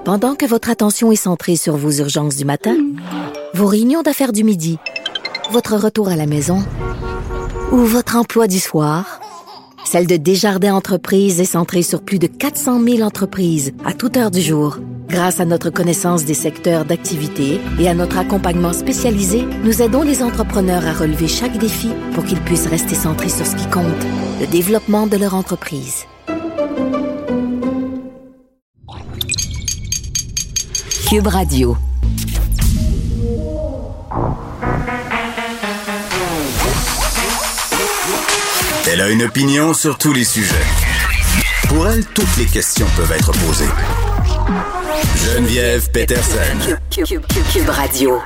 Pendant que votre attention est centrée sur vos urgences du matin, vos réunions d'affaires du midi, votre retour à la maison ou votre emploi du soir, celle de Desjardins Entreprises est centrée sur plus de 400 000 entreprises à toute heure du jour. Grâce à notre connaissance des secteurs d'activité et à notre accompagnement spécialisé, nous aidons les entrepreneurs à relever chaque défi pour qu'ils puissent rester centrés sur ce qui compte, le développement de leur entreprise. Cube Radio. Elle a une opinion sur tous les sujets. Pour elle, toutes les questions peuvent être posées. Geneviève Peterson. Cube Radio.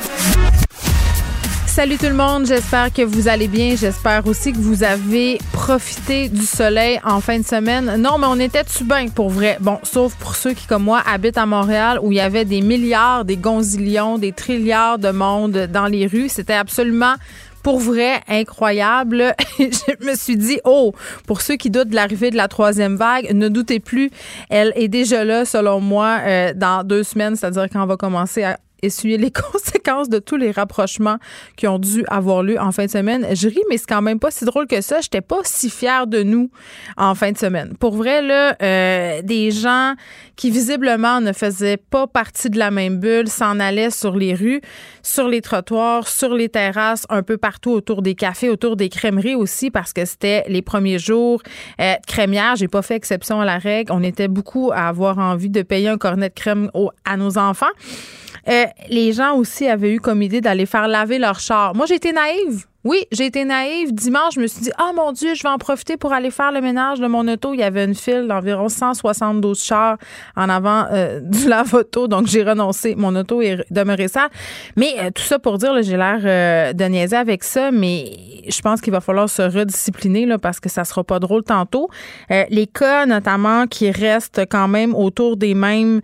Salut tout le monde, j'espère que vous allez bien. J'espère aussi que vous avez profité du soleil en fin de semaine. Non, mais on était-tu bien pour vrai? Bon, sauf pour ceux qui, comme moi, habitent à Montréal où il y avait des milliards, des gonzillions, des trilliards de monde dans les rues. C'était absolument... pour vrai, incroyable. Je me suis dit, pour ceux qui doutent de l'arrivée de la troisième vague, ne doutez plus, elle est déjà là, selon moi, dans 2 semaines, c'est-à-dire quand on va commencer à essuyer les conséquences de tous les rapprochements qui ont dû avoir lieu en fin de semaine. Je ris, mais c'est quand même pas si drôle que ça. J'étais pas si fière de nous en fin de semaine. Pour vrai, là, des gens qui visiblement ne faisaient pas partie de la même bulle s'en allaient sur les rues, sur les trottoirs, sur les terrasses, un peu partout autour des cafés, autour des crèmeries aussi, parce que c'était les premiers jours de crémière. J'ai pas fait exception à la règle. On était beaucoup à avoir envie de payer un cornet de crème à nos enfants. Les gens aussi avaient eu comme idée d'aller faire laver leur char. Moi, j'ai été naïve. Oui, j'ai été naïve. Dimanche, je me suis dit, mon Dieu, je vais en profiter pour aller faire le ménage de mon auto. Il y avait une file d'environ 172 chars en avant du lave-auto. Donc, j'ai renoncé. Mon auto est demeurée sale. Mais tout ça pour dire, là, j'ai l'air de niaiser avec ça, mais je pense qu'il va falloir se rediscipliner là, parce que ça sera pas drôle tantôt. Les cas, notamment, qui restent quand même autour des mêmes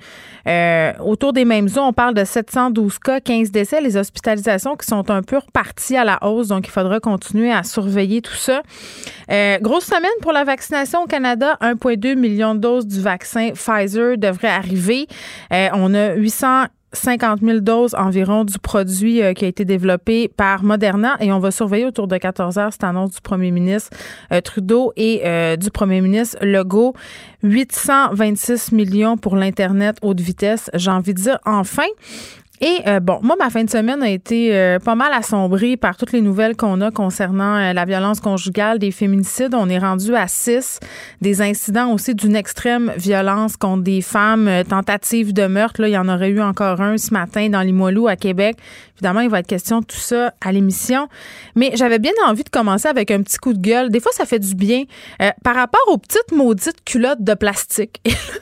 eaux. On parle de 712 cas, 15 décès. Les hospitalisations qui sont un peu reparties à la hausse. Donc, il faudra continuer à surveiller tout ça. Grosse semaine pour la vaccination au Canada. 1,2 million de doses du vaccin Pfizer devraient arriver. On a 850 000 doses environ du produit qui a été développé par Moderna et on va surveiller autour de 14 heures cette annonce du premier ministre Trudeau et du premier ministre Legault. 826 millions pour l'Internet haute vitesse. J'ai envie de dire enfin. Et moi, ma fin de semaine a été pas mal assombrie par toutes les nouvelles qu'on a concernant la violence conjugale, des féminicides. On est rendu à 6, des incidents aussi d'une extrême violence contre des femmes, tentatives de meurtre. Là, il y en aurait eu encore un ce matin dans Limoilou, à Québec. Évidemment, il va être question de tout ça à l'émission. Mais j'avais bien envie de commencer avec un petit coup de gueule. Des fois, ça fait du bien. Par rapport aux petites maudites culottes de plastique.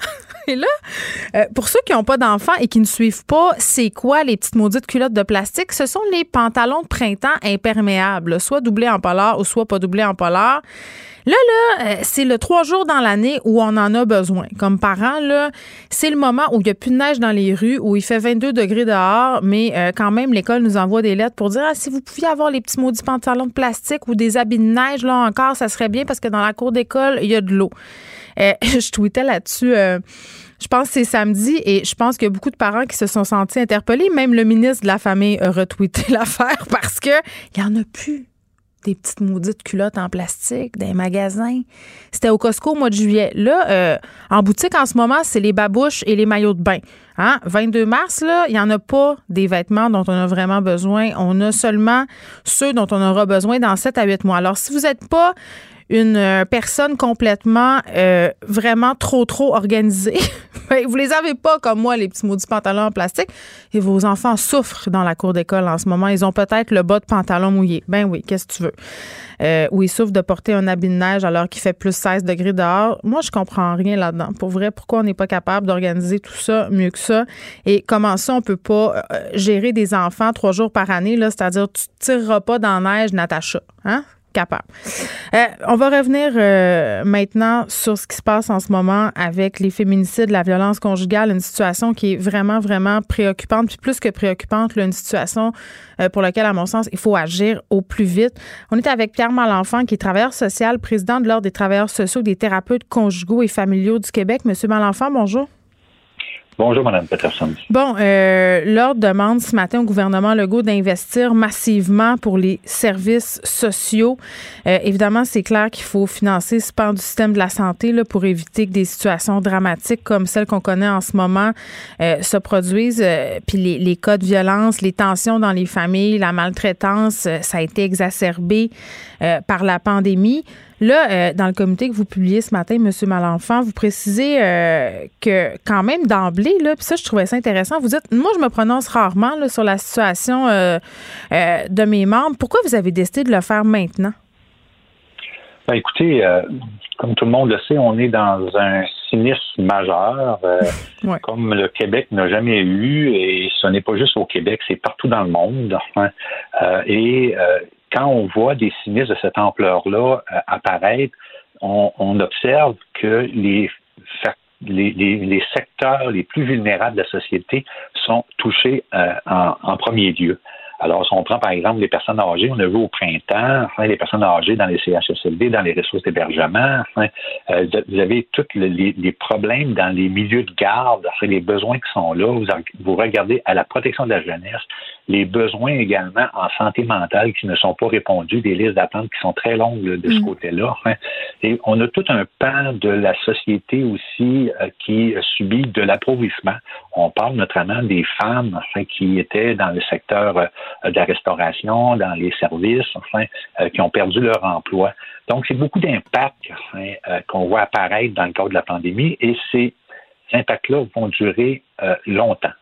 Et là, pour ceux qui n'ont pas d'enfants et qui ne suivent pas, c'est quoi les petites maudites culottes de plastique? Ce sont les pantalons de printemps imperméables, soit doublés en polar ou soit pas doublés en polar. Là, c'est le 3 jours dans l'année où on en a besoin. Comme parents, là, c'est le moment où il n'y a plus de neige dans les rues, où il fait 22 degrés dehors, mais quand même, l'école nous envoie des lettres pour dire si vous pouviez avoir les petits maudits pantalons de plastique ou des habits de neige, là encore, ça serait bien parce que dans la cour d'école, il y a de l'eau. Je tweetais là-dessus, je pense que c'est samedi et je pense qu'il y a beaucoup de parents qui se sont sentis interpellés. Même le ministre de la Famille a retweeté l'affaire parce que il n'y en a plus des petites maudites culottes en plastique dans les magasins. C'était au Costco au mois de juillet. Là, en boutique en ce moment, c'est les babouches et les maillots de bain. 22 mars, là, il n'y en a pas des vêtements dont on a vraiment besoin. On a seulement ceux dont on aura besoin dans 7 à 8 mois. Alors, si vous n'êtes pas une personne complètement vraiment trop organisée, vous les avez pas comme moi, les petits maudits pantalons en plastique, et vos enfants souffrent dans la cour d'école en ce moment. Ils ont peut-être le bas de pantalon mouillé. Ben oui, qu'est-ce que tu veux? Ou ils souffrent de porter un habit de neige alors qu'il fait plus 16 degrés dehors. Moi, je comprends rien là-dedans. Pour vrai, pourquoi on n'est pas capable d'organiser tout ça mieux que ça? Et comment ça, on peut pas gérer des enfants 3 jours par année, là, c'est-à-dire tu ne tireras pas dans la neige, Natacha, hein? Capable. On va revenir maintenant sur ce qui se passe en ce moment avec les féminicides, la violence conjugale, une situation qui est vraiment, vraiment préoccupante, puis plus que préoccupante, là, une situation pour laquelle, à mon sens, il faut agir au plus vite. On est avec Pierre Malenfant, qui est travailleur social, président de l'Ordre des travailleurs sociaux, des thérapeutes conjugaux et familiaux du Québec. Monsieur Malenfant, bonjour. Bonjour, Mme Peterson. Bon, l'Ordre demande ce matin au gouvernement Legault d'investir massivement pour les services sociaux. Évidemment, c'est clair qu'il faut financer ce pan du système de la santé là, pour éviter que des situations dramatiques comme celles qu'on connaît en ce moment se produisent. Puis les cas de violence, les tensions dans les familles, la maltraitance, ça a été exacerbé par la pandémie. Là, dans le communiqué que vous publiez ce matin, M. Malenfant, vous précisez que quand même d'emblée, là, puis ça, je trouvais ça intéressant, vous dites, moi, je me prononce rarement là, sur la situation de mes membres. Pourquoi vous avez décidé de le faire maintenant? Ben, écoutez, comme tout le monde le sait, on est dans un sinistre majeur, Ouais. comme le Québec n'a jamais eu, et ce n'est pas juste au Québec, c'est partout dans le monde. Quand on voit des sinistres de cette ampleur-là apparaître, on observe que les secteurs les plus vulnérables de la société sont touchés en premier lieu. Alors, si on prend par exemple les personnes âgées, on a vu au printemps, les personnes âgées dans les CHSLD, dans les ressources d'hébergement, vous avez tous les problèmes dans les milieux de garde, les besoins qui sont là. Vous regardez à la protection de la jeunesse, les besoins également en santé mentale qui ne sont pas répondus, des listes d'attente qui sont très longues de ce côté-là. Et on a tout un pan de la société aussi qui subit de l'appauvrissement. On parle notamment des femmes qui étaient dans le secteur de la restauration, dans les services, qui ont perdu leur emploi. Donc, c'est beaucoup d'impacts qu'on voit apparaître dans le cadre de la pandémie et ces impacts-là vont durer longtemps.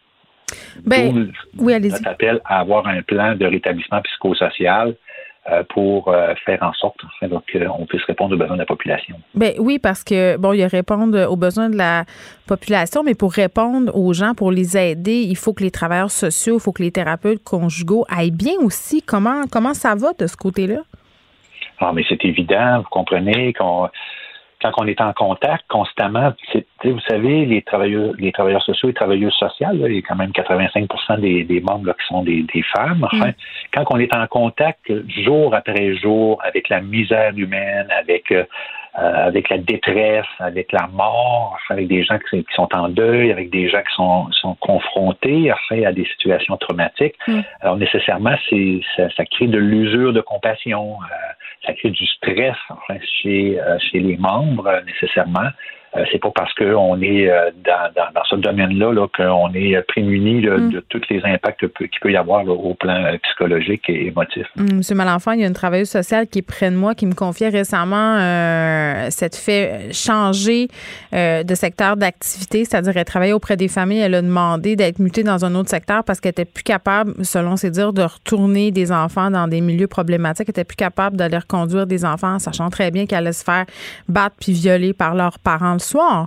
Oui, allez-y. Notre appel à avoir un plan de rétablissement psychosocial pour faire en sorte qu'on puisse répondre aux besoins de la population. Ben oui, parce que, bon, il y a répondre aux besoins de la population, mais pour répondre aux gens, pour les aider, il faut que les travailleurs sociaux, il faut que les thérapeutes conjugaux aillent bien aussi. Comment ça va de ce côté-là? Ah, mais c'est évident, vous comprenez quand on est en contact constamment, vous savez, les travailleurs sociaux et travailleuses sociales, là, il y a quand même 85% des membres là, qui sont des femmes. Quand on est en contact jour après jour avec la misère humaine, avec la détresse, avec la mort, avec des gens qui sont en deuil, avec des gens qui sont confrontés à des situations traumatiques, alors nécessairement, ça crée de l'usure de compassion. Ça crée du stress chez les membres, nécessairement. C'est pas parce qu'on est dans ce domaine-là là, qu'on est prémuni de tous les impacts qu'il peut y avoir là, au plan psychologique et émotif. Monsieur Malenfant, il y a une travailleuse sociale qui est près de moi qui me confiait récemment s'être fait changer de secteur d'activité, c'est-à-dire elle travaillait auprès des familles, elle a demandé d'être mutée dans un autre secteur parce qu'elle était plus capable, selon ses dires, de retourner des enfants dans des milieux problématiques, elle était plus capable d'aller reconduire des enfants, sachant très bien qu'elle allait se faire battre puis violer par leurs parents le soir.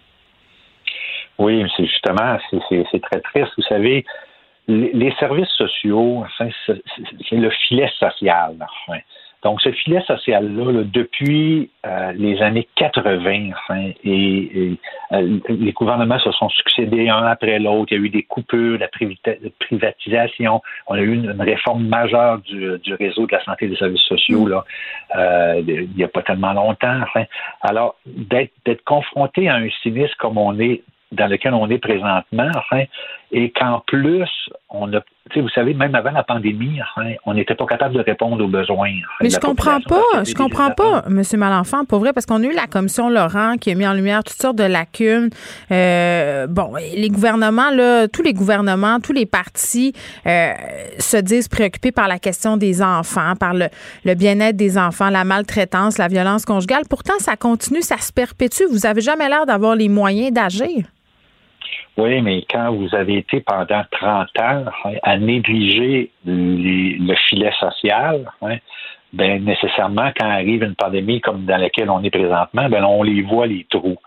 Oui, c'est justement, c'est très triste. Vous savez, les services sociaux, c'est le filet social. Donc, ce filet social-là, là, depuis les années 80, et les gouvernements se sont succédés un après l'autre. Il y a eu des coupures, la privatisation. On a eu une réforme majeure du réseau de la santé et des services sociaux là, il n'y a pas tellement longtemps. Alors, d'être confronté à un sinistre comme dans lequel on est présentement, et qu'en plus, vous savez, même avant la pandémie, on n'était pas capable de répondre aux besoins. Mais je comprends pas, M. Malenfant, pour vrai, parce qu'on a eu la commission Laurent qui a mis en lumière toutes sortes de lacunes. Les gouvernements, là, tous les partis se disent préoccupés par la question des enfants, par le bien-être des enfants, la maltraitance, la violence conjugale. Pourtant, ça continue, ça se perpétue. Vous n'avez jamais l'air d'avoir les moyens d'agir. Oui, mais quand vous avez été pendant 30 ans à négliger le filet social, ben nécessairement, quand arrive une pandémie comme dans laquelle on est présentement, ben on les voit, les trous.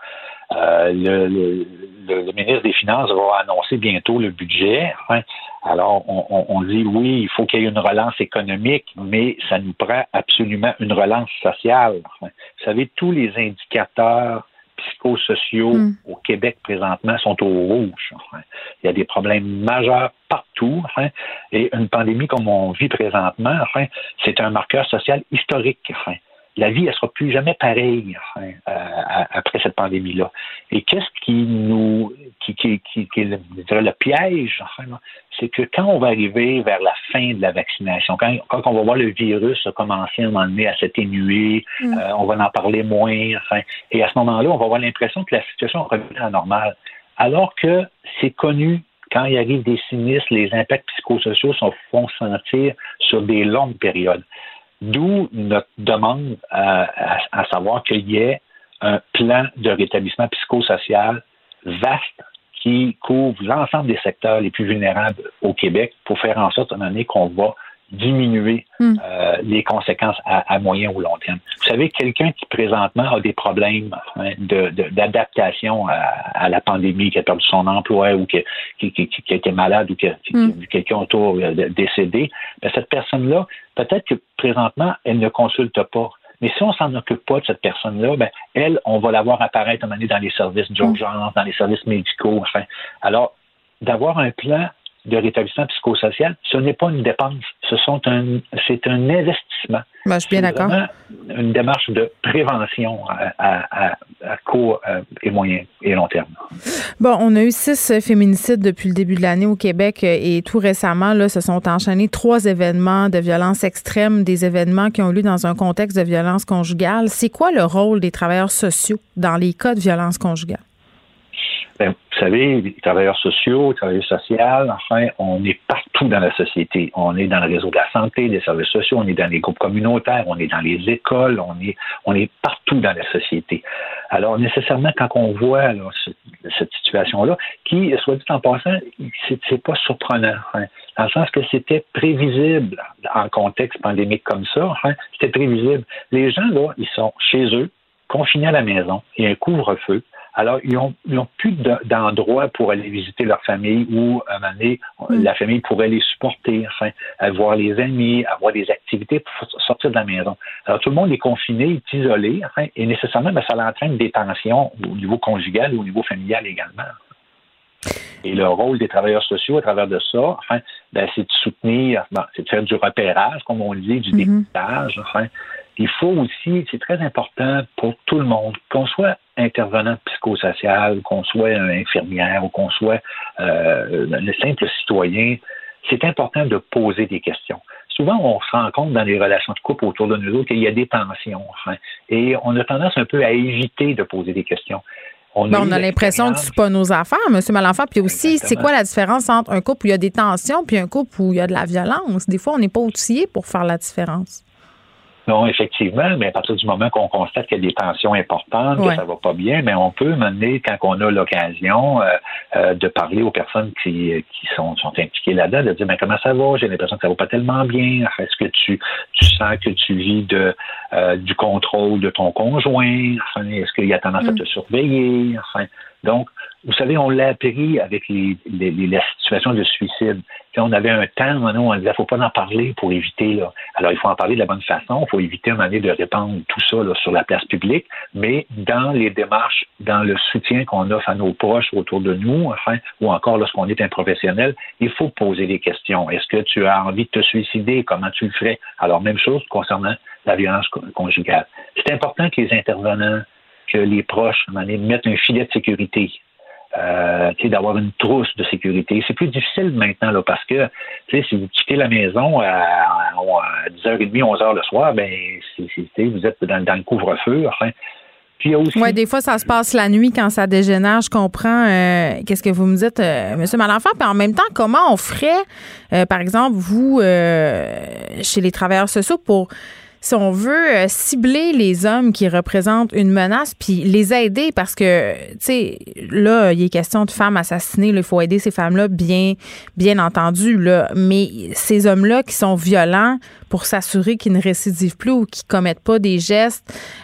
Le ministre des Finances va annoncer bientôt le budget. Alors, on dit oui, il faut qu'il y ait une relance économique, mais ça nous prend absolument une relance sociale. Vous savez, tous les indicateurs psychosociaux au Québec présentement sont au rouge. Il y a des problèmes majeurs partout. Et une pandémie comme on vit présentement, c'est un marqueur social historique. La vie, elle sera plus jamais pareille après cette pandémie-là. Et qu'est-ce qui est le piège, enfin, c'est que quand on va arriver vers la fin de la vaccination, quand on va voir le virus commencer à un moment donné à s'atténuer, on va en parler moins, enfin, et à ce moment-là, on va avoir l'impression que la situation revient à la normale. Alors que c'est connu, quand il arrive des sinistres, les impacts psychosociaux se font sentir sur des longues périodes. D'où notre demande à savoir qu'il y ait un plan de rétablissement psychosocial vaste qui couvre l'ensemble des secteurs les plus vulnérables au Québec pour faire en sorte à un moment donné qu'on va diminuer les conséquences à moyen ou long terme. Vous savez, quelqu'un qui présentement a des problèmes d'adaptation à la pandémie, qui a perdu son emploi ou qui a été malade ou qui a vu quelqu'un autour décédé, bien, cette personne-là, peut-être que présentement, elle ne consulte pas. Mais si on s'en occupe pas de cette personne-là, ben elle, on va la voir apparaître à un moment donné dans les services d'urgence, dans les services médicaux. Enfin, alors, d'avoir un plan de rétablissement psychosocial, ce n'est pas une dépense, c'est un investissement. Ben, je suis bien d'accord. C'est vraiment une démarche de prévention à court et moyen et long terme. Bon, on a eu 6 féminicides depuis le début de l'année au Québec et tout récemment, là, se sont enchaînés 3 événements de violence extrême, des événements qui ont eu lieu dans un contexte de violence conjugale. C'est quoi le rôle des travailleurs sociaux dans les cas de violence conjugale? Bien, vous savez, les travailleurs sociaux, les travailleurs sociales, enfin, on est partout dans la société. On est dans le réseau de la santé, des services sociaux, on est dans les groupes communautaires, on est dans les écoles, on est partout dans la société. Alors, nécessairement, quand on voit alors, cette situation-là, qui, soit dit en passant, c'est pas surprenant, hein, dans le sens que c'était prévisible en contexte pandémique comme ça, hein, c'était prévisible. Les gens, là, ils sont chez eux, confinés à la maison, il y a un couvre-feu. Alors, ils ont plus d'endroit pour aller visiter leur famille ou, à un moment donné, la famille pourrait les supporter, enfin, voir les amis, avoir des activités pour sortir de la maison. Alors, tout le monde est confiné, est isolé, enfin, et nécessairement, ça entraîne des tensions au niveau conjugal ou au niveau familial également. Et le rôle des travailleurs sociaux à travers de ça, enfin, c'est de soutenir, c'est de faire du repérage, comme on le dit, du dépistage, enfin. Il faut aussi, c'est très important pour tout le monde, qu'on soit intervenant psychosocial, qu'on soit infirmière ou qu'on soit le simple citoyen, c'est important de poser des questions. Souvent, on se rend compte dans les relations de couple autour de nous autres qu'il y a des tensions, enfin, et on a tendance un peu à éviter de poser des questions. On a l'impression que c'est pas nos affaires, M. Malenfant. Puis aussi, c'est quoi la différence entre un couple où il y a des tensions puis un couple où il y a de la violence? Des fois, on n'est pas outillé pour faire la différence. Non, effectivement, mais à partir du moment qu'on constate qu'il y a des tensions importantes, que ça va pas bien, mais on peut mener, quand on a l'occasion de parler aux personnes qui sont impliquées là-dedans, de dire mais comment ça va? J'ai l'impression que ça va pas tellement bien. Est-ce que tu sens que tu vis du contrôle de ton conjoint? Enfin, est-ce qu'il y a tendance à te surveiller? Enfin, donc, vous savez, on l'a appris avec la situation de suicide. Quand on avait un temps, on disait, faut pas en parler pour éviter, là. Alors, il faut en parler de la bonne façon. Il faut éviter, à un moment donné, de répandre tout ça, là, sur la place publique. Mais dans les démarches, dans le soutien qu'on offre à nos proches autour de nous, enfin, ou encore lorsqu'on est un professionnel, il faut poser des questions. Est-ce que tu as envie de te suicider? Comment tu le ferais? Alors, même chose concernant la violence conjugale. C'est important que les intervenants, que les proches, à un moment donné, mettent un filet de sécurité. D'avoir une trousse de sécurité. C'est plus difficile maintenant, là, parce que si vous quittez la maison à 10h30, 11h le soir, vous êtes dans le couvre-feu. Enfin. Puis aussi, des fois, ça se passe la nuit quand ça dégénère. Je comprends qu'est-ce que vous me dites, M. Malenfant. Puis en même temps, comment on ferait, par exemple, vous, chez les travailleurs sociaux, pour... Si on veut cibler les hommes qui représentent une menace puis les aider parce que, tu sais, là, il est question de femmes assassinées. Il faut aider ces femmes-là, bien entendu. Là. Mais ces hommes-là qui sont violents pour s'assurer qu'ils ne récidivent plus ou qu'ils commettent pas des gestes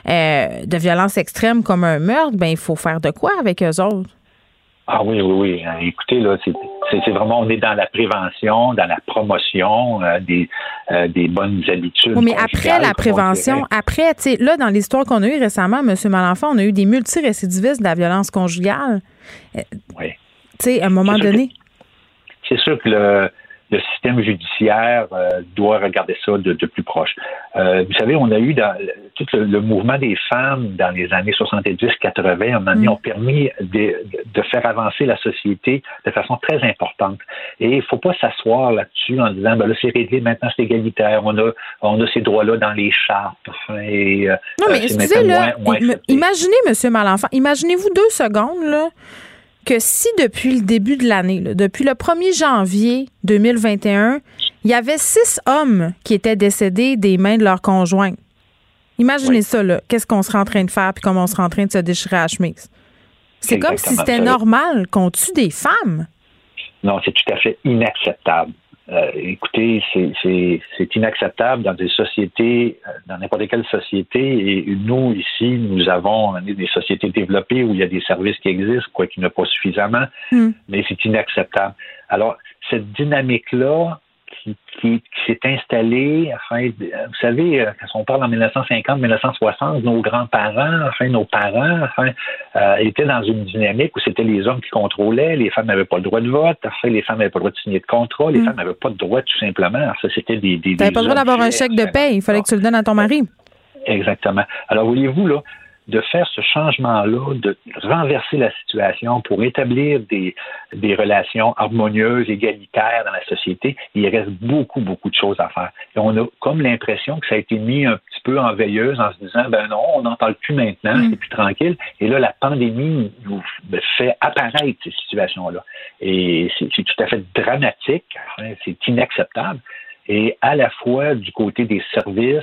de violence extrême comme un meurtre, il faut faire de quoi avec eux autres? Ah oui. Écoutez, là, c'est vraiment, on est dans la prévention, dans la promotion des bonnes habitudes. Oui, mais après la prévention, après, tu sais, là, dans l'histoire qu'on a eue récemment, M. Malenfant, on a eu des multirécidivistes de la violence conjugale. Oui. Tu sais, à un moment donné. C'est sûr que le système judiciaire doit regarder ça de plus proche. Vous savez, on a eu tout le mouvement des femmes dans les années 70-80, à un moment donné, ont permis de faire avancer la société de façon très importante. Et il ne faut pas s'asseoir là-dessus en disant, là, c'est réglé, maintenant c'est égalitaire, on a ces droits-là dans les chartes. Et, non, mais excusez, là, imaginez, M. Malenfant, imaginez-vous 2 secondes, là, que si depuis le début de l'année, là, depuis le 1er janvier 2021, il y avait 6 hommes qui étaient décédés des mains de leurs conjoints. Imaginez ça, là. Qu'est-ce qu'on serait en train de faire puis comment on serait en train de se déchirer à la chemise. C'est comme si c'était normal qu'on tue des femmes. Non, c'est tout à fait inacceptable. Écoutez, c'est inacceptable dans des sociétés, dans n'importe quelle société. Et nous, ici, nous avons des sociétés développées où il y a des services qui existent, quoi qu'il n'y en a pas suffisamment, mais c'est inacceptable. Alors, cette dynamique-là qui s'est installée, vous savez, quand on parle en 1950, 1960, nos grands-parents, nos parents, étaient dans une dynamique où c'était les hommes qui contrôlaient, les femmes n'avaient pas le droit de vote, les femmes n'avaient pas le droit de signer de contrat, les femmes n'avaient pas le droit tout simplement. Ça, c'était des t'avais pas le droit d'avoir un chèque de paie, il fallait que tu le donnes à ton mari. Exactement. Alors, voyez-vous, là, de faire ce changement-là, de renverser la situation pour établir des relations harmonieuses, égalitaires dans la société, il reste beaucoup, beaucoup de choses à faire. Et on a comme l'impression que ça a été mis un petit peu en veilleuse en se disant, non, on n'en parle plus maintenant, c'est plus tranquille. Et là, la pandémie nous fait apparaître ces situations-là. Et c'est tout à fait dramatique, c'est inacceptable. Et à la fois du côté des services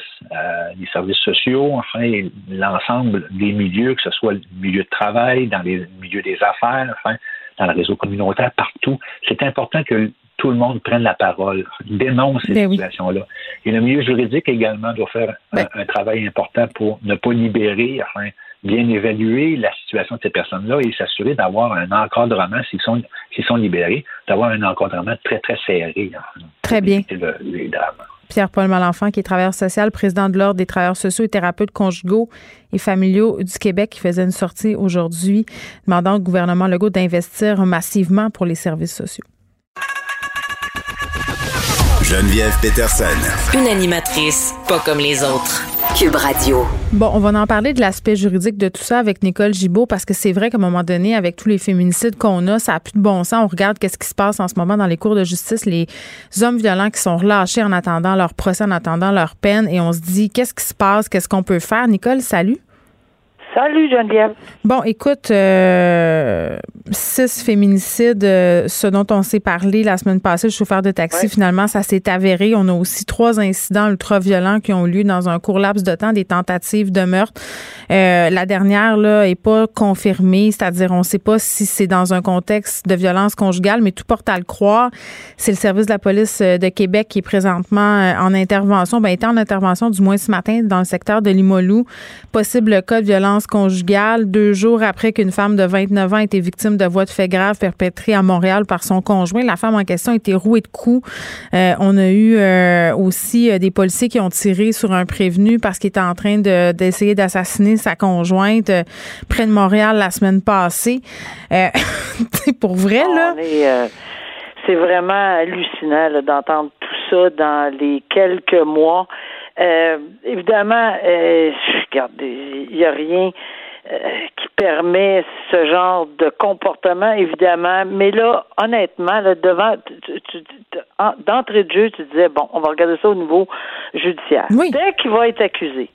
sociaux, l'ensemble des milieux, que ce soit le milieu de travail, dans les milieux des affaires, dans le réseau communautaire, partout, c'est important que tout le monde prenne la parole, dénonce ces situations-là. Et le milieu juridique également doit faire un travail important pour ne pas libérer, bien évaluer la situation de ces personnes-là et s'assurer d'avoir un encadrement, s'ils sont libérés, d'avoir un encadrement très, très serré. Très bien. Les drames. Pierre-Paul Malenfant, qui est travailleur social, président de l'Ordre des travailleurs sociaux et thérapeutes conjugaux et familiaux du Québec, qui faisait une sortie aujourd'hui demandant au gouvernement Legault d'investir massivement pour les services sociaux. Geneviève Peterson. Une animatrice pas comme les autres. Cube Radio. Bon, on va en parler de l'aspect juridique de tout ça avec Nicole Gibault, parce que c'est vrai qu'à un moment donné, avec tous les féminicides qu'on a, ça n'a plus de bon sens. On regarde qu'est-ce qui se passe en ce moment dans les cours de justice, les hommes violents qui sont relâchés en attendant leur procès, en attendant leur peine, et on se dit, qu'est-ce qui se passe, qu'est-ce qu'on peut faire? Nicole, salut. Salut Geneviève. Bon, écoute, 6 féminicides, ce dont on s'est parlé la semaine passée, le chauffeur de taxi, finalement, ça s'est avéré. On a aussi 3 incidents ultra-violents qui ont eu lieu dans un court laps de temps, des tentatives de meurtre. La dernière, là, est pas confirmée, c'est-à-dire on sait pas si c'est dans un contexte de violence conjugale, mais tout porte à le croire. C'est le service de la police de Québec qui est présentement en intervention, était en intervention du moins ce matin dans le secteur de Limoilou. Possible cas de violence conjugale 2 jours après qu'une femme de 29 ans a été victime de voies de fait graves perpétrées à Montréal par son conjoint. La femme en question a été rouée de coups. On a eu aussi des policiers qui ont tiré sur un prévenu parce qu'il était en train d'essayer d'assassiner sa conjointe près de Montréal la semaine passée. Pour vrai, là. C'est vraiment hallucinant là, d'entendre tout ça dans les quelques mois. Évidemment, regardez, il n'y a rien qui permet ce genre de comportement, évidemment. Mais là, honnêtement, là, d'entrée de jeu, tu disais, bon, on va regarder ça au niveau judiciaire. Oui. Dès qu'il va être accusé,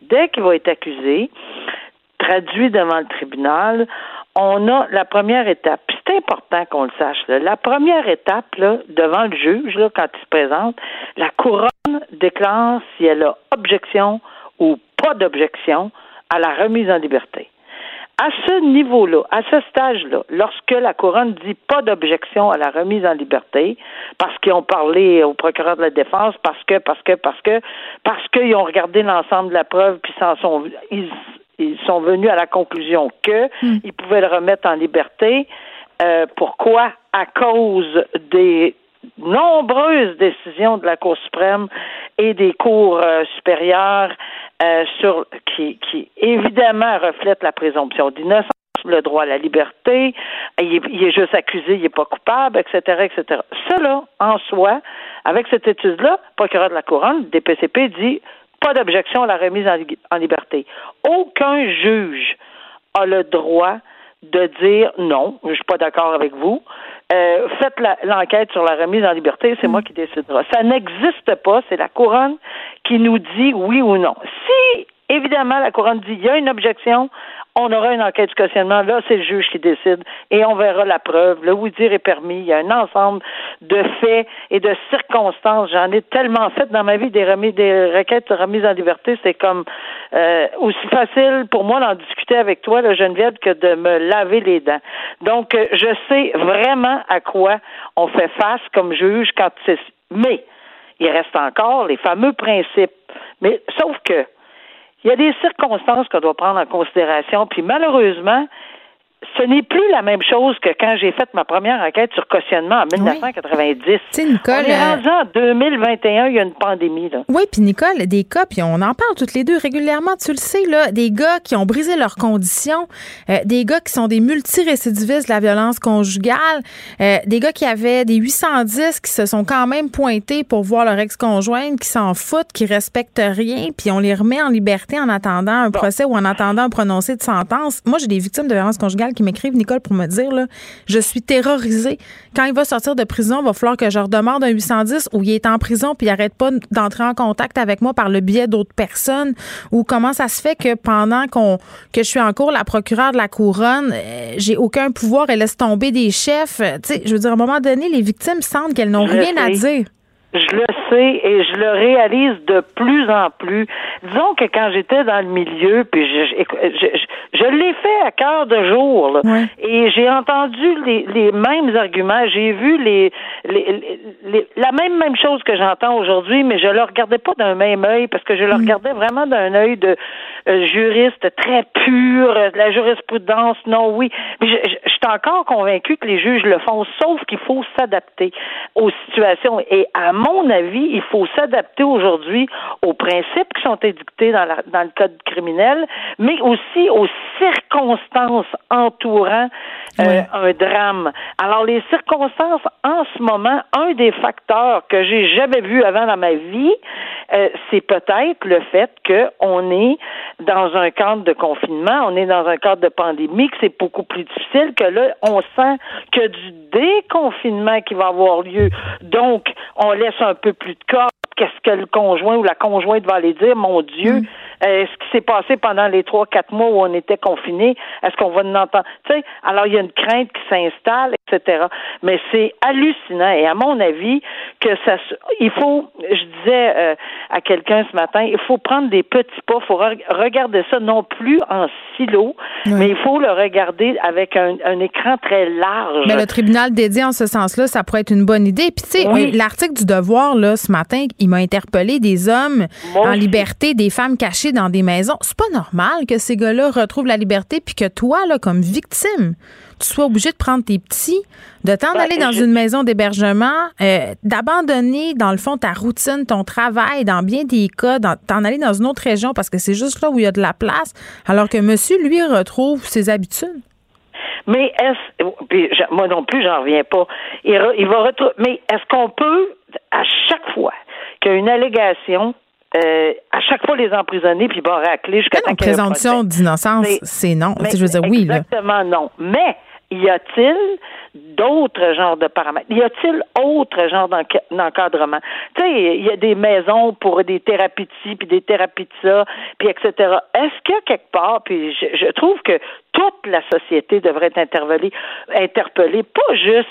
traduit devant le tribunal, on a la première étape. Puis c'est important qu'on le sache. Là. La première étape, là, devant le juge, là, quand il se présente, la couronne déclare si elle a objection ou pas d'objection à la remise en liberté. À ce niveau-là, à ce stage-là, lorsque la couronne dit pas d'objection à la remise en liberté, parce qu'ils ont parlé au procureur de la défense, parce qu'ils ont regardé l'ensemble de la preuve, puis ils sont venus à la conclusion qu'ils pouvaient le remettre en liberté. Pourquoi? À cause des nombreuses décisions de la Cour suprême et des cours supérieures qui évidemment reflètent la présomption d'innocence, le droit à la liberté, il est juste accusé, il n'est pas coupable, etc., etc. Ça, là, en soi, avec cette étude-là, le procureur de la Couronne, DPCP, dit pas d'objection à la remise en liberté. Aucun juge a le droit de dire non, je suis pas d'accord avec vous. Faites l'enquête sur la remise en liberté, c'est moi qui décidera. Ça n'existe pas, c'est la Couronne qui nous dit oui ou non. Si, évidemment, la Couronne dit il y a une objection, on aura une enquête du cautionnement. Là, c'est le juge qui décide et on verra la preuve. Le oui-dire est permis. Il y a un ensemble de faits et de circonstances. J'en ai tellement fait dans ma vie des requêtes de remise en liberté. C'est comme aussi facile pour moi d'en discuter avec toi, là, Geneviève, que de me laver les dents. Donc, je sais vraiment à quoi on fait face comme juge quand c'est... Mais, il reste encore les fameux principes. Mais, sauf que il y a des circonstances qu'on doit prendre en considération, puis malheureusement, ce n'est plus la même chose que quand j'ai fait ma première enquête sur cautionnement en 1990. Tu sais, Nicole, on est rendu en 2021, il y a une pandémie, là. Oui, puis Nicole, des cas, puis on en parle toutes les deux régulièrement, tu le sais, là, des gars qui ont brisé leurs conditions, des gars qui sont des multirécidivistes de la violence conjugale, des gars qui avaient des 810 qui se sont quand même pointés pour voir leur ex-conjointe, qui s'en foutent, qui respectent rien, puis on les remet en liberté en attendant un procès ou en attendant un prononcé de sentence. Moi, j'ai des victimes de violence conjugale qui m'écrivent, Nicole, pour me dire, là, je suis terrorisée. Quand il va sortir de prison, il va falloir que je redemande un 810 où il est en prison puis il n'arrête pas d'entrer en contact avec moi par le biais d'autres personnes, ou comment ça se fait que pendant que je suis en cours, la procureure de la Couronne, j'ai aucun pouvoir, elle laisse tomber des chefs. Tu sais, je veux dire, à un moment donné, les victimes sentent qu'elles n'ont rien à dire. Je le sais et je le réalise de plus en plus. Disons que quand j'étais dans le milieu, puis je l'ai fait à cœur de jour, là, et j'ai entendu les mêmes arguments, j'ai vu la même chose que j'entends aujourd'hui, mais je le regardais pas d'un même œil parce que je le regardais vraiment d'un œil de juriste très pur, de la jurisprudence, non, oui. Mais je suis encore convaincue que les juges le font, sauf qu'il faut s'adapter aux situations. Et à mon avis, il faut s'adapter aujourd'hui aux principes qui sont édictés dans le code criminel, mais aussi aux circonstances entourant un drame. Alors, les circonstances, en ce moment, un des facteurs que j'ai jamais vu avant dans ma vie, c'est peut-être le fait qu'on est dans un cadre de confinement, on est dans un cadre de pandémie, que c'est beaucoup plus difficile, que là, on sent que du déconfinement qui va avoir lieu. Donc, on laisse un peu plus de corps. Qu'est-ce que le conjoint ou la conjointe va aller dire? Mon Dieu, ce qui s'est passé pendant les 3-4 mois où on était confinés, est-ce qu'on va l'entendre? Tu sais, alors il y a une crainte qui s'installe, etc. Mais c'est hallucinant. Et à mon avis, il faut, je disais à quelqu'un ce matin, il faut prendre des petits pas. Il faut regarder ça non plus en silo, mais il faut le regarder avec un écran très large. Mais le tribunal dédié en ce sens-là, ça pourrait être une bonne idée. Puis tu sais, l'article du Devoir, là, ce matin, il m'a interpellé, des hommes en liberté, des femmes cachées dans des maisons. C'est pas normal que ces gars-là retrouvent la liberté puis que toi, là, comme victime, tu sois obligé de prendre tes petits, de t'en aller dans une maison d'hébergement, d'abandonner, dans le fond, ta routine, ton travail, dans bien des cas, t'en aller dans une autre région parce que c'est juste là où il y a de la place, alors que monsieur, lui, retrouve ses habitudes. Mais moi non plus, j'en reviens pas. Il va retrouver. Mais est-ce qu'on peut, à chaque fois qu'il y a une allégation, à chaque fois les emprisonner puis barrer à clé jusqu'à temps qu'il y ait un procès? Présomption d'innocence, c'est non. Je veux dire, oui. Exactement, non. Mais y a-t-il d'autres genres de paramètres? Y a-t-il autre genre d'encadrement? Tu sais, il y a des maisons pour des thérapies de ci, puis des thérapies de ça, puis etc. Est-ce qu'il y a quelque part, puis je trouve que toute la société devrait être interpellée, pas juste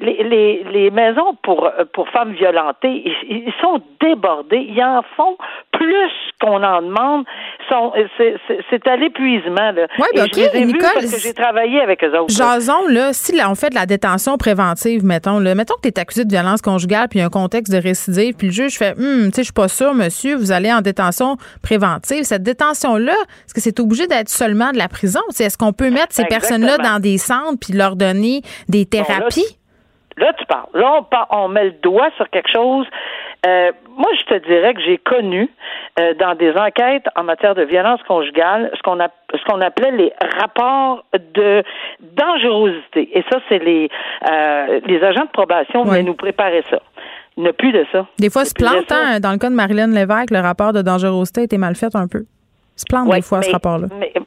les maisons pour femmes violentées. Ils sont débordés. Ils en font plus qu'on en demande. C'est à l'épuisement, là. Oui, bien, OK, je les ai Nicole, vus parce que j'ai travaillé avec eux autres. Jason, là, si là, on fait de la détention préventive, mettons que tu es accusé de violence conjugale puis il y a un contexte de récidive, puis le juge fait, tu sais, je suis pas sûr, monsieur, vous allez en détention préventive. Cette détention-là, est-ce que c'est obligé d'être seulement de la prison? Est-ce qu'on peut mettre ces personnes-là dans des centres puis leur donner des thérapies? Là, tu parles. Là, on met le doigt sur quelque chose Moi, je te dirais que j'ai connu dans des enquêtes en matière de violence conjugale ce qu'on appelait les rapports de dangerosité. Et ça, c'est les agents de probation venaient nous préparer ça. Il n'y a plus de ça. Des fois, se plante, hein, dans le cas de Marilyn Lévesque, le rapport de dangerosité a été mal fait un peu. Se plante des fois, ce rapport-là.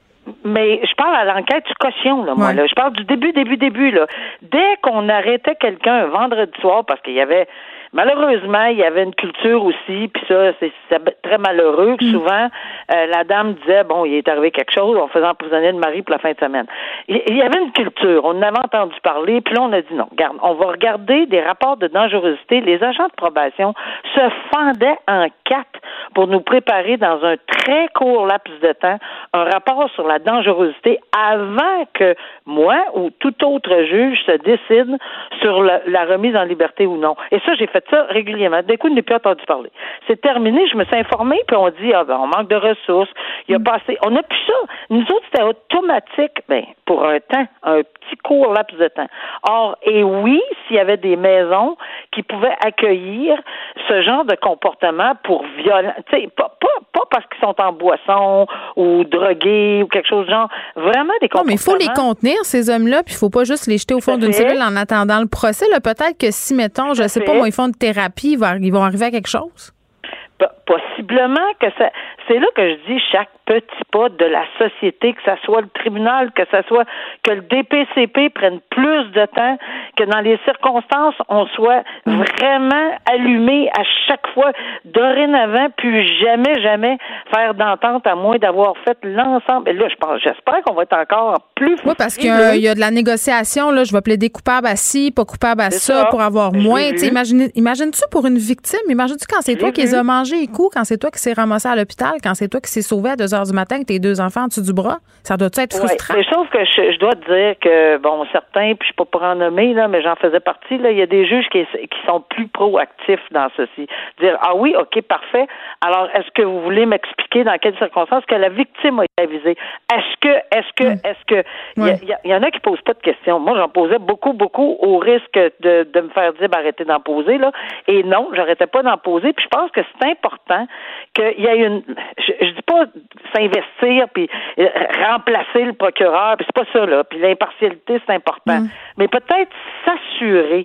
Mais je parle à l'enquête sur caution, là, moi. Là. Je parle du début, là. Dès qu'on arrêtait quelqu'un un vendredi soir, parce qu'il y avait... Malheureusement, il y avait une culture aussi, puis ça, c'est très malheureux que souvent, la dame disait, bon, il est arrivé quelque chose, on faisait emprisonner le mari pour la fin de semaine. Il y avait une culture, on en avait entendu parler, puis là, on a dit non, regarde, on va regarder des rapports de dangerosité. Les agents de probation se fendaient en quatre pour nous préparer dans un très court laps de temps un rapport sur la dangerosité avant que moi ou tout autre juge se décide sur la remise en liberté ou non. Et ça, j'ai fait ça régulièrement. D'un coup, je n'ai plus entendu parler. C'est terminé, je me suis informée, puis on dit, on manque de ressources, il y a pas assez. On n'a plus ça. Nous autres, c'était automatique, pour un temps, un petit court laps de temps. Or, et oui, s'il y avait des maisons qui pouvaient accueillir ce genre de comportement pour violence, tu sais, pas parce qu'ils sont en boisson ou drogués ou quelque chose de genre, vraiment des comportements. Non, mais il faut les contenir, ces hommes-là, puis il ne faut pas juste les jeter au fond d'une cellule en attendant le procès. Là, peut-être que si, mettons, je ne sais pas, moi, ils font de thérapie, ils vont arriver à quelque chose. Possiblement que ça... C'est là que je dis chaque petit pas de la société, que ça soit le tribunal, que le DPCP prenne plus de temps, que dans les circonstances, on soit vraiment allumé à chaque fois, dorénavant, puis jamais faire d'entente à moins d'avoir fait l'ensemble. Et là, j'espère qu'on va être encore plus... Oui, parce qu'il y a de la négociation, là, je vais plaider coupable à ci, pas coupable à ça, pour avoir moins. Imagine-tu pour une victime, imagine-tu quand c'est toi qui les as mangés les coups, quand c'est toi qui s'est ramassé à l'hôpital, quand c'est toi qui s'est sauvé à 2h du matin avec tes 2 enfants en dessous du bras, ça doit être frustrant? Oui, sauf que je dois te dire que, bon, certains, puis je ne suis pas pour en nommer, là, mais j'en faisais partie, là, il y a des juges qui sont plus proactifs dans ceci. Dire, ah oui, OK, parfait. Alors, est-ce que vous voulez m'expliquer dans quelles circonstances que la victime a été avisée? Est-ce que, il y en a qui posent pas de questions. Moi, j'en posais beaucoup, au risque de me faire dire, arrêtez d'en poser, là. Et non, j'arrêtais pas d'en poser, puis je pense que c'est important qu'il y ait je dis pas s'investir puis remplacer le procureur, puis c'est pas ça là, puis l'impartialité c'est important, mais peut-être s'assurer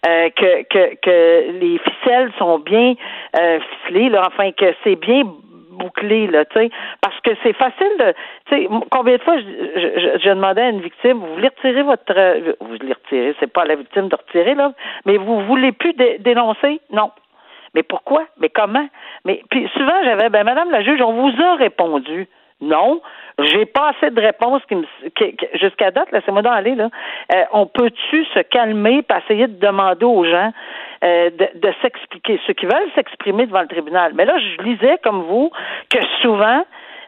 que les ficelles sont bien ficelées là, enfin que c'est bien bouclé là, tu sais, parce que c'est facile de, tu sais, combien de fois je demandais à une victime, vous voulez retirer vous voulez retirer, c'est pas à la victime de retirer là, mais vous voulez plus dénoncer? Non. Mais pourquoi? Mais comment? Mais puis souvent j'avais, Madame la juge, on vous a répondu. Non, j'ai pas assez de réponses jusqu'à date, laissez-moi donc aller là. On peut-tu se calmer et essayer de demander aux gens de s'expliquer, ceux qui veulent s'exprimer devant le tribunal. Mais là, je lisais comme vous que souvent,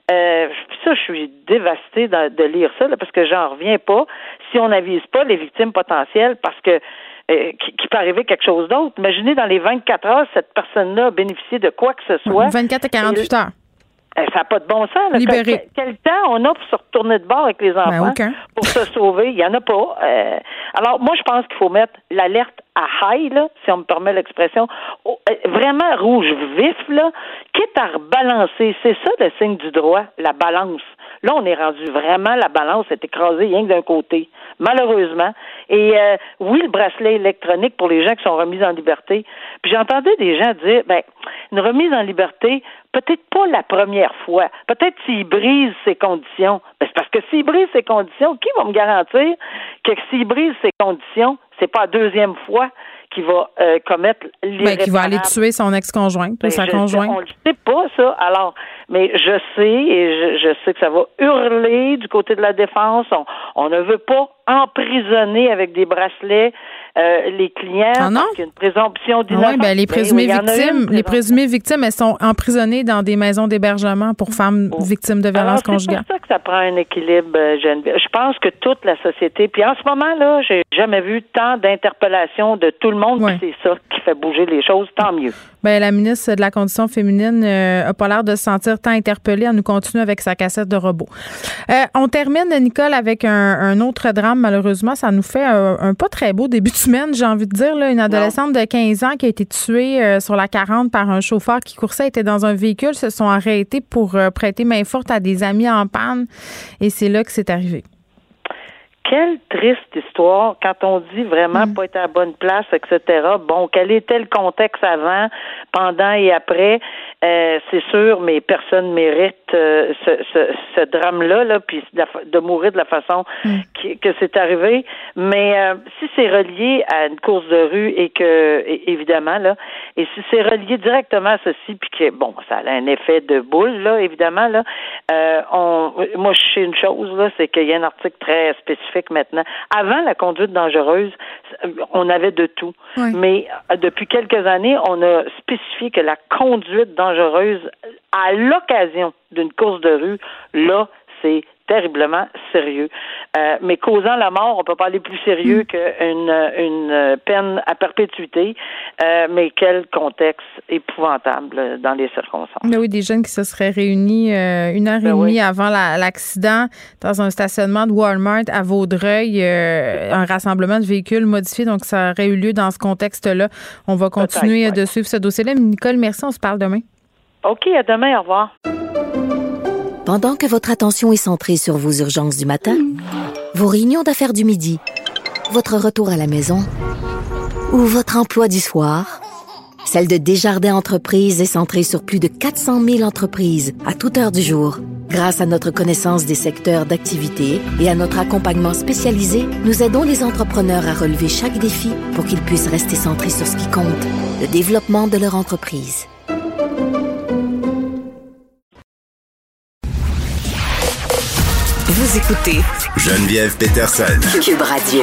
ça, je suis dévastée de lire ça là, parce que j'en reviens pas. Si on n'avise pas les victimes potentielles, parce que qui peut arriver quelque chose d'autre. Imaginez, dans les 24 heures, cette personne-là a bénéficié de quoi que ce soit. 24 à 48 heures. Ça n'a pas de bon sens. Là. Libéré. Quel temps on a pour se retourner de bord avec les enfants pour se sauver? Il n'y en a pas. Alors, moi, je pense qu'il faut mettre l'alerte à high, là, si on me permet l'expression, vraiment rouge vif, là, quitte à rebalancer. C'est ça le signe du droit, la balance. Là, on est rendu vraiment, la balance est écrasée rien que d'un côté, malheureusement. Et oui, le bracelet électronique pour les gens qui sont remis en liberté. Puis j'entendais des gens dire, une remise en liberté, peut-être pas la première fois. Peut-être s'il brise ses conditions. C'est parce que s'il brise ses conditions, qui va me garantir que s'il brise ses conditions, c'est pas la deuxième fois qu'il va commettre l'irréparable. Qu'il va aller tuer son ex-conjointe ou sa conjointe. On le sait pas, ça. Alors, mais je sais, et je sais que ça va hurler du côté de la défense. On ne veut pas emprisonner avec des bracelets les clients. Ah non? Parce qu'il y a une présomption d'innocence. Oui, les présumées victimes, elles sont emprisonnées dans des maisons d'hébergement pour femmes victimes de violences conjugales. C'est pour ça que ça prend un équilibre, Geneviève. Je pense que toute la société, puis en ce moment-là, j'ai jamais vu tant d'interpellations de tout le monde, puis c'est ça qui fait bouger les choses, tant mieux. La ministre de la Condition féminine n'a pas l'air de se sentir dire tant interpellé, à nous continuer avec sa cassette de robot. On termine, Nicole, avec un autre drame. Malheureusement, ça nous fait un pas très beau début de semaine, j'ai envie de dire. Là, une adolescente de 15 ans qui a été tuée sur la 40 par un chauffeur qui coursait, était dans un véhicule, se sont arrêtés pour prêter main forte à des amis en panne. Et c'est là que c'est arrivé. Quelle triste histoire quand on dit vraiment pas être à la bonne place, etc. Bon, quel était le contexte avant, pendant et après? C'est sûr, mais personne mérite ce drame-là, là, puis de mourir de la façon que c'est arrivé. Mais si c'est relié à une course de rue et que, évidemment, là, et si c'est relié directement à ceci, puis que, bon, ça a un effet de boule, là, évidemment, là, moi, je sais une chose, là, c'est qu'il y a un article très spécifique maintenant. Avant la conduite dangereuse, on avait de tout. Oui. Mais depuis quelques années, on a spécifié que la conduite dangereuse à l'occasion d'une course de rue, là, c'est terriblement sérieux. Mais causant la mort, on peut pas aller plus sérieux qu'une peine à perpétuité. Mais quel contexte épouvantable dans les circonstances. Mais oui, des jeunes qui se seraient réunis 1h30 avant l'accident dans un stationnement de Walmart à Vaudreuil, un rassemblement de véhicules modifiés. Donc, ça aurait eu lieu dans ce contexte-là. On va continuer de suivre ce dossier-là. Nicole, merci. On se parle demain. OK, à demain. Au revoir. Pendant que votre attention est centrée sur vos urgences du matin, vos réunions d'affaires du midi, votre retour à la maison ou votre emploi du soir, celle de Desjardins Entreprises est centrée sur plus de 400 000 entreprises à toute heure du jour. Grâce à notre connaissance des secteurs d'activité et à notre accompagnement spécialisé, nous aidons les entrepreneurs à relever chaque défi pour qu'ils puissent rester centrés sur ce qui compte, le développement de leur entreprise. Vous écoutez Geneviève Peterson. Cube Radio.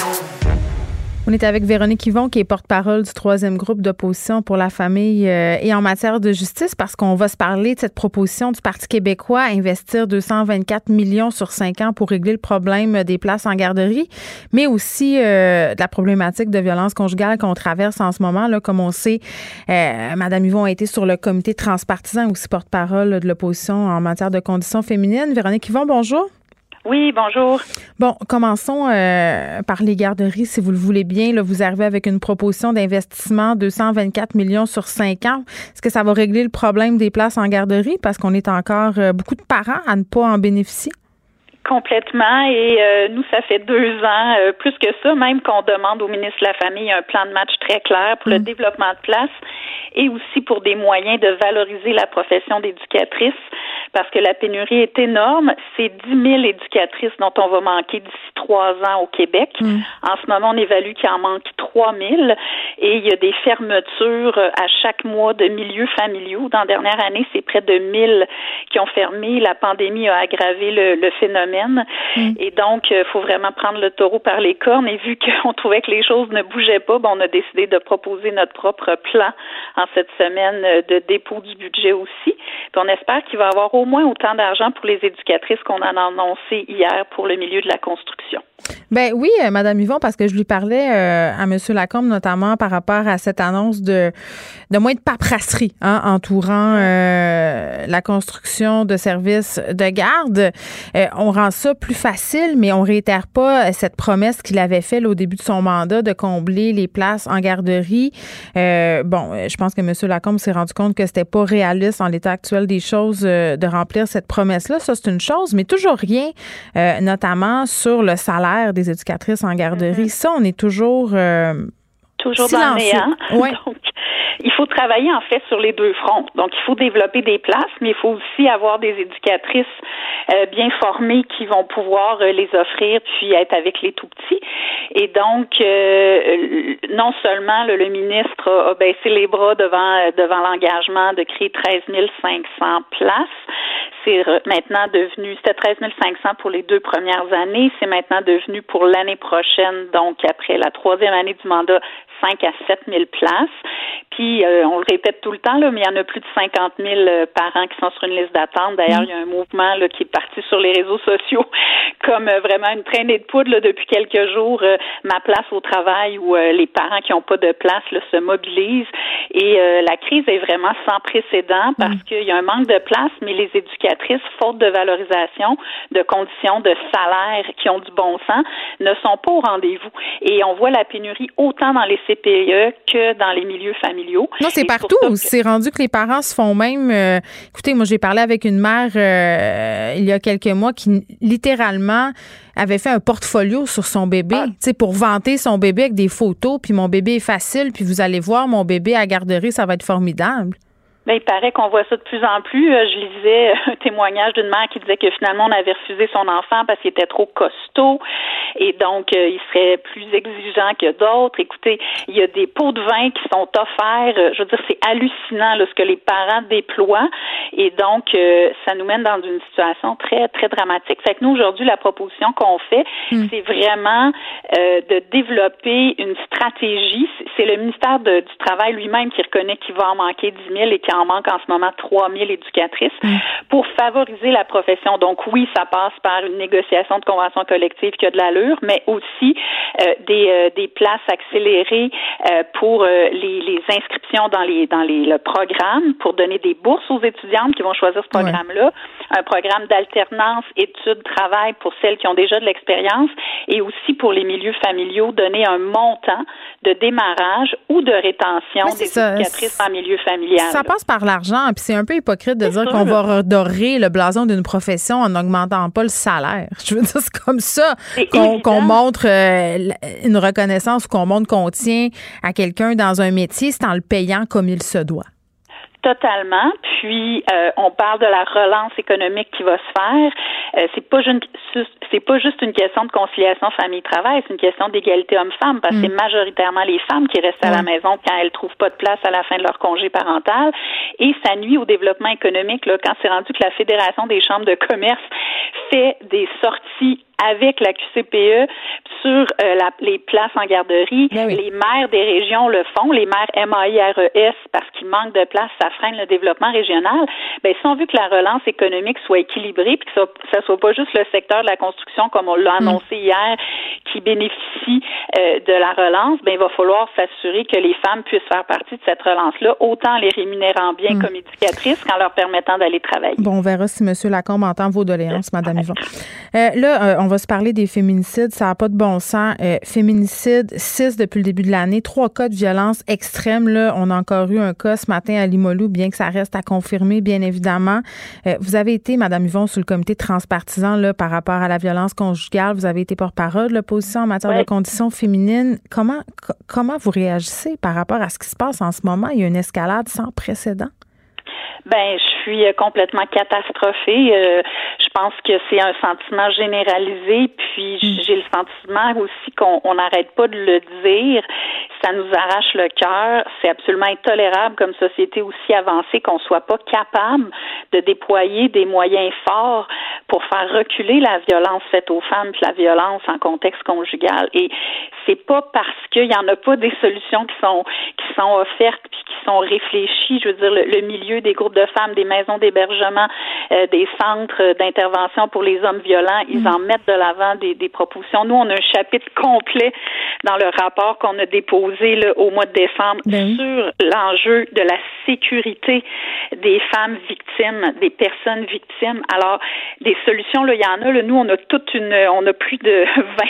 On est avec Véronique Yvon, qui est porte-parole du 3e groupe d'opposition pour la famille et en matière de justice, parce qu'on va se parler de cette proposition du Parti québécois, investir 224 millions sur 5 ans pour régler le problème des places en garderie, mais aussi de la problématique de violence conjugale qu'on traverse en ce moment. Là, comme on sait, Mme Yvon a été sur le comité transpartisan, aussi porte-parole de l'opposition en matière de conditions féminines. Véronique Yvon, bonjour. Oui, bonjour. Bon, commençons par les garderies, si vous le voulez bien. Là, vous arrivez avec une proposition d'investissement 224 millions sur 5 ans. Est-ce que ça va régler le problème des places en garderie? Parce qu'on est encore beaucoup de parents à ne pas en bénéficier. Complètement. Et nous, ça fait 2 ans, plus que ça, même qu'on demande au ministre de la Famille un plan de match très clair pour le développement de places et aussi pour des moyens de valoriser la profession d'éducatrice, parce que la pénurie est énorme. C'est 10 000 éducatrices dont on va manquer d'ici 3 ans au Québec. En ce moment, on évalue qu'il en manque 3 000 et il y a des fermetures à chaque mois de milieux familiaux. Dans la dernière année, c'est près de 1 000 qui ont fermé. La pandémie a aggravé le phénomène. Et donc, il faut vraiment prendre le taureau par les cornes. Et vu qu'on trouvait que les choses ne bougeaient pas, on a décidé de proposer notre propre plan en cette semaine de dépôt du budget aussi. Puis on espère qu'il va y avoir au moins autant d'argent pour les éducatrices qu'on en a annoncé hier pour le milieu de la construction. Ben oui, Mme Yvon, parce que je lui parlais à M. Lacombe, notamment par rapport à cette annonce de moins de paperasserie entourant la construction de services de garde. On rend ça plus facile, mais on réitère pas cette promesse qu'il avait faite au début de son mandat de combler les places en garderie. Je pense que M. Lacombe s'est rendu compte que c'était pas réaliste en l'état actuel des choses de remplir cette promesse-là. Ça, c'est une chose, mais toujours rien, notamment sur le salaire des éducatrices en garderie. Ça, on est toujours silencieux. Dans le néant. Ouais. Donc, il faut travailler, en fait, sur les 2 fronts. Donc, il faut développer des places, mais il faut aussi avoir des éducatrices bien formées qui vont pouvoir les offrir puis être avec les tout-petits. Et donc, non seulement le ministre a baissé les bras devant l'engagement de créer 13 500 places, c'est maintenant devenu, c'était 13 500 pour les 2 premières années, c'est maintenant devenu pour l'année prochaine, donc après la 3e année du mandat, 5 à 7 000 places. Puis, on le répète tout le temps, là, mais il y en a plus de 50 000 parents qui sont sur une liste d'attente. D'ailleurs, il y a un mouvement là, qui est parti sur les réseaux sociaux comme vraiment une traînée de poudre là, depuis quelques jours. Ma place au travail, où les parents qui n'ont pas de place là, se mobilisent. Et la crise est vraiment sans précédent parce qu'il y a un manque de place, mais les éducatrices, faute de valorisation, de conditions, de salaire qui ont du bon sens, ne sont pas au rendez-vous. Et on voit la pénurie autant dans les CPE que dans les milieux familiaux. Non, c'est partout. C'est rendu que les parents se font même... écoutez, moi, j'ai parlé avec une mère il y a quelques mois qui, littéralement, avait fait un portfolio sur son bébé, tu sais, pour vanter son bébé avec des photos, puis mon bébé est facile, puis vous allez voir, mon bébé à la garderie, ça va être formidable. Ben, il paraît qu'on voit ça de plus en plus. Je lisais un témoignage d'une mère qui disait que finalement, on avait refusé son enfant parce qu'il était trop costaud et donc il serait plus exigeant que d'autres. Écoutez, il y a des pots de vin qui sont offerts. Je veux dire, c'est hallucinant là, ce que les parents déploient et donc ça nous mène dans une situation très, très dramatique. Fait que nous, aujourd'hui, la proposition qu'on fait, c'est vraiment de développer une stratégie. C'est le ministère du Travail lui-même qui reconnaît qu'il va en manquer 10 000 et qu'il en manque en ce moment 3 000 éducatrices pour favoriser la profession. Donc oui, ça passe par une négociation de convention collective qui a de l'allure, mais aussi des places accélérées pour les inscriptions dans le programme, pour donner des bourses aux étudiantes qui vont choisir ce programme-là, un programme d'alternance, études, travail pour celles qui ont déjà de l'expérience et aussi pour les milieux familiaux, donner un montant de démarrage ou de rétention des éducatrices en milieu familial. Ça passe par l'argent, puis c'est un peu hypocrite de dire qu'on va redorer le blason d'une profession en n'augmentant pas le salaire. Je veux dire, c'est comme ça qu'on montre une reconnaissance ou qu'on montre qu'on tient à quelqu'un dans un métier, c'est en le payant comme il se doit. Totalement. Puis on parle de la relance économique qui va se faire. C'est pas juste une question de conciliation famille-travail, c'est une question d'égalité homme-femme parce que c'est majoritairement les femmes qui restent à la maison quand elles trouvent pas de place à la fin de leur congé parental et ça nuit au développement économique là quand c'est rendu que la Fédération des chambres de commerce fait des sorties avec la QCPE sur les places en garderie. Ben oui. Les maires des régions le font, les maires MAIRES, parce qu'il manque de place, ça freine le développement régional. Ben, si on veut que la relance économique soit équilibrée, puis que ça soit pas juste le secteur de la construction, comme on l'a annoncé hier, qui bénéficie de la relance, ben, il va falloir s'assurer que les femmes puissent faire partie de cette relance-là, autant en les rémunérant bien comme éducatrices qu'en leur permettant d'aller travailler. Bon, on verra si M. Lacombe entend vos doléances, Mme Yvon. On va se parler des féminicides. Ça n'a pas de bon sens. Féminicide, 6 depuis le début de l'année. 3 cas de violence extrême. Là, on a encore eu un cas ce matin à Limoilou, bien que ça reste à confirmer, bien évidemment. Vous avez été, Mme Yvon, sur le comité transpartisan là, par rapport à la violence conjugale. Vous avez été porte-parole de l'opposition en matière de conditions féminines. Comment vous réagissez par rapport à ce qui se passe en ce moment? Il y a une escalade sans précédent. Ben, je suis complètement catastrophée. Je pense que c'est un sentiment généralisé, puis j'ai le sentiment aussi qu'on n'arrête pas de le dire. Ça nous arrache le cœur. C'est absolument intolérable comme société aussi avancée qu'on soit pas capable de déployer des moyens forts pour faire reculer la violence faite aux femmes puis la violence en contexte conjugal. Et c'est pas parce qu'il y en a pas des solutions qui sont offertes puis qui sont réfléchies. Je veux dire, le milieu des groupes de femmes, des maisons d'hébergement, des centres d'intervention pour les hommes violents, ils en mettent de l'avant des propositions. Nous, on a un chapitre complet dans le rapport qu'on a déposé là, au mois de décembre sur l'enjeu de la sécurité des femmes victimes, des personnes victimes. Alors, des solutions, là, il y en a. Là, nous, on a plus de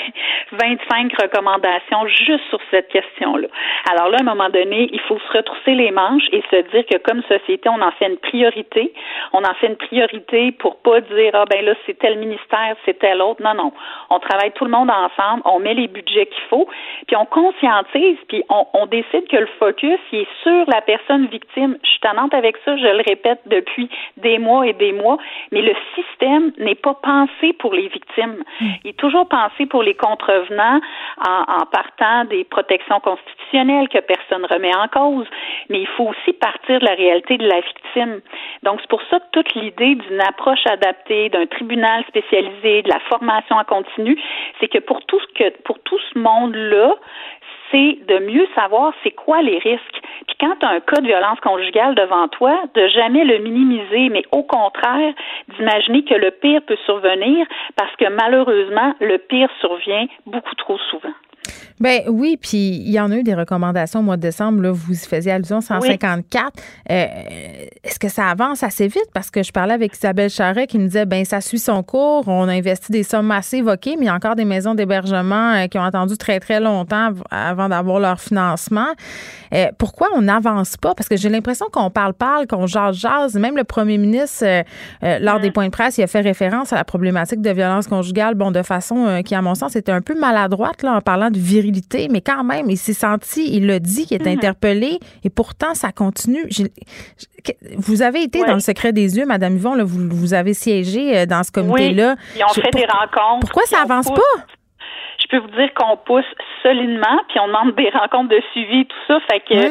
25 recommandations juste sur cette question-là. Alors là, à un moment donné, il faut se retrousser les manches et se dire que comme société, on en fait une priorité. On en fait une priorité pour pas dire là, c'est tel ministère, c'est tel autre. Non. On travaille tout le monde ensemble, on met les budgets qu'il faut, puis on conscientise, puis on décide que le focus, il est sur la personne victime. Je suis tannante avec ça, je le répète depuis des mois et des mois, mais le système n'est pas pensé pour les victimes. Il est toujours pensé pour les contrevenants en partant des protections constitutionnelles que personne ne remet en cause, mais il faut aussi partir de la réalité de la victime. Donc, c'est pour ça que toute l'idée d'une approche adaptée, d'un tribunal spécialisé, de la formation en continu, c'est que pour tout ce monde-là, c'est de mieux savoir c'est quoi les risques. Puis quand tu as un cas de violence conjugale devant toi, de jamais le minimiser, mais au contraire, d'imaginer que le pire peut survenir parce que malheureusement, le pire survient beaucoup trop souvent. Ben oui, puis il y en a eu des recommandations au mois de décembre, là, vous y faisiez allusion, 154. Oui. Est-ce que ça avance assez vite? Parce que je parlais avec Isabelle Charret qui me disait, ben ça suit son cours, on a investi des sommes massives, OK, mais il y a encore des maisons d'hébergement qui ont attendu très, très longtemps avant d'avoir leur financement. Pourquoi on n'avance pas? Parce que j'ai l'impression qu'on parle, qu'on jase. Même le premier ministre, lors des points de presse, il a fait référence à la problématique de violence conjugale, bon, de façon qui, à mon sens, était un peu maladroite, là, en parlant de virilité, mais quand même, il s'est senti, il l'a dit, qu'il est interpellé, et pourtant, ça continue. Vous avez été dans le secret des yeux, Mme Yvon, là, vous avez siégé dans ce comité-là. Oui, ils ont fait des rencontres. Pourquoi ça avance pas? Je peux vous dire qu'on pousse solidement, puis on demande des rencontres de suivi, tout ça, fait que,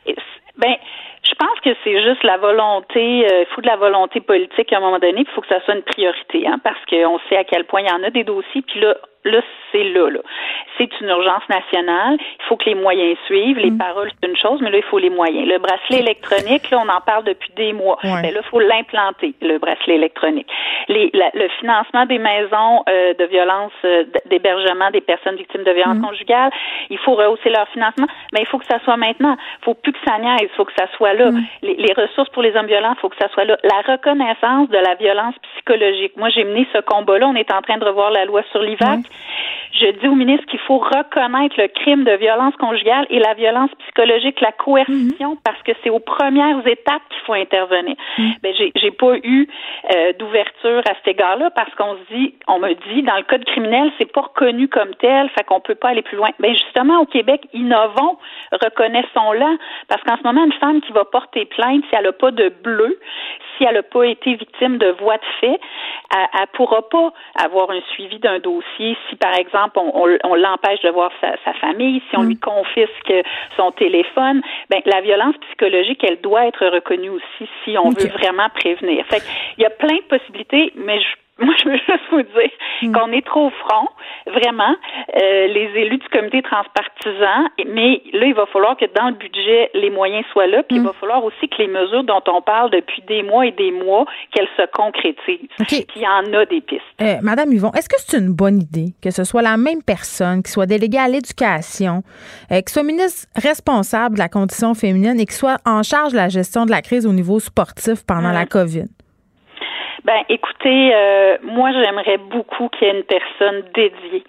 je pense que c'est juste la volonté, il faut de la volonté politique à un moment donné, puis il faut que ça soit une priorité, parce qu'on sait à quel point il y en a des dossiers, puis là, c'est là. C'est une urgence nationale. Il faut que les moyens suivent. Les paroles, c'est une chose, mais là, il faut les moyens. Le bracelet électronique, là, on en parle depuis des mois. Mais là, il faut l'implanter, le bracelet électronique. Le financement des maisons de violence, d'hébergement des personnes victimes de violences conjugales, il faut rehausser leur financement, mais il faut que ça soit maintenant. Il faut plus que ça niaise. Il faut que ça soit là. Les ressources pour les hommes violents, il faut que ça soit là. La reconnaissance de la violence psychologique. Moi, j'ai mené ce combat-là. On est en train de revoir la loi sur l'IVAC. Je dis au ministre qu'il faut reconnaître le crime de violence conjugale et la violence psychologique, la coercition, parce que c'est aux premières étapes qu'il faut intervenir. Ben, j'ai pas eu d'ouverture à cet égard-là parce on me dit, dans le code criminel, c'est pas reconnu comme tel, fait qu'on peut pas aller plus loin. Ben, justement, au Québec, innovons, reconnaissons-la, parce qu'en ce moment, une femme qui va porter plainte, si elle a pas de bleu, si elle a pas été victime de voies de fait, elle pourra pas avoir un suivi d'un dossier si, par exemple, on l'empêche de voir sa famille, si on lui confisque son téléphone. Ben, la violence psychologique, elle doit être reconnue aussi si on veut vraiment prévenir. Fait qu'il y a plein de possibilités, mais moi, je veux juste vous dire qu'on est trop franc, vraiment, les élus du comité transpartisan, mais là, il va falloir que dans le budget, les moyens soient là, puis il va falloir aussi que les mesures dont on parle depuis des mois et des mois, qu'elles se concrétisent. Puis il y en a des pistes. Madame Yvon, est-ce que c'est une bonne idée que ce soit la même personne qui soit déléguée à l'éducation, qui soit ministre responsable de la condition féminine et qui soit en charge de la gestion de la crise au niveau sportif pendant la COVID? Ben, écoutez, moi, j'aimerais beaucoup qu'il y ait une personne dédiée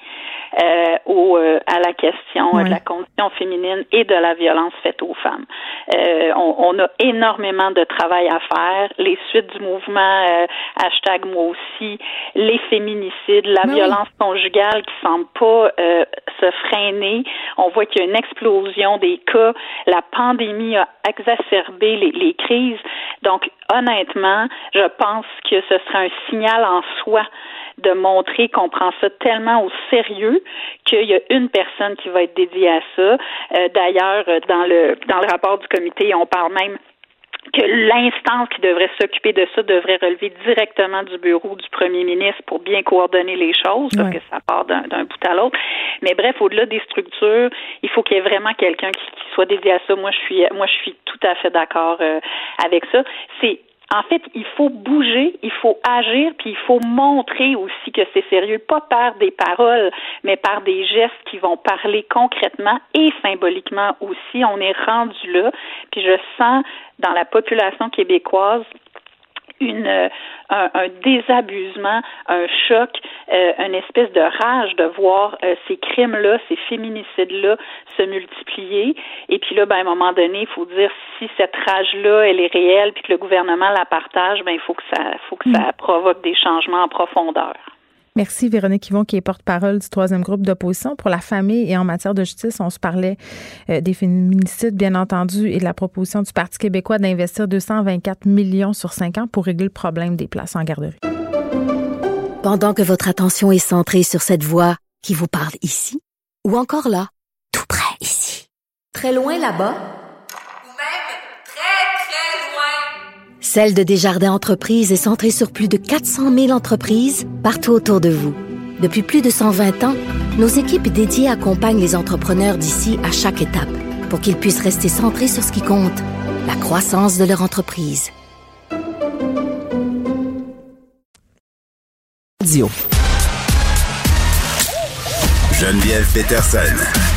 à la question de la condition féminine et de la violence faite aux femmes. On a énormément de travail à faire. Les suites du mouvement #moi aussi, les féminicides, la violence conjugale qui semble pas se freiner. On voit qu'il y a une explosion des cas. La pandémie a exacerbé les crises. Donc, honnêtement, je pense que ce serait un signal en soi de montrer qu'on prend ça tellement au sérieux qu'il y a une personne qui va être dédiée à ça. D'ailleurs, dans le rapport du comité, on parle même que l'instance qui devrait s'occuper de ça devrait relever directement du bureau du premier ministre pour bien coordonner les choses, parce que ça part d'un bout à l'autre. Mais bref, au-delà des structures, il faut qu'il y ait vraiment quelqu'un qui soit dédié à ça. Moi, je suis tout à fait d'accord avec ça. En fait, il faut bouger, il faut agir, puis il faut montrer aussi que c'est sérieux, pas par des paroles, mais par des gestes qui vont parler concrètement et symboliquement aussi. On est rendu là, puis je sens dans la population québécoise un désabusement, un choc, une espèce de rage de voir ces crimes-là, ces féminicides-là se multiplier. Et puis là, à un moment donné, il faut dire si cette rage-là, elle est réelle, puis que le gouvernement la partage, il faut que ça provoque des changements en profondeur. Merci Véronique Yvon, qui est porte-parole du 3e groupe d'opposition pour la famille et en matière de justice. On se parlait des féminicides, bien entendu, et de la proposition du Parti québécois d'investir 224 millions sur 5 ans pour régler le problème des places en garderie. Pendant que votre attention est centrée sur cette voix qui vous parle ici, ou encore là, tout près ici, très loin là-bas, Celle de Desjardins Entreprises est centrée sur plus de 400 000 entreprises partout autour de vous. Depuis plus de 120 ans, nos équipes dédiées accompagnent les entrepreneurs d'ici à chaque étape pour qu'ils puissent rester centrés sur ce qui compte, la croissance de leur entreprise. Geneviève Peterson.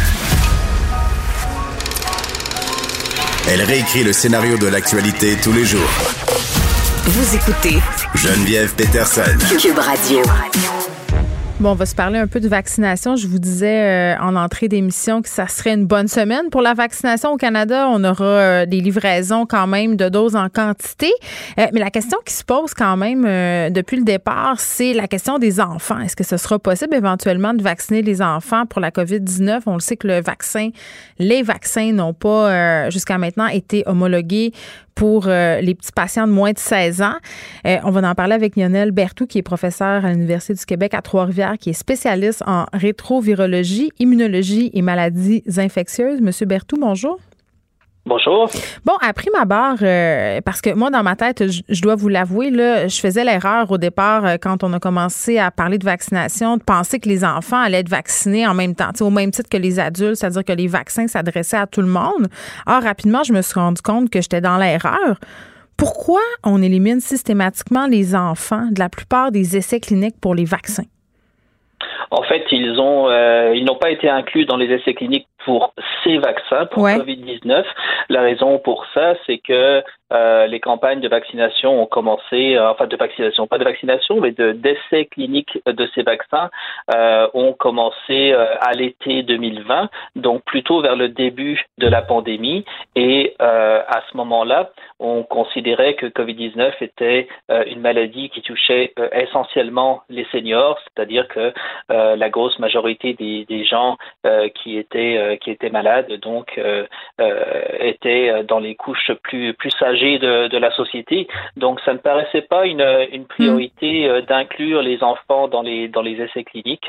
Elle réécrit le scénario de l'actualité tous les jours. Vous écoutez Geneviève Peterson. Cube Radio. Bon, on va se parler un peu de vaccination. Je vous disais en entrée d'émission que ça serait une bonne semaine pour la vaccination au Canada. On aura des livraisons quand même de doses en quantité. Mais la question qui se pose quand même depuis le départ, c'est la question des enfants. Est-ce que ce sera possible éventuellement de vacciner les enfants pour la COVID-19? On le sait que les vaccins n'ont pas jusqu'à maintenant été homologués pour les petits patients de moins de 16 ans. On va en parler avec Lionel Berthoud, qui est professeur à l'Université du Québec à Trois-Rivières, qui est spécialiste en rétrovirologie, immunologie et maladies infectieuses. Monsieur Berthoud, bonjour. Bonjour. Bon, à prime abord, parce que moi, dans ma tête, je dois vous l'avouer, là, je faisais l'erreur au départ, quand on a commencé à parler de vaccination, de penser que les enfants allaient être vaccinés en même temps, au même titre que les adultes, c'est-à-dire que les vaccins s'adressaient à tout le monde. Or, rapidement, je me suis rendu compte que j'étais dans l'erreur. Pourquoi on élimine systématiquement les enfants de la plupart des essais cliniques pour les vaccins? En fait, ils n'ont pas été inclus dans les essais cliniques pour ces vaccins, pour COVID-19. La raison pour ça, c'est que les campagnes de vaccination ont commencé, pas de vaccination, mais d'essais cliniques de ces vaccins ont commencé à l'été 2020, donc plutôt vers le début de la pandémie. Et à ce moment-là, on considérait que COVID-19 était une maladie qui touchait essentiellement les seniors, c'est-à-dire que la grosse majorité des gens qui étaient malades, donc étaient dans les couches plus âgées de la société. Donc, ça ne paraissait pas une priorité d'inclure les enfants dans les essais cliniques.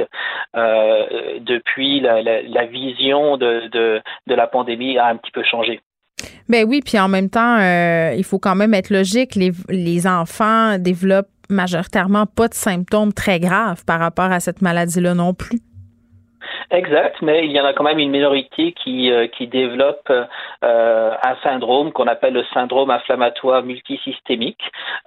Depuis, la vision de la pandémie a un petit peu changé. Ben oui, puis en même temps, il faut quand même être logique. Les enfants développent majoritairement pas de symptômes très graves par rapport à cette maladie-là non plus. Exact, mais il y en a quand même une minorité qui développe un syndrome qu'on appelle le syndrome inflammatoire multisystémique.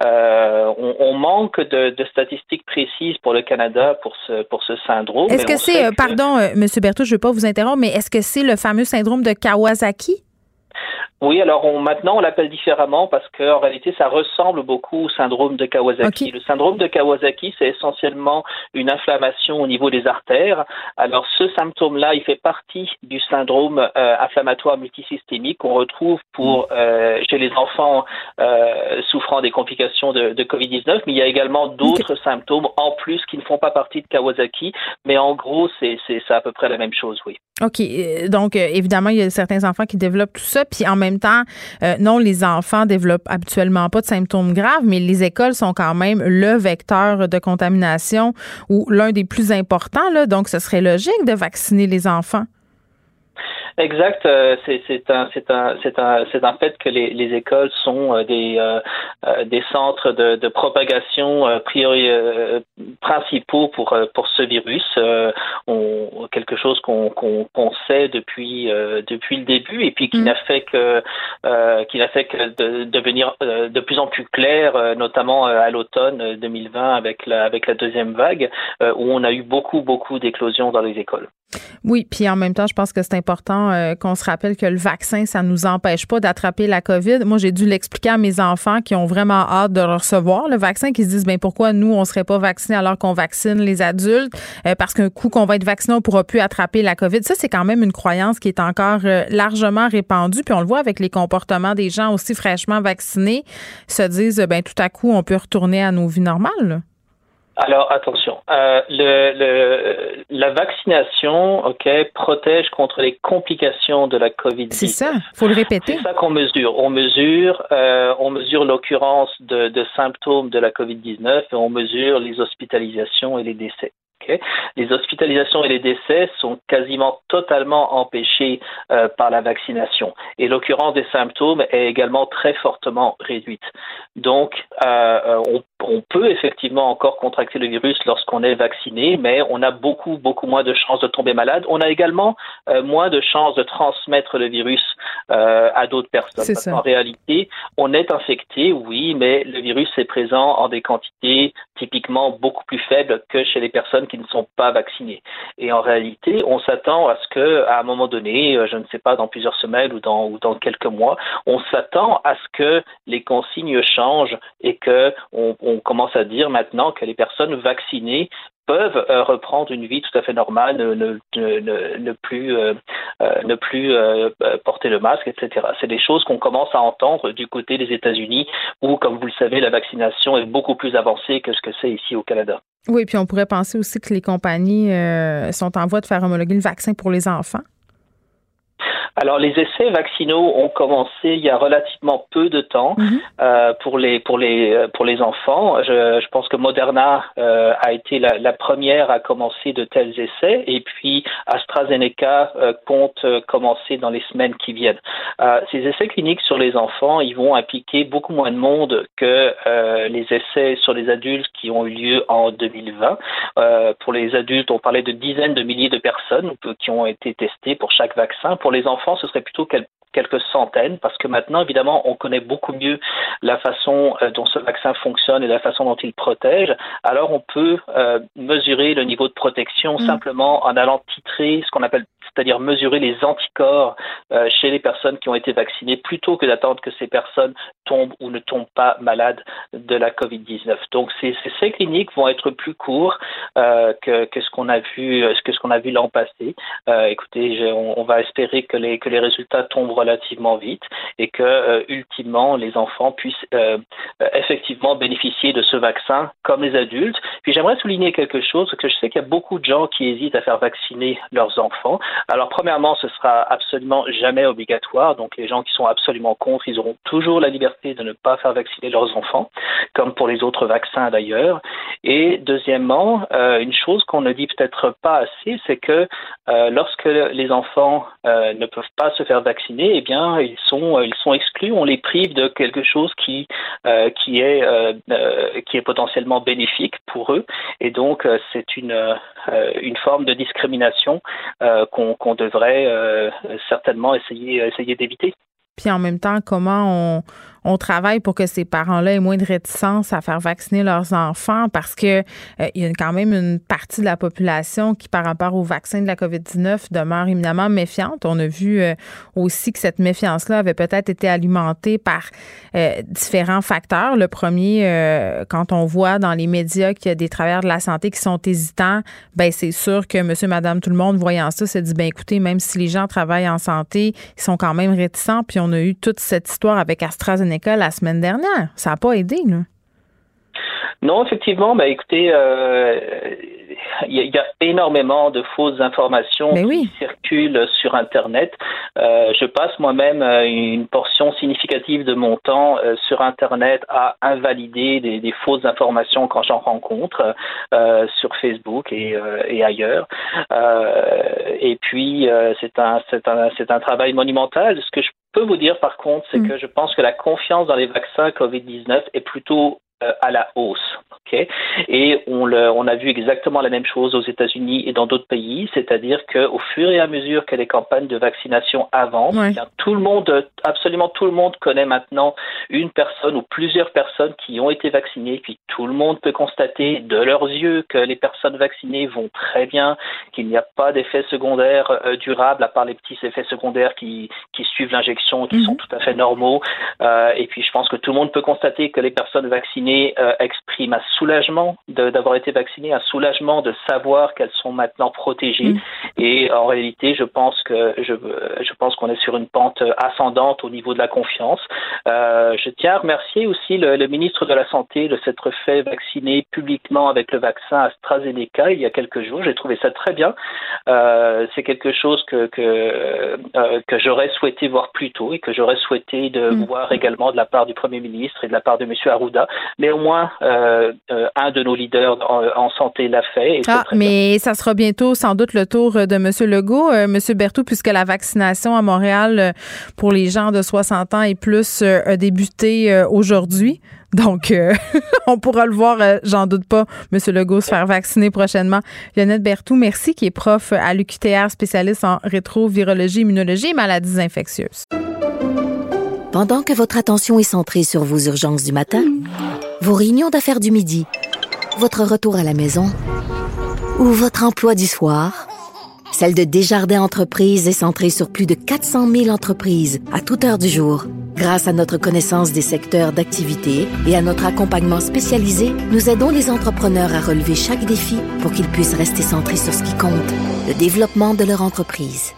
On manque de statistiques précises pour le Canada pour ce syndrome. Est-ce que c'est, pardon, M. Berthoud, je ne veux pas vous interrompre, mais est-ce que c'est le fameux syndrome de Kawasaki? Oui, alors maintenant on l'appelle différemment parce qu'en réalité ça ressemble beaucoup au syndrome de Kawasaki. Okay. Le syndrome de Kawasaki, c'est essentiellement une inflammation au niveau des artères. Alors ce symptôme-là, il fait partie du syndrome inflammatoire multisystémique qu'on retrouve chez les enfants souffrant des complications de COVID-19, mais il y a également d'autres symptômes en plus qui ne font pas partie de Kawasaki, mais en gros c'est à peu près la même chose, oui. OK. Donc, évidemment, il y a certains enfants qui développent tout ça. Puis, en même temps, non, les enfants développent habituellement pas de symptômes graves, mais les écoles sont quand même le vecteur de contamination ou l'un des plus importants, là. Donc, ce serait logique de vacciner les enfants. Exact, c'est un fait que les écoles sont des centres de propagation principaux pour ce virus. Quelque chose qu'on sait depuis le début et puis qui n'a fait que devenir de plus en plus clair, notamment à l'automne 2020 avec la deuxième vague, où on a eu beaucoup d'éclosions dans les écoles. Oui, puis en même temps, je pense que c'est important qu'on se rappelle que le vaccin, ça ne nous empêche pas d'attraper la COVID. Moi, j'ai dû l'expliquer à mes enfants qui ont vraiment hâte de recevoir le vaccin, qui se disent, pourquoi nous, on ne serait pas vaccinés alors qu'on vaccine les adultes? Parce qu'un coup qu'on va être vacciné, on ne pourra plus attraper la COVID. Ça, c'est quand même une croyance qui est encore largement répandue. Puis on le voit avec les comportements des gens aussi fraîchement vaccinés, se disent, tout à coup, on peut retourner à nos vies normales, là. Alors attention, la vaccination, protège contre les complications de la COVID-19. C'est ça, faut le répéter. C'est ça qu'on mesure. On mesure l'occurrence de symptômes de la COVID-19 et on mesure les hospitalisations et les décès. Okay. Les hospitalisations et les décès sont quasiment totalement empêchés par la vaccination. Et l'occurrence des symptômes est également très fortement réduite. Donc, on peut effectivement encore contracter le virus lorsqu'on est vacciné, mais on a beaucoup moins de chances de tomber malade. On a également moins de chances de transmettre le virus à d'autres personnes. C'est Parce ça. qu'en réalité, on est infecté, oui, mais le virus est présent en des quantités typiquement beaucoup plus faibles que chez les personnes qui ne sont pas vaccinées. Et en réalité, on s'attend à ce que, à un moment donné, je ne sais pas, dans plusieurs semaines ou dans quelques mois, on s'attend à ce que les consignes changent et que on commence à dire maintenant que les personnes vaccinées peuvent reprendre une vie tout à fait normale, ne plus porter le masque, etc. C'est des choses qu'on commence à entendre du côté des États-Unis où, comme vous le savez, la vaccination est beaucoup plus avancée que ce que c'est ici au Canada. Oui, puis on pourrait penser aussi que les compagnies sont en voie de faire homologuer le vaccin pour les enfants. Alors, les essais vaccinaux ont commencé il y a relativement peu de temps pour les enfants. Je pense que Moderna a été la première à commencer de tels essais, et puis AstraZeneca compte commencer dans les semaines qui viennent. Ces essais cliniques sur les enfants, ils vont impliquer beaucoup moins de monde que les essais sur les adultes qui ont eu lieu en 2020. Pour les adultes, on parlait de dizaines de milliers de personnes qui ont été testées pour chaque vaccin. Pour les enfants, ce serait plutôt quelques centaines, parce que maintenant, évidemment, on connaît beaucoup mieux la façon dont ce vaccin fonctionne et la façon dont il protège. Alors, on peut mesurer le niveau de protection simplement en allant titrer ce qu'on appelle, c'est-à-dire mesurer les anticorps chez les personnes qui ont été vaccinées, plutôt que d'attendre que ces personnes tombent ou ne tombent pas malades de la COVID-19. Donc, ces essais cliniques vont être plus courts que ce qu'on a vu l'an passé. Écoutez, on va espérer que les résultats tombent relativement vite et que ultimement les enfants puissent effectivement bénéficier de ce vaccin comme les adultes. Puis j'aimerais souligner quelque chose, que je sais qu'il y a beaucoup de gens qui hésitent à faire vacciner leurs enfants. Alors premièrement, ce sera absolument jamais obligatoire, donc les gens qui sont absolument contre, ils auront toujours la liberté de ne pas faire vacciner leurs enfants, comme pour les autres vaccins d'ailleurs. Et deuxièmement, une chose qu'on ne dit peut-être pas assez, c'est que lorsque les enfants ne peuvent pas se faire vacciner, eh bien, ils sont exclus. On les prive de quelque chose qui est potentiellement bénéfique pour eux. Et donc, c'est une forme de discrimination qu'on devrait certainement essayer d'éviter. Puis en même temps, comment on travaille pour que ces parents-là aient moins de réticence à faire vacciner leurs enfants, parce que il y a quand même une partie de la population qui, par rapport au vaccin de la COVID-19, demeure éminemment méfiante. On a vu aussi que cette méfiance-là avait peut-être été alimentée par différents facteurs. Le premier, quand on voit dans les médias qu'il y a des travailleurs de la santé qui sont hésitants, ben c'est sûr que monsieur, madame, tout le monde, voyant ça, se dit, ben écoutez, même si les gens travaillent en santé, ils sont quand même réticents. Puis on a eu toute cette histoire avec AstraZeneca la semaine dernière. Ça n'a pas aidé, là. Non, effectivement, écoutez, il y a énormément de fausses informations qui circulent sur Internet. Je passe moi-même une portion significative de mon temps sur Internet à invalider des fausses informations quand j'en rencontre sur Facebook et ailleurs. Et puis, c'est un travail monumental. Ce que je peux vous dire, par contre, c'est que je pense que la confiance dans les vaccins COVID-19 est plutôt à la hausse. Okay? Et on a vu exactement la même chose aux États-Unis et dans d'autres pays, c'est-à-dire qu'au fur et à mesure que les campagnes de vaccination avancent, absolument tout le monde connaît maintenant une personne ou plusieurs personnes qui ont été vaccinées, puis tout le monde peut constater de leurs yeux que les personnes vaccinées vont très bien, qu'il n'y a pas d'effets secondaires durables, à part les petits effets secondaires qui suivent l'injection, qui sont tout à fait normaux. Et puis je pense que tout le monde peut constater que les personnes vaccinées expriment un soulagement d'avoir été vaccinées, un soulagement de savoir qu'elles sont maintenant protégées. Et en réalité, je pense qu'on est sur une pente ascendante au niveau de la confiance. Je tiens à remercier aussi le ministre de la Santé de s'être fait vacciner publiquement avec le vaccin AstraZeneca il y a quelques jours. J'ai trouvé ça très bien. C'est quelque chose que j'aurais souhaité voir plus tôt et que j'aurais souhaité de voir également de la part du Premier ministre et de la part de M. Arruda. Néanmoins, un de nos leaders en santé l'a fait. Et mais ça sera bientôt sans doute le tour de M. Legault. M. Berthoud, puisque la vaccination à Montréal pour les gens de 60 ans et plus a débuté aujourd'hui. Donc, on pourra le voir, j'en doute pas, M. Legault se faire vacciner prochainement. Lionette Berthoud, merci, qui est prof à l'UQTR, spécialiste en rétrovirologie, immunologie et maladies infectieuses. Pendant que votre attention est centrée sur vos urgences du matin, vos réunions d'affaires du midi, votre retour à la maison ou votre emploi du soir, celle de Desjardins Entreprises est centrée sur plus de 400 000 entreprises à toute heure du jour. Grâce à notre connaissance des secteurs d'activité et à notre accompagnement spécialisé, nous aidons les entrepreneurs à relever chaque défi pour qu'ils puissent rester centrés sur ce qui compte, le développement de leur entreprise.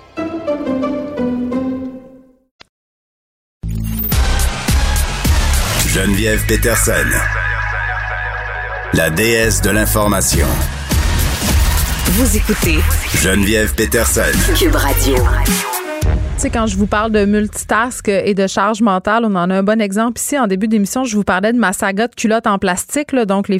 Geneviève Peterson, la déesse de l'information. Vous écoutez Geneviève Peterson, Cube Radio. Tu sais, quand je vous parle de multitask et de charge mentale, on en a un bon exemple ici. En début d'émission, je vous parlais de ma saga de culottes en plastique, là, donc le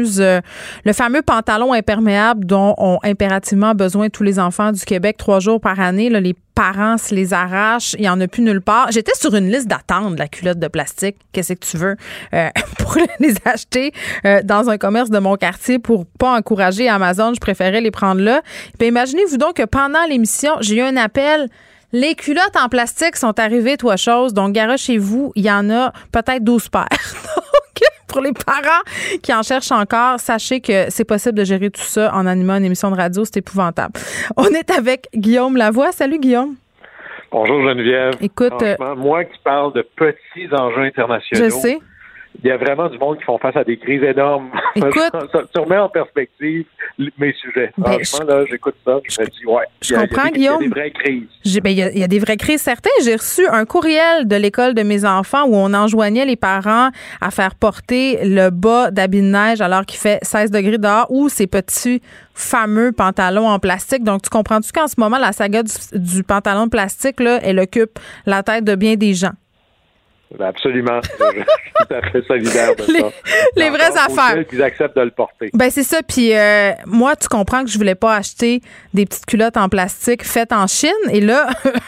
fameux pantalon imperméable dont ont impérativement besoin tous les enfants du Québec 3 jours par année. Là, les parents se les arrachent, il n'y en a plus nulle part. J'étais sur une liste d'attente de la culotte de plastique. Qu'est-ce que tu veux? Pour les acheter dans un commerce de mon quartier pour pas encourager Amazon, je préférais les prendre là. Puis imaginez-vous donc que pendant l'émission, j'ai eu un appel. Les culottes en plastique sont arrivées, toi chose. Donc, garochez-vous, il y en a peut-être 12 paires. Donc, pour les parents qui en cherchent encore, sachez que c'est possible de gérer tout ça en animant une émission de radio. C'est épouvantable. On est avec Guillaume Lavoie. Salut, Guillaume. Bonjour, Geneviève. Écoute, franchement, moi qui parle de petits enjeux internationaux. Je sais. Il y a vraiment du monde qui font face à des crises énormes. Écoute, ça remet en perspective mes sujets. Franchement, là, j'écoute ça, je me dis, ouais. Je comprends, Guillaume. Il y a des vraies crises. Il y a des vraies crises, certains. J'ai reçu un courriel de l'école de mes enfants où on enjoignait les parents à faire porter le bas d'habit de neige alors qu'il fait 16 degrés dehors ou ces petits fameux pantalons en plastique. Donc, tu comprends-tu qu'en ce moment, la saga du pantalon de plastique, là, elle occupe la tête de bien des gens? Absolument. Je suis tout à fait solidaire de ça. Les vraies affaires. Ils acceptent de le porter. Ben c'est ça. Puis moi, tu comprends que je voulais pas acheter des petites culottes en plastique faites en Chine. Et là,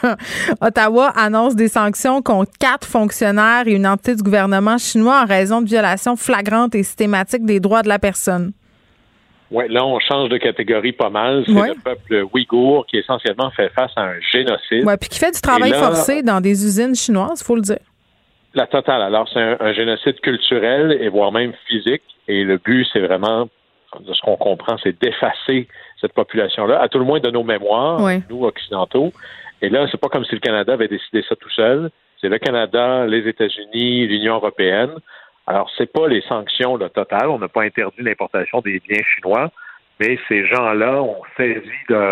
Ottawa annonce des sanctions contre 4 fonctionnaires et une entité du gouvernement chinois en raison de violations flagrantes et systématiques des droits de la personne. Oui, là, on change de catégorie pas mal. C'est le peuple ouïghour qui essentiellement fait face à un génocide. Oui, puis qui fait du travail forcé dans des usines chinoises, il faut le dire. La totale. Alors, c'est un génocide culturel et voire même physique. Et le but, c'est vraiment, de ce qu'on comprend, c'est d'effacer cette population-là, à tout le moins de nos mémoires, nous, occidentaux. Et là, c'est pas comme si le Canada avait décidé ça tout seul. C'est le Canada, les États-Unis, l'Union européenne. Alors, c'est pas les sanctions là, totales. On n'a pas interdit l'importation des biens chinois, mais ces gens-là ont saisi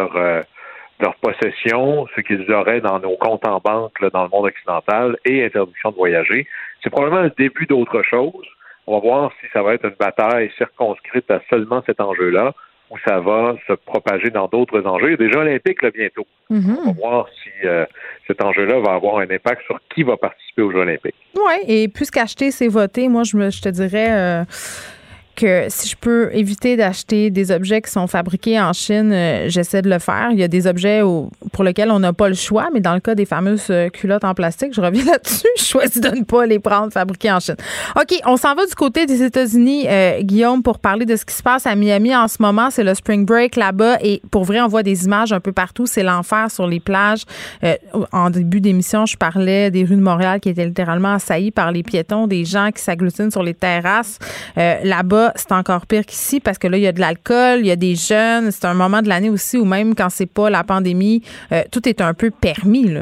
leur possession, ce qu'ils auraient dans nos comptes en banque là, dans le monde occidental et interdiction de voyager. C'est probablement le début d'autre chose. On va voir si ça va être une bataille circonscrite à seulement cet enjeu-là ou ça va se propager dans d'autres enjeux. Il y a des Jeux olympiques là, bientôt. Mm-hmm. On va voir si cet enjeu-là va avoir un impact sur qui va participer aux Jeux olympiques. Oui, et puisqu'acheter, c'est voter, moi, je te dirais... que si je peux éviter d'acheter des objets qui sont fabriqués en Chine, j'essaie de le faire. Il y a des objets pour lesquels on n'a pas le choix, mais dans le cas des fameuses culottes en plastique, je reviens là-dessus, je choisis de ne pas les prendre fabriquées en Chine. OK, on s'en va du côté des États-Unis, Guillaume, pour parler de ce qui se passe à Miami en ce moment. C'est le spring break là-bas et pour vrai, on voit des images un peu partout. C'est l'enfer sur les plages. En début d'émission, je parlais des rues de Montréal qui étaient littéralement assaillies par les piétons, des gens qui s'agglutinent sur les terrasses. Là-bas, c'est encore pire qu'ici parce que là, il y a de l'alcool, il y a des jeunes. C'est un moment de l'année aussi où même quand c'est pas la pandémie, tout est un peu permis, là.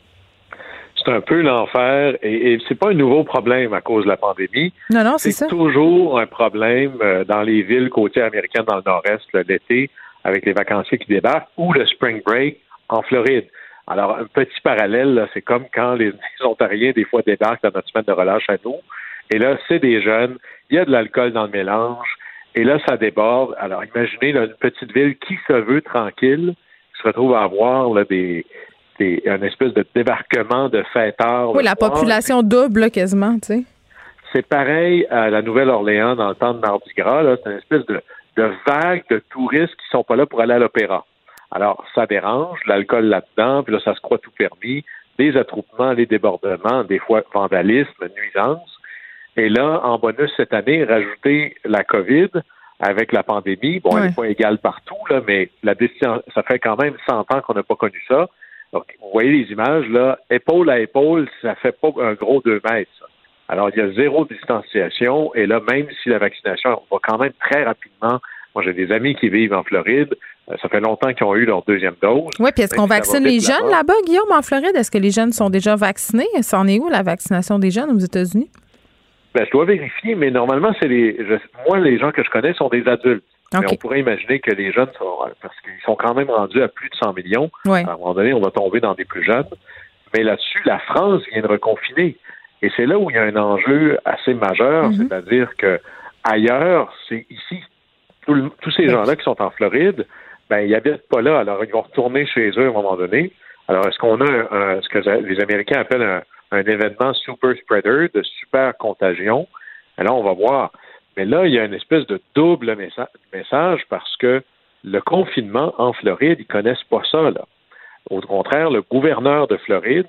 C'est un peu l'enfer et c'est pas un nouveau problème à cause de la pandémie. Non, c'est ça. C'est toujours un problème dans les villes côtières américaines dans le nord-est l'été avec les vacanciers qui débarquent ou le spring break en Floride. Alors, un petit parallèle, là, c'est comme quand les Ontariens, des fois, débarquent dans notre semaine de relâche à nous. Et là, c'est des jeunes, il y a de l'alcool dans le mélange, et là, ça déborde. Alors, imaginez là, une petite ville qui se veut tranquille, qui se retrouve à avoir là, un espèce de débarquement de fêteurs. Oui, la population double, là, quasiment, tu sais. c'est pareil à la Nouvelle-Orléans dans le temps de Mardi Gras. Là, c'est une espèce de vague de touristes qui sont pas là pour aller à l'opéra. Alors, ça dérange, l'alcool là-dedans, puis là, ça se croit tout permis, des attroupements, les débordements, des fois vandalisme, nuisance. Et là, en bonus cette année, rajouter la COVID avec la pandémie. Bon, elle n'est pas égale partout, là, mais ça fait quand même 100 ans qu'on n'a pas connu ça. Donc, vous voyez les images, là, épaule à épaule, ça fait pas un gros 2 mètres, ça. Alors, il y a 0 distanciation, et là, même si la vaccination va quand même très rapidement. Moi, j'ai des amis qui vivent en Floride. Ça fait longtemps qu'ils ont eu leur 2e dose. Oui, puis est-ce qu'on vaccine les jeunes là-bas, Guillaume, en Floride? Est-ce que les jeunes sont déjà vaccinés? C'en est où, la vaccination des jeunes aux États-Unis? Ben, je dois vérifier, mais normalement, moi, les gens que je connais sont des adultes. Okay. Mais on pourrait imaginer que les jeunes parce qu'ils sont quand même rendus à plus de 100 millions. Ouais. À un moment donné, on va tomber dans des plus jeunes. Mais là-dessus, la France vient de reconfiner. Et c'est là où il y a un enjeu assez majeur, c'est-à-dire que ailleurs, c'est ici. Tous ces gens-là qui sont en Floride, ben, ils habitent pas là. Alors, ils vont retourner chez eux à un moment donné. Alors, est-ce qu'on a ce que les Américains appellent un événement super spreader, de super contagion? Alors, on va voir. Mais là, il y a une espèce de double message parce que le confinement en Floride, ils connaissent pas ça, là. Au contraire, le gouverneur de Floride,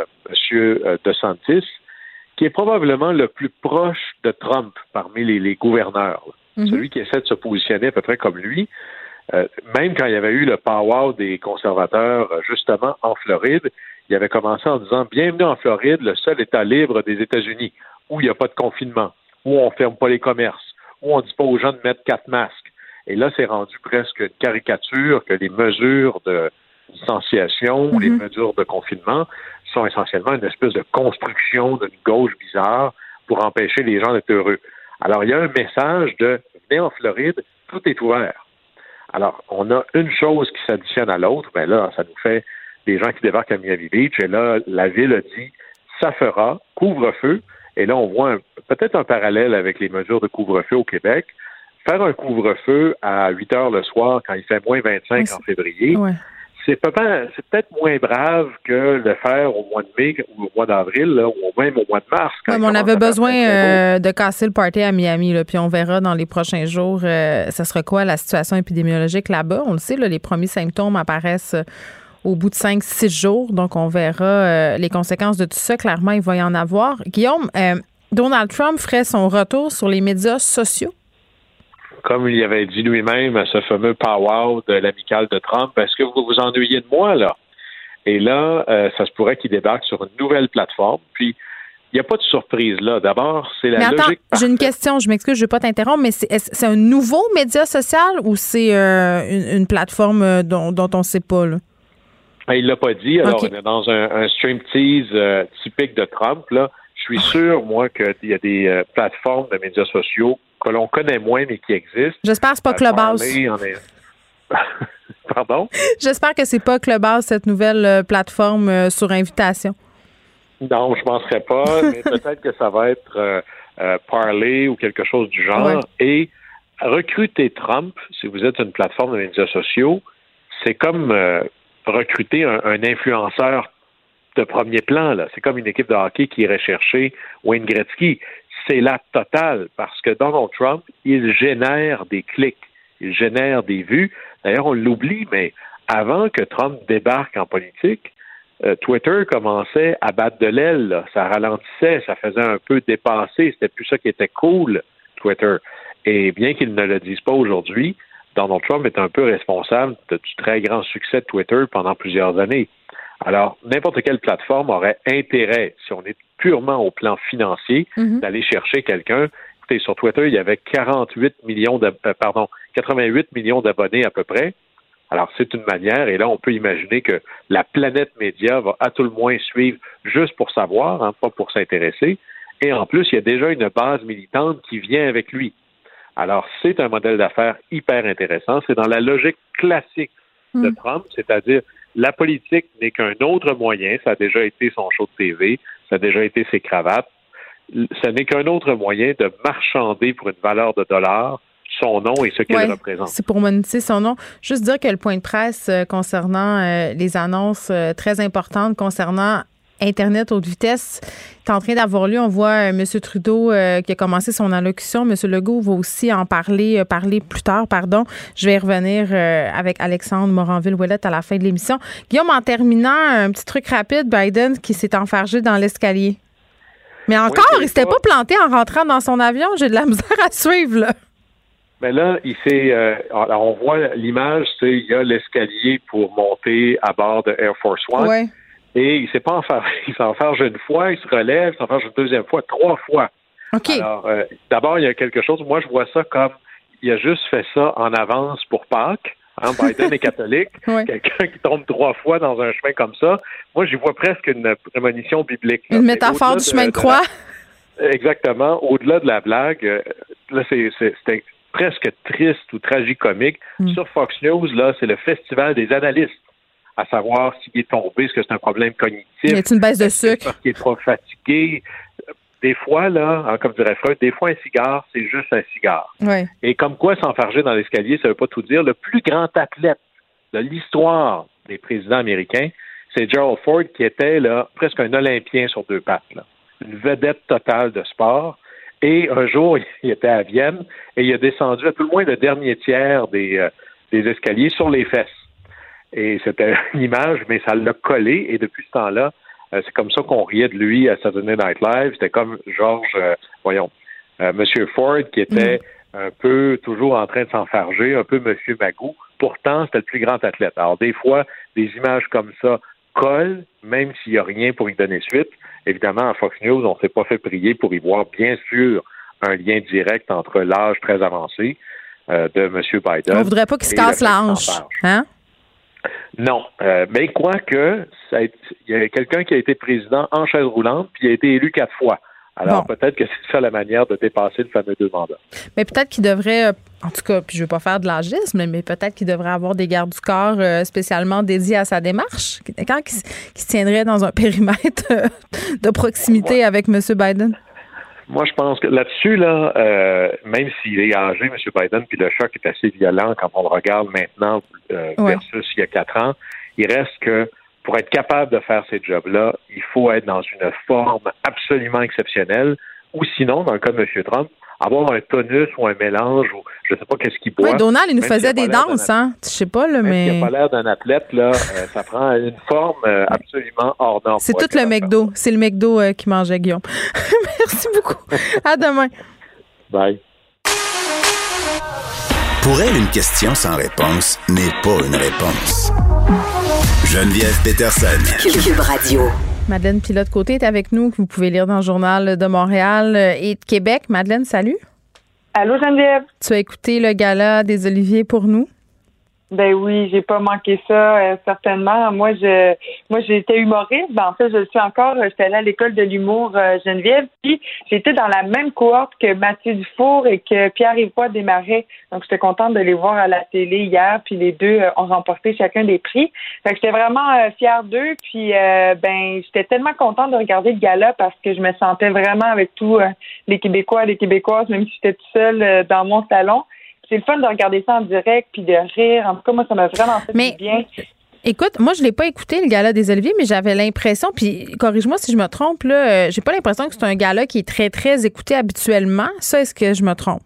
M. DeSantis, qui est probablement le plus proche de Trump parmi les gouverneurs, celui qui essaie de se positionner à peu près comme lui, même quand il y avait eu le pow-wow des conservateurs, justement, en Floride, il avait commencé en disant « Bienvenue en Floride, le seul État libre des États-Unis, où il n'y a pas de confinement, où on ne ferme pas les commerces, où on ne dit pas aux gens de mettre 4 masques. » Et là, c'est rendu presque une caricature que les mesures de distanciation, les mesures de confinement sont essentiellement une espèce de construction d'une gauche bizarre pour empêcher les gens d'être heureux. Alors, il y a un message de « Venez en Floride, tout est ouvert ». Alors, on a une chose qui s'additionne à l'autre. Ben là, ça nous fait des gens qui débarquent à Miami Beach. Et là, la ville a dit « ça fera couvre-feu ». Et là, on voit peut-être un parallèle avec les mesures de couvre-feu au Québec. Faire un couvre-feu à 8 heures le soir quand il fait moins 25 en février, c'est peut-être moins brave que le faire au mois de mai ou au mois d'avril, là, ou même au mois de mars. Oui, mais on avait besoin de casser le party à Miami, là, puis on verra dans les prochains jours, ça sera quoi la situation épidémiologique là-bas. On le sait, là, les premiers symptômes apparaissent au bout de 5-6 jours, donc on verra les conséquences de tout ça. Clairement, il va y en avoir. Guillaume, Donald Trump ferait son retour sur les médias sociaux? Comme il avait dit lui-même à ce fameux pow-wow de l'amicale de Trump, est-ce que vous vous ennuyez de moi, là? Et là, ça se pourrait qu'il débarque sur une nouvelle plateforme. Puis, il n'y a pas de surprise là. D'abord, c'est la logique. J'ai une question, je m'excuse, je ne vais pas t'interrompre, mais c'est un nouveau média social ou c'est une plateforme dont on ne sait pas, là? Il ne l'a pas dit. Alors, on est dans un striptease typique de Trump, là. Je suis sûr, moi, qu'il y a des plateformes de médias sociaux que l'on connaît moins, mais qui existent. J'espère que c'est pas Clubhouse. Pardon? J'espère que c'est pas Clubhouse, cette nouvelle plateforme sur invitation. Non, je ne penserais pas, mais peut-être que ça va être Parler ou quelque chose du genre. Ouais. Et recruter Trump, si vous êtes une plateforme de médias sociaux, c'est comme recruter un influenceur de premier plan, là. C'est comme une équipe de hockey qui irait chercher Wayne Gretzky. C'est la totale, parce que Donald Trump, il génère des clics, il génère des vues. D'ailleurs, on l'oublie, mais avant que Trump débarque en politique, Twitter commençait à battre de l'aile, là. Ça ralentissait, ça faisait un peu dépasser, c'était plus ça qui était cool, Twitter. Et bien qu'il ne le dise pas aujourd'hui, Donald Trump est un peu responsable du très grand succès de Twitter pendant plusieurs années. Alors, n'importe quelle plateforme aurait intérêt, si on est purement au plan financier, d'aller chercher quelqu'un. Écoutez, sur Twitter, il y avait 88 millions d'abonnés à peu près. Alors, c'est une manière, et là, on peut imaginer que la planète média va à tout le moins suivre juste pour savoir, hein, pas pour s'intéresser. Et en plus, il y a déjà une base militante qui vient avec lui. Alors, c'est un modèle d'affaires hyper intéressant. C'est dans la logique classique de Trump, c'est-à-dire la politique n'est qu'un autre moyen. Ça a déjà été son show de TV, ça a déjà été ses cravates. Ce n'est qu'un autre moyen de marchander pour une valeur de dollar son nom et ce qu'il représente. C'est pour monétiser son nom. Juste dire que le point de presse concernant les annonces très importantes concernant Internet haute vitesse est en train d'avoir lieu. On voit M. Trudeau qui a commencé son allocution. M. Legault va aussi en parler plus tard. Je vais y revenir avec Alexandre Moranville-Ouellette à la fin de l'émission. Guillaume, en terminant, un petit truc rapide, Biden qui s'est enfargé dans l'escalier. Mais encore, il s'était pas planté en rentrant dans son avion. J'ai de la misère à suivre, là. Mais là, alors on voit l'image, il y a l'escalier pour monter à bord de Air Force One. Ouais. Et il s'est pas enfargé. Il s'enfarge une fois, il se relève, il s'enfarge une deuxième fois, 3 fois. OK. Alors, d'abord, il y a quelque chose, moi je vois ça comme, il a juste fait ça en avance pour Pâques. Biden est catholique. Ouais. Quelqu'un qui tombe 3 fois dans un chemin comme ça, moi j'y vois presque une prémonition biblique. Une métaphore du chemin de croix. Exactement. Au-delà de la blague, là, c'était presque triste ou tragicomique. Sur Fox News, là, c'est le festival des analystes, à savoir s'il est tombé, est-ce que c'est un problème cognitif. Y a une baisse de sucre? Parce qu'il est trop fatigué. Des fois, là, comme dirait Freud, des fois un cigare, c'est juste un cigare. Ouais. Et comme quoi s'enfarger dans l'escalier, ça veut pas tout dire. Le plus grand athlète de l'histoire des présidents américains, c'est Gerald Ford, qui était là presque un Olympien sur 2 pattes, là. Une vedette totale de sport. Et un jour, il était à Vienne et il a descendu à tout le moins le dernier tiers des escaliers sur les fesses. Et c'était une image, mais ça l'a collé. Et depuis ce temps-là, c'est comme ça qu'on riait de lui à Saturday Night Live. C'était comme Monsieur Ford, qui était un peu toujours en train de s'enfarger, un peu Monsieur Magoo. Pourtant, c'était le plus grand athlète. Alors, des fois, des images comme ça collent, même s'il n'y a rien pour y donner suite. Évidemment, à Fox News, on ne s'est pas fait prier pour y voir, bien sûr, un lien direct entre l'âge très avancé de M. Biden. On ne voudrait pas qu'il se casse la hanche, hein? Non, mais quoique, il y a quelqu'un qui a été président en chaise roulante, puis il a été élu 4 fois. Alors, peut-être que c'est ça la manière de dépasser le fameux 2 mandats. Mais peut-être qu'il devrait, en tout cas, puis je ne veux pas faire de l'agisme, mais peut-être qu'il devrait avoir des gardes du corps spécialement dédiés à sa démarche, quand il se tiendrait dans un périmètre de proximité avec M. Biden. Moi, je pense que là-dessus, là, même s'il est âgé, M. Biden, puis le choc est assez violent quand on le regarde maintenant versus il y a 4 ans, il reste que pour être capable de faire ces jobs-là, il faut être dans une forme absolument exceptionnelle, ou sinon, dans le cas de M. Trump, avoir un tonus ou un mélange, ou je ne sais pas qu'est-ce qu'il boit. Oui, Donald, il nous faisait des danses, hein? Je sais pas, là, mais... Il n'a pas l'air d'un athlète, là. Ça prend une forme absolument hors norme. C'est tout le McDo. C'est le McDo qui mangeait Guillaume. Merci beaucoup. À demain. Bye. Pour elle, une question sans réponse n'est pas une réponse. Geneviève Peterson. Cube Radio. Madeleine Pilote-Côté est avec nous, que vous pouvez lire dans le Journal de Montréal et de Québec. Madeleine, salut. Allô, Geneviève. Tu as écouté le gala des Oliviers pour nous? Ben oui, j'ai pas manqué ça, certainement. Moi, j'étais humoriste. Ben, en fait, je le suis encore. J'étais allée à l'école de l'humour Geneviève. Puis, j'étais dans la même cohorte que Mathieu Dufour et que Pierre-Yves Desmarais. Donc, j'étais contente de les voir à la télé hier. Puis, les deux ont remporté chacun des prix. Fait que j'étais vraiment fière d'eux. Puis, j'étais tellement contente de regarder le gala parce que je me sentais vraiment avec tous les Québécois et les Québécoises, même si j'étais toute seule dans mon salon. C'est le fun de regarder ça en direct puis de rire. En tout cas, moi, ça m'a vraiment fait du bien. Écoute, moi, je l'ai pas écouté, le gala des Oliviers, mais j'avais l'impression, puis corrige-moi si je me trompe, là, j'ai pas l'impression que c'est un gala qui est très, très écouté habituellement. Ça, est-ce que je me trompe?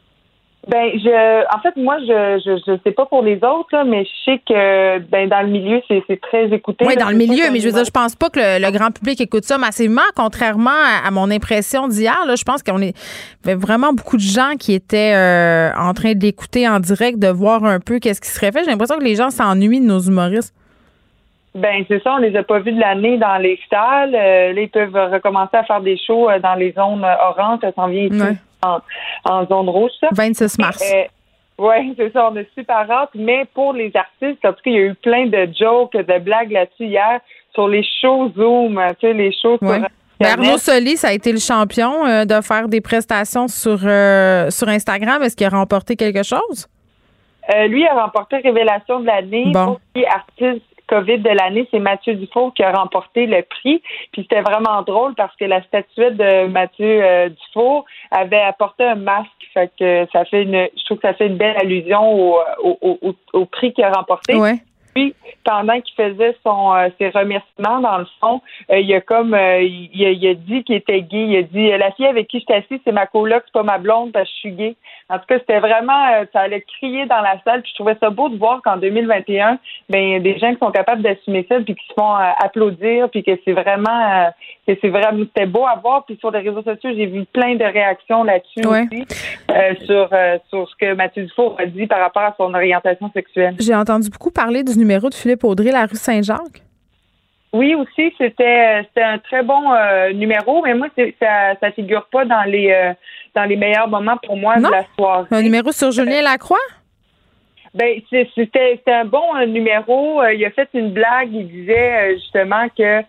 En fait, moi, je sais pas pour les autres, là, mais je sais que, dans le milieu, c'est très écouté. Oui, dans le milieu, mais je veux dire, je pense pas que le grand public écoute ça massivement, contrairement à mon impression d'hier, là. Je pense qu'on est vraiment beaucoup de gens qui étaient en train d'écouter en direct, de voir un peu qu'est-ce qui serait fait. J'ai l'impression que les gens s'ennuient de nos humoristes. C'est ça, on les a pas vus de l'année dans les salles. Là, ils peuvent recommencer à faire des shows dans les zones oranges. Ça s'en vient ici en zone rouge, ça. 26 mars. Oui, c'est ça, on a super hâte. Mais pour les artistes, en tout cas, il y a eu plein de jokes, de blagues là-dessus hier sur les shows Zoom, tu sais, les shows sur Arnaud Soli, ça a été le champion de faire des prestations sur Instagram. Est-ce qu'il a remporté quelque chose? Lui a remporté Révélation de l'année. Bon. Pour artiste COVID de l'année, c'est Mathieu Dufour qui a remporté le prix. Puis c'était vraiment drôle parce que la statuette de Mathieu Dufour avait apporté un masque. Fait que je trouve que ça fait une belle allusion au prix qu'il a remporté. Ouais. Puis, pendant qu'il faisait ses remerciements, dans le fond, il a dit qu'il était gay. Il a dit, la fille avec qui je suis assise, c'est ma coloc, c'est pas ma blonde parce que je suis gay. En tout cas, c'était vraiment, ça allait crier dans la salle. Puis je trouvais ça beau de voir qu'en 2021, des gens qui sont capables d'assumer ça, puis qui se font applaudir, puis que c'était beau à voir. Puis sur les réseaux sociaux, j'ai vu plein de réactions là-dessus aussi, sur ce que Mathieu Dufour a dit par rapport à son orientation sexuelle. J'ai entendu beaucoup parler du numéro de Philippe Audrey, la rue Saint-Jacques. Oui, aussi, c'était un très bon numéro, mais moi, ça figure pas dans les meilleurs moments pour moi de la soirée. Un numéro sur Julien Lacroix? C'était un bon numéro. Il a fait une blague. Il disait justement que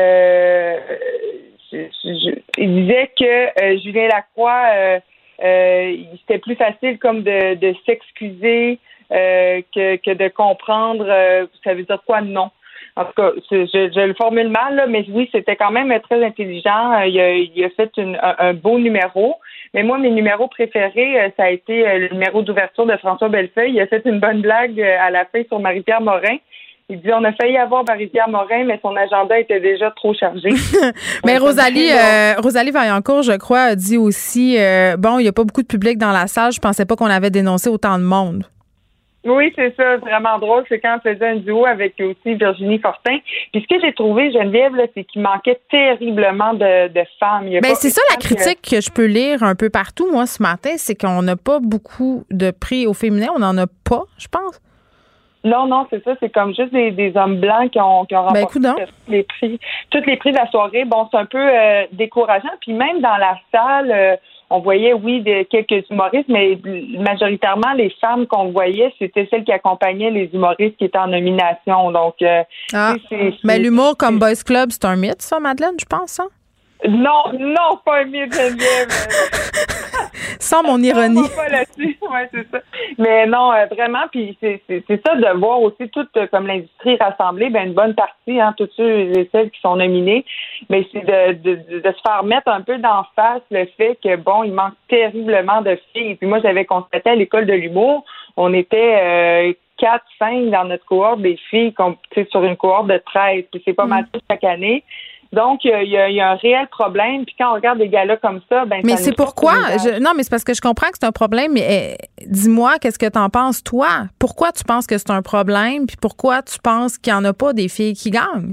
Julien Lacroix, c'était plus facile comme de s'excuser que de comprendre. Ça veut dire quoi, non? En tout cas, je le formule mal, là, mais oui, c'était quand même très intelligent. Il a fait un beau numéro. Mais moi, mes numéros préférés, ça a été le numéro d'ouverture de François Bellefeuille. Il a fait une bonne blague à la fin sur Marie-Pierre Morin. Il dit, on a failli avoir Marie-Pierre Morin, mais son agenda était déjà trop chargé. Mais Rosalie Vaillancourt, je crois, a dit aussi, il n'y a pas beaucoup de public dans la salle. Je pensais pas qu'on avait dénoncé autant de monde. Oui, c'est ça. Vraiment drôle. C'est quand on faisait un duo avec aussi Virginie Fortin. Puis ce que j'ai trouvé, Geneviève, là, c'est qu'il manquait terriblement de femmes. C'est ça la critique que je peux lire un peu partout, moi, ce matin. C'est qu'on n'a pas beaucoup de prix au féminin. On n'en a pas, je pense. Non, c'est ça. C'est comme juste des hommes blancs qui ont remporté tous les prix de la soirée. Bon, c'est un peu décourageant. Puis même dans la salle... on voyait, quelques humoristes, mais majoritairement, les femmes qu'on voyait, c'était celles qui accompagnaient les humoristes qui étaient en nomination. Donc, mais l'humour comme Boys Club, c'est un mythe, ça, Madeleine, je pense, hein? Non, pas un mythe, Geneviève. Sans mon ironie. Pas là-dessus. Ouais, c'est ça. Mais non, vraiment, puis c'est ça de voir aussi toute comme l'industrie rassemblée, une bonne partie, toutes ceux et celles qui sont nominés, mais c'est de se faire mettre un peu d'en face le fait que il manque terriblement de filles. Et puis moi, j'avais constaté à l'école de l'humour, on était 4-5 dans notre cohorte des filles, sur une cohorte de 13, puis c'est pas mal tout chaque année. Donc, il y a un réel problème. Puis quand on regarde des galas comme ça, mais c'est pourquoi? Non, mais c'est parce que je comprends que c'est un problème. Mais dis-moi, qu'est-ce que t'en penses, toi? Pourquoi tu penses que c'est un problème? Puis pourquoi tu penses qu'il n'y en a pas des filles qui gagnent?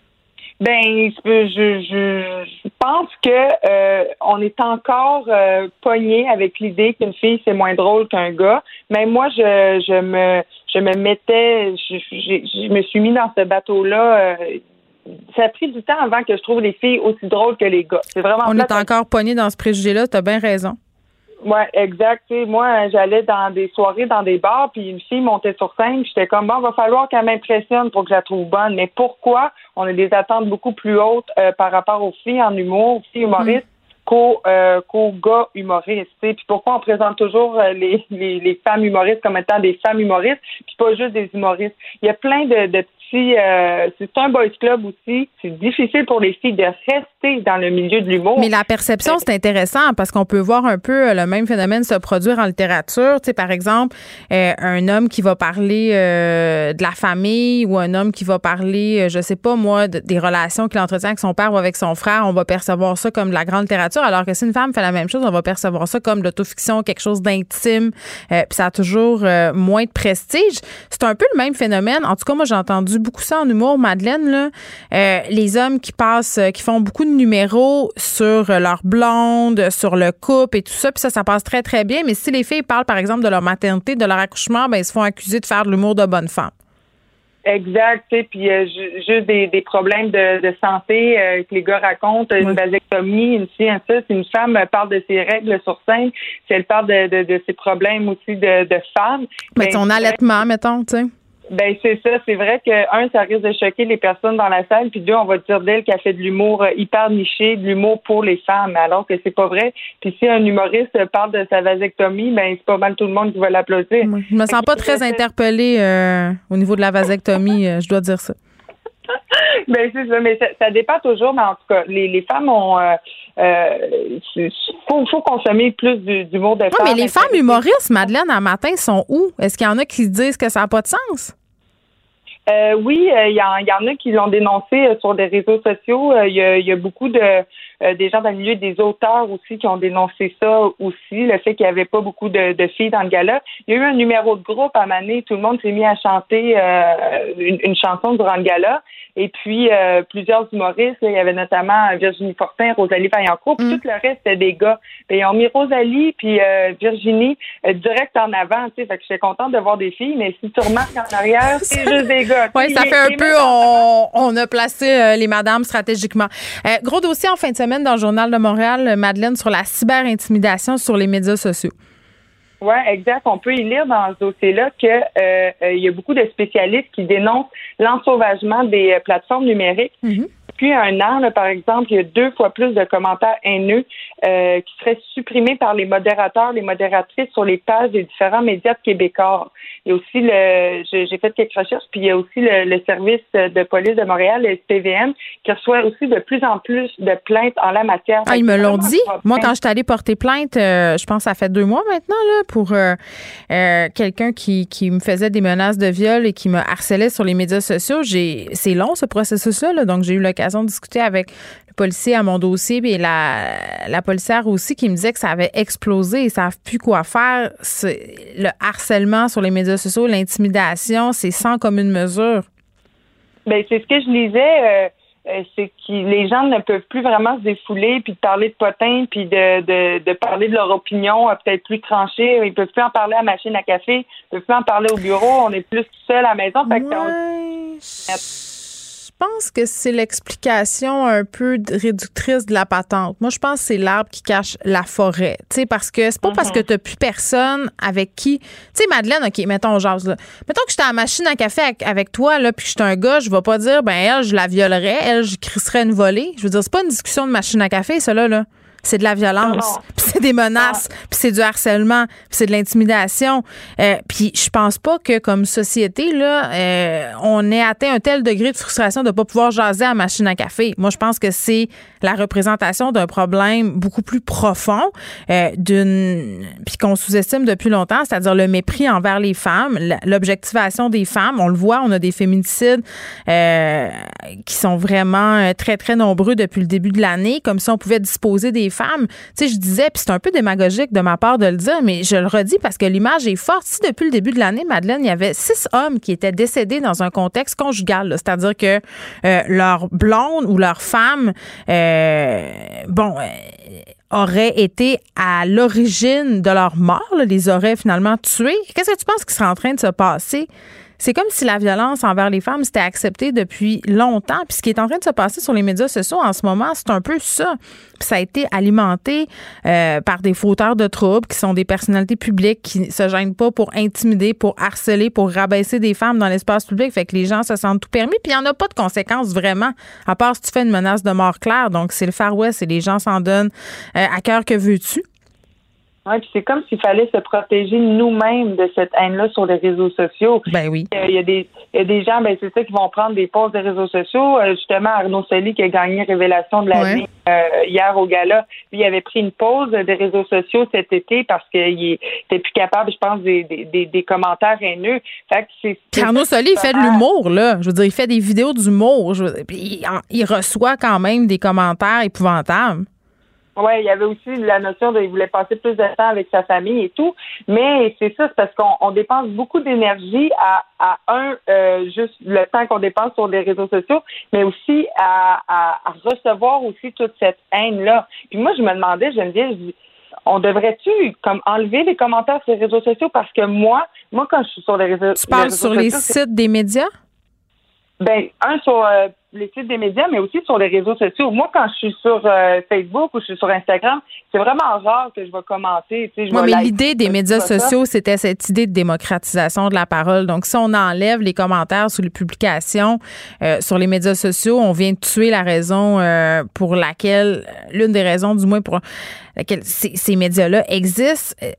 Je pense que on est encore pogné avec l'idée qu'une fille c'est moins drôle qu'un gars. Mais moi, je me suis mis dans ce bateau-là. Ça a pris du temps avant que je trouve les filles aussi drôles que les gars. C'est vraiment. On est encore pogné dans ce préjugé-là. T'as bien raison. Ouais, exact. Tu sais, moi, j'allais dans des soirées, dans des bars, puis une fille montait sur scène. J'étais comme va falloir qu'elle m'impressionne pour que je la trouve bonne. Mais pourquoi on a des attentes beaucoup plus hautes par rapport aux filles en humour, aux filles humoristes, qu'aux gars humoristes. Puis pourquoi on présente toujours les femmes humoristes comme étant des femmes humoristes, puis pas juste des humoristes. Il y a plein de petits. C'est un boys club aussi. C'est difficile pour les filles de rester dans le milieu de l'humour. Mais la perception, c'est intéressant parce qu'on peut voir un peu le même phénomène se produire en littérature. Tu sais, par exemple, un homme qui va parler de la famille ou un homme qui va parler, je sais pas moi, des relations qu'il entretient avec son père ou avec son frère, on va percevoir ça comme de la grande littérature, alors que si une femme fait la même chose, on va percevoir ça comme de l'autofiction, quelque chose d'intime, puis ça a toujours moins de prestige. C'est un peu le même phénomène. En tout cas, moi, j'ai entendu beaucoup ça en humour, Madeleine, là. Les hommes qui font beaucoup de numéros sur leur blonde, sur le couple et tout ça, puis ça passe très, très bien. Mais si les filles parlent, par exemple, de leur maternité, de leur accouchement, ils se font accuser de faire de l'humour de bonne femme. Exact, tu sais, puis juste des problèmes de santé que les gars racontent, une vasectomie, une ci, un ça. Si une femme parle de ses règles sur scène, si elle parle de ses problèmes aussi de femme. Mais son allaitement, mettons, tu sais. C'est ça. C'est vrai que, ça risque de choquer les personnes dans la salle, puis deux, on va dire d'elle qu'elle fait de l'humour hyper niché, de l'humour pour les femmes, alors que c'est pas vrai. Puis si un humoriste parle de sa vasectomie, c'est pas mal tout le monde qui va l'applaudir. Je me sens pas très interpellée au niveau de la vasectomie, je dois dire ça. C'est ça, mais ça dépend toujours, mais en tout cas, les femmes ont faut consommer plus d'humour de femmes. Mais les femmes humoristes, Madeleine, un matin, sont où? Est-ce qu'il y en a qui se disent que ça n'a pas de sens? Oui, il y en a qui l'ont dénoncé sur des réseaux sociaux. Il y a beaucoup de des gens dans le milieu, des auteurs aussi qui ont dénoncé ça aussi, le fait qu'il n'y avait pas beaucoup de filles dans le gala. Il y a eu un numéro de groupe à Mané, tout le monde s'est mis à chanter une chanson durant le gala. Et puis, plusieurs humoristes, là, il y avait notamment Virginie Fortin, Rosalie Vaillancourt, puis tout le reste, c'était des gars. Puis, ils ont mis Rosalie puis Virginie direct en avant, tu sais, fait que j'étais contente de voir des filles, mais si tu remarques en arrière, c'est juste des gars. Oui, ça fait un peu, on a placé les madames stratégiquement. Gros dossier en fin de semaine dans le Journal de Montréal, Madeleine, sur la cyberintimidation sur les médias sociaux. Oui, exact. On peut y lire dans ce dossier-là que il y a beaucoup de spécialistes qui dénoncent l'ensauvagement des plateformes numériques. Mm-hmm. Depuis un an, là, par exemple, il y a 2 fois plus de commentaires haineux qui seraient supprimés par les modérateurs, les modératrices sur les pages des différents médias de québécois. Il y a aussi j'ai fait quelques recherches, puis il y a aussi le service de police de Montréal, le SPVM, qui reçoit aussi de plus en plus de plaintes en la matière. Ah, ils me l'ont dit. Moi, quand je suis allée porter plainte, je pense que ça fait 2 mois maintenant, là, pour quelqu'un qui me faisait des menaces de viol et qui me harcelait sur les médias sociaux. C'est long, ce processus-là, là, donc j'ai eu l'occasion de discuter avec le policier à mon dossier et la policière aussi qui me disait que ça avait explosé. Ils ne savent plus quoi faire. Le harcèlement sur les médias sociaux, l'intimidation, c'est sans commune mesure. Bien, c'est ce que je lisais. C'est que les gens ne peuvent plus vraiment se défouler puis de parler de potins puis de parler de leur opinion peut-être plus tranchée. Ils peuvent plus en parler à la machine à café. Ils peuvent plus en parler au bureau. On est plus seul à la maison. Fait que je pense que c'est l'explication un peu réductrice de la patente. Moi, je pense que c'est l'arbre qui cache la forêt. Tu sais, parce que c'est pas parce que t'as plus personne avec qui... Tu sais, Madeleine, OK, mettons, jase, là. Mettons que j'étais à la machine à café avec toi, là, puis que j'étais un gars, je vais pas dire, ben elle, je la violerais, elle, je crisserais une volée. Je veux dire, c'est pas une discussion de machine à café, ça, là. C'est de la violence, puis c'est des menaces, puis c'est du harcèlement, puis c'est de l'intimidation. Puis je pense pas que comme société, là, on ait atteint un tel degré de frustration de pas pouvoir jaser à la machine à café. Moi, je pense que c'est la représentation d'un problème beaucoup plus profond, puis qu'on sous-estime depuis longtemps, c'est-à-dire le mépris envers les femmes, l'objectivation des femmes. On le voit, on a des féminicides qui sont vraiment très, très nombreux depuis le début de l'année, comme si on pouvait disposer des femmes. Tu sais, je disais, puis c'est un peu démagogique de ma part de le dire, mais je le redis parce que l'image est forte. Si depuis le début de l'année, Madeleine, il y avait 6 hommes qui étaient décédés dans un contexte conjugal, là, c'est-à-dire que leur blonde ou leur femme, auraient été à l'origine de leur mort, là, les auraient finalement tués. Qu'est-ce que tu penses qui serait en train de se passer? C'est comme si la violence envers les femmes c'était accepté depuis longtemps. Puis ce qui est en train de se passer sur les médias sociaux en ce moment, c'est un peu ça. Puis ça a été alimenté par des fauteurs de troubles qui sont des personnalités publiques qui se gênent pas pour intimider, pour harceler, pour rabaisser des femmes dans l'espace public. Fait que les gens se sentent tout permis. Puis il n'y en a pas de conséquences vraiment, à part si tu fais une menace de mort claire. Donc c'est le Far West et les gens s'en donnent à cœur. Que veux-tu? Oui, puis c'est comme s'il fallait se protéger nous-mêmes de cette haine-là sur les réseaux sociaux. Ben oui. Il y a des gens, ben c'est ça, qui vont prendre des pauses des réseaux sociaux. Justement, Arnaud Soli qui a gagné Révélation de l'année hier au gala, lui, il avait pris une pause des réseaux sociaux cet été parce qu'il était plus capable, je pense, des commentaires haineux. Fait que puis Arnaud Soli, il fait de l'humour, là. Je veux dire, il fait des vidéos d'humour. Puis il reçoit quand même des commentaires épouvantables. Oui, il y avait aussi la notion de il voulait passer plus de temps avec sa famille et tout. Mais c'est ça, c'est parce qu'on dépense beaucoup d'énergie à juste le temps qu'on dépense sur les réseaux sociaux, mais aussi à recevoir aussi toute cette haine-là. Puis moi, je me demandais, Geneviève, on devrait-tu comme enlever les commentaires sur les réseaux sociaux? Parce que moi quand je suis sur les réseaux sociaux... Tu parles sur les sites des médias? Ben, sur les sites des médias, mais aussi sur les réseaux sociaux. Moi, quand je suis sur Facebook ou je suis sur Instagram, c'est vraiment rare que je vais commenter. Tu sais, mais l'idée des médias sociaux, c'était cette idée de démocratisation de la parole. Donc, si on enlève les commentaires sous les publications sur les médias sociaux, on vient de tuer la raison pour laquelle, l'une des raisons du moins pour laquelle ces médias-là existent.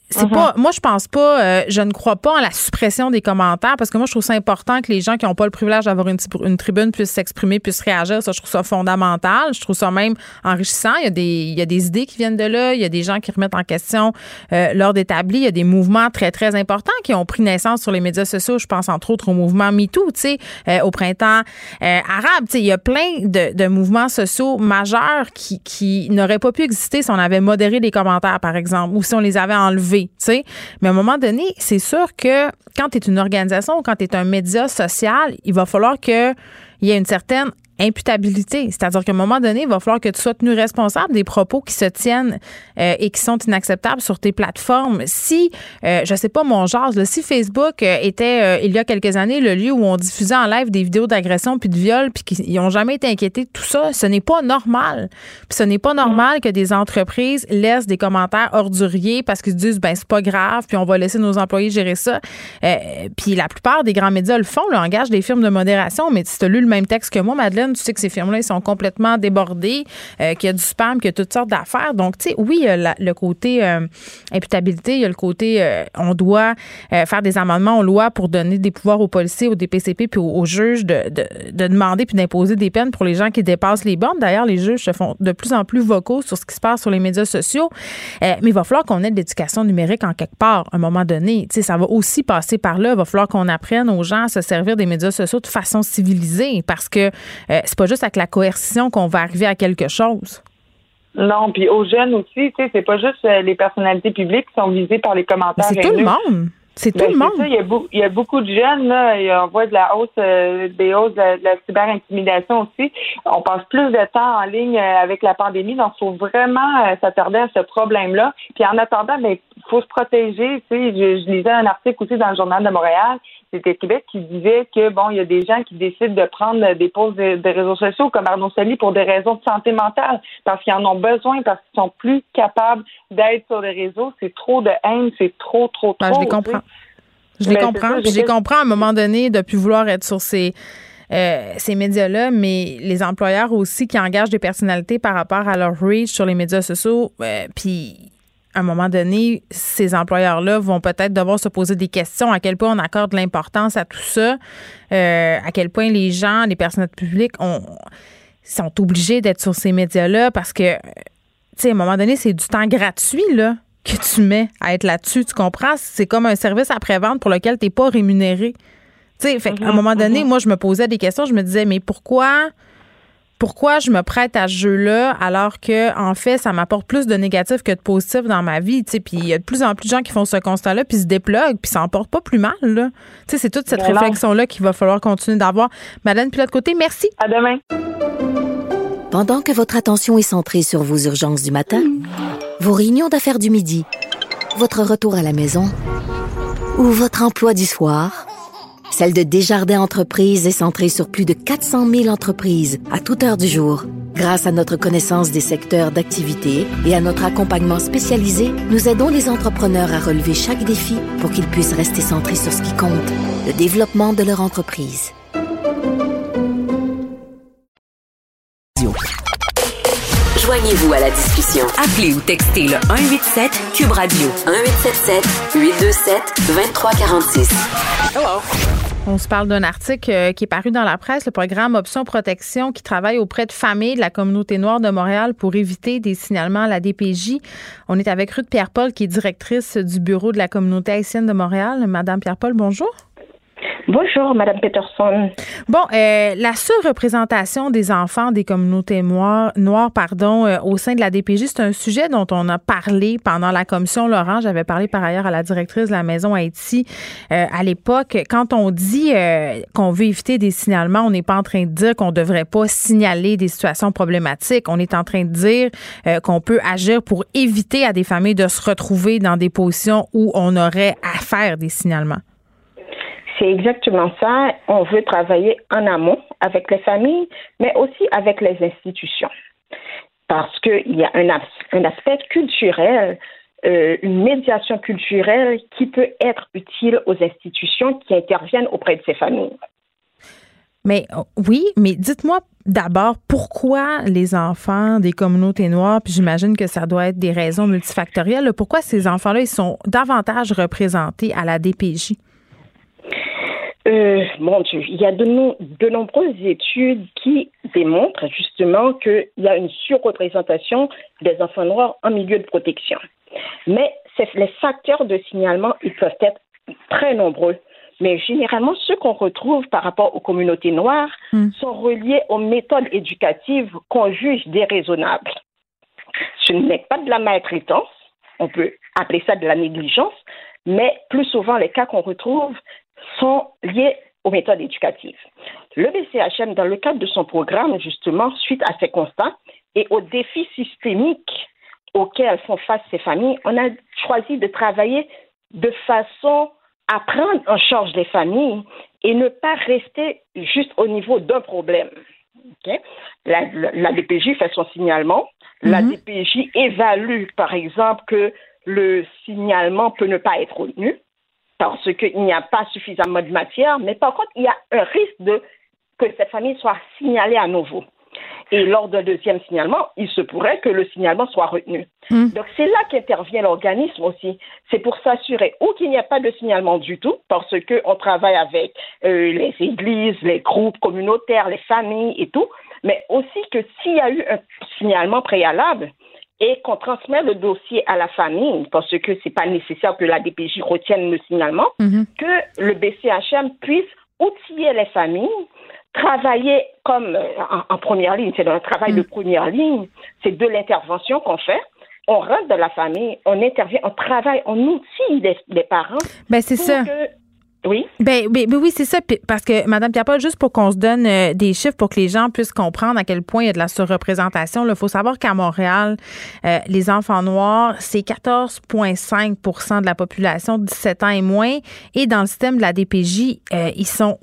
c'est pas, moi, je pense pas, je ne crois pas en la suppression des commentaires parce que moi, je trouve ça important que les gens qui n'ont pas le privilège d'avoir une tribune puissent s'exprimer, puissent réagir. Ça, je trouve ça fondamental. Je trouve ça même enrichissant. Il y a des idées qui viennent de là. Il y a des gens qui remettent en question l'ordre établi. Il y a des mouvements très, très importants qui ont pris naissance sur les médias sociaux. Je pense entre autres au mouvement MeToo, tu sais, au printemps arabe. Tu sais, il y a plein de mouvements sociaux majeurs qui n'auraient pas pu exister si on avait modéré les commentaires, par exemple, ou si on les avait enlevés. T'sais. Mais à un moment donné, c'est sûr que quand tu es une organisation ou quand tu es un média social, il va falloir qu'il y ait une certaine imputabilité. C'est-à-dire qu'à un moment donné, il va falloir que tu sois tenu responsable des propos qui se tiennent et qui sont inacceptables sur tes plateformes. Si, je sais pas, mon genre, là, si Facebook était, il y a quelques années, le lieu où on diffusait en live des vidéos d'agression puis de viol puis qu'ils n'ont jamais été inquiétés de tout ça, ce n'est pas normal. Puis ce n'est pas normal que des entreprises laissent des commentaires orduriers parce qu'ils se disent, ben c'est pas grave, puis on va laisser nos employés gérer ça. Puis la plupart des grands médias le font, là, engagent des firmes de modération, mais si tu as lu le même texte que moi, Madeleine, tu sais que ces firmes-là, ils sont complètement débordés, qu'il y a du spam, qu'il y a toutes sortes d'affaires. Donc, tu sais, oui, il y a le côté imputabilité, il y a le côté on doit faire des amendements aux lois pour donner des pouvoirs aux policiers, aux DPCP puis aux juges de demander puis d'imposer des peines pour les gens qui dépassent les bornes. D'ailleurs, les juges se font de plus en plus vocaux sur ce qui se passe sur les médias sociaux. Mais il va falloir qu'on ait de l'éducation numérique en quelque part, à un moment donné. Tu sais, ça va aussi passer par là. Il va falloir qu'on apprenne aux gens à se servir des médias sociaux de façon civilisée parce que c'est pas juste avec la coercition qu'on va arriver à quelque chose. Non, puis aux jeunes aussi, tu sais, c'est pas juste les personnalités publiques qui sont visées par les commentaires. C'est tout le monde. C'est tout le monde. Ça, il y a beaucoup de jeunes, là, on voit de la hausse, des hausses de la cyber-intimidation aussi. On passe plus de temps en ligne avec la pandémie, donc il faut vraiment s'attarder à ce problème-là. Puis en attendant, il faut se protéger. Tu sais, je lisais un article aussi dans le Journal de Montréal, c'était Québec qui disait que, bon, il y a des gens qui décident de prendre des pauses de réseaux sociaux comme Arnaud Soli pour des raisons de santé mentale, parce qu'ils en ont besoin, parce qu'ils sont plus capables d'être sur les réseaux. C'est trop de haine, c'est trop. Je les comprends. Je les comprends. Puis je les comprends à un moment donné de plus vouloir être sur ces médias-là, mais les employeurs aussi qui engagent des personnalités par rapport à leur reach sur les médias sociaux, puis à un moment donné, ces employeurs-là vont peut-être devoir se poser des questions à quel point on accorde de l'importance à tout ça, à quel point les gens, les personnalités publiques sont obligés d'être sur ces médias-là parce que, tu sais, à un moment donné, c'est du temps gratuit, là, que tu mets à être là-dessus, tu comprends? C'est comme un service après-vente pour lequel tu n'es pas rémunéré. Tu sais, à un moment donné, moi, je me posais des questions, je me disais, mais pourquoi je me prête à ce jeu-là alors que, en fait, ça m'apporte plus de négatif que de positif dans ma vie, tu sais, puis il y a de plus en plus de gens qui font ce constat-là puis se dépluguent puis ça en porte pas plus mal, là. Tu sais, c'est toute cette réflexion-là qu'il va falloir continuer d'avoir. Madeleine, puis de l'autre côté, merci. À demain. Pendant que votre attention est centrée sur vos urgences du matin, vos réunions d'affaires du midi, votre retour à la maison ou votre emploi du soir, celle de Desjardins Entreprises est centrée sur plus de 400 000 entreprises à toute heure du jour. Grâce à notre connaissance des secteurs d'activité et à notre accompagnement spécialisé, nous aidons les entrepreneurs à relever chaque défi pour qu'ils puissent rester centrés sur ce qui compte, le développement de leur entreprise. Joignez-vous à la discussion. Appelez ou textez le 187 Cube Radio 1877 827 2346. Hello. On se parle d'un article qui est paru dans la presse, le programme Option Protection qui travaille auprès de familles de la communauté noire de Montréal pour éviter des signalements à la DPJ. On est avec Ruth Pierre-Paul qui est directrice du bureau de la communauté haïtienne de Montréal. Madame Pierre-Paul, bonjour. Bonjour, Madame Peterson. Bon, la surreprésentation des enfants des communautés noires, au sein de la DPJ, c'est un sujet dont on a parlé pendant la commission Laurent. J'avais parlé par ailleurs à la directrice de la Maison Haïti à l'époque. Quand on dit qu'on veut éviter des signalements, on n'est pas en train de dire qu'on ne devrait pas signaler des situations problématiques. On est en train de dire qu'on peut agir pour éviter à des familles de se retrouver dans des positions où on aurait à faire des signalements. C'est exactement ça. On veut travailler en amont avec les familles, mais aussi avec les institutions. Parce qu'il y a un aspect culturel, une médiation culturelle qui peut être utile aux institutions qui interviennent auprès de ces familles. Mais oui, mais dites-moi D'abord, pourquoi les enfants des communautés noires, puis j'imagine que ça doit être des raisons multifactorielles, là, pourquoi ces enfants-là, ils sont davantage représentés à la DPJ? Mon Dieu, il y a de nombreuses études qui démontrent justement qu'il y a une surreprésentation des enfants noirs en milieu de protection. Mais les facteurs de signalement, ils peuvent être très nombreux. Mais généralement, ceux qu'on retrouve par rapport aux communautés noires sont reliés aux méthodes éducatives qu'on juge déraisonnables. Ce n'est pas de la maltraitance, on peut appeler ça de la négligence, mais plus souvent, les cas qu'on retrouve sont liés aux méthodes éducatives. Le BCHM, dans le cadre de son programme, justement, suite à ces constats et aux défis systémiques auxquels font face ces familles, on a choisi de travailler de façon à prendre en charge les familles et ne pas rester juste au niveau d'un problème. Okay? La DPJ fait son signalement. La DPJ évalue, par exemple, que le signalement peut ne pas être retenu parce qu'il n'y a pas suffisamment de matière, mais par contre, il y a un risque que cette famille soit signalée à nouveau. Et lors d'un deuxième signalement, il se pourrait que le signalement soit retenu. Donc, c'est là qu'intervient l'organisme aussi. C'est pour s'assurer ou qu'il n'y a pas de signalement du tout, parce qu'on travaille avec les églises, les groupes communautaires, les familles et tout, mais aussi que s'il y a eu un signalement préalable et qu'on transmet le dossier à la famille, parce que c'est pas nécessaire que la DPJ retienne le signalement, que le BCHM puisse outiller les familles, travailler comme en première ligne, c'est un travail de première ligne, c'est de l'intervention qu'on fait. On rentre dans la famille, on intervient, on travaille, on outille les parents. Ben c'est ça. Oui. Ben oui, c'est ça. Parce que, Mme Pierre-Paul, juste pour qu'on se donne des chiffres pour que les gens puissent comprendre à quel point il y a de la surreprésentation, il faut savoir qu'à Montréal, les enfants noirs, c'est 14,5 % de la population de 17 ans et moins. Et dans le système de la DPJ, ils sont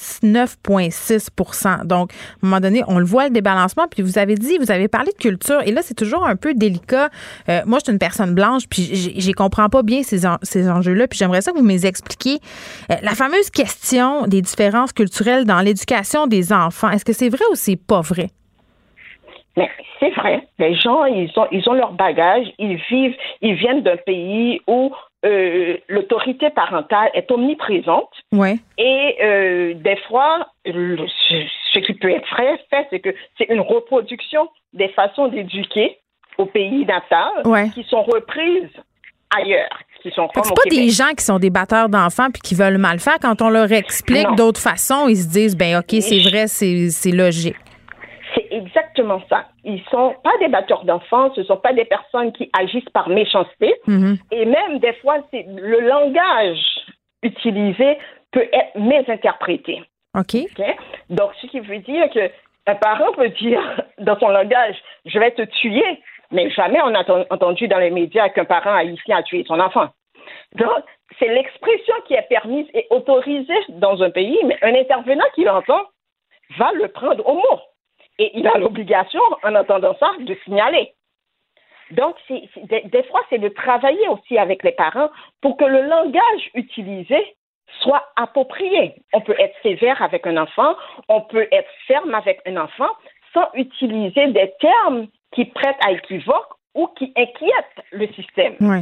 29,6 %. Donc, à un moment donné, on le voit, le débalancement. Puis vous avez parlé de culture. Et là, c'est toujours un peu délicat. Moi, je suis une personne blanche, puis j'y comprends pas bien ces enjeux-là. Puis j'aimerais ça que vous me les expliquiez. La fameuse question des différences culturelles dans l'éducation des enfants, est-ce que c'est vrai ou c'est pas vrai? Mais c'est vrai. Les gens, ils ont leur bagage, ils viennent d'un pays où l'autorité parentale est omniprésente. Ouais. Et des fois, ce qui peut être fait, c'est que c'est une reproduction des façons d'éduquer au pays natal qui sont reprises ailleurs. C'est pas des gens qui sont des batteurs d'enfants puis qui veulent mal faire. Quand on leur explique d'autres façons, ils se disent, ben OK, c'est vrai, c'est logique. C'est exactement ça. Ils sont pas des batteurs d'enfants, ce sont pas des personnes qui agissent par méchanceté. Et même des fois, le langage utilisé peut être mésinterprété. OK. Donc, ce qui veut dire qu'un parent peut dire dans son langage, je vais te tuer. Mais jamais on a entendu dans les médias qu'un parent haïtien a tué son enfant. Donc, c'est l'expression qui est permise et autorisée dans un pays, mais un intervenant qui l'entend va le prendre au mot. Et il a l'obligation, en entendant ça, de signaler. Donc, des fois, c'est de travailler aussi avec les parents pour que le langage utilisé soit approprié. On peut être sévère avec un enfant, on peut être ferme avec un enfant sans utiliser des termes qui prêtent à équivoque ou qui inquiètent le système. Oui.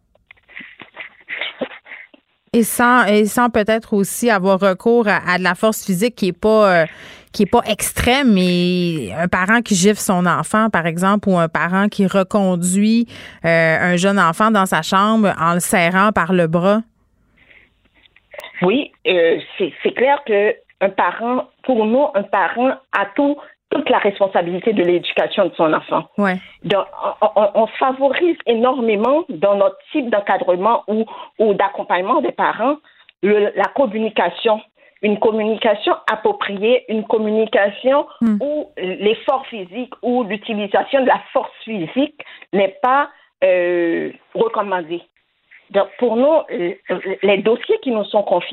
Et sans peut-être aussi avoir recours à de la force physique qui est pas extrême, mais un parent qui gifle son enfant, par exemple, ou un parent qui reconduit un jeune enfant dans sa chambre en le serrant par le bras. Oui, c'est clair que pour nous, un parent a toute la responsabilité de l'éducation de son enfant. Ouais. Donc, on favorise énormément dans notre type d'encadrement ou d'accompagnement des parents la communication. Une communication appropriée, une communication où l'effort physique ou l'utilisation de la force physique n'est pas recommandée. Donc, pour nous, les dossiers qui nous sont confiés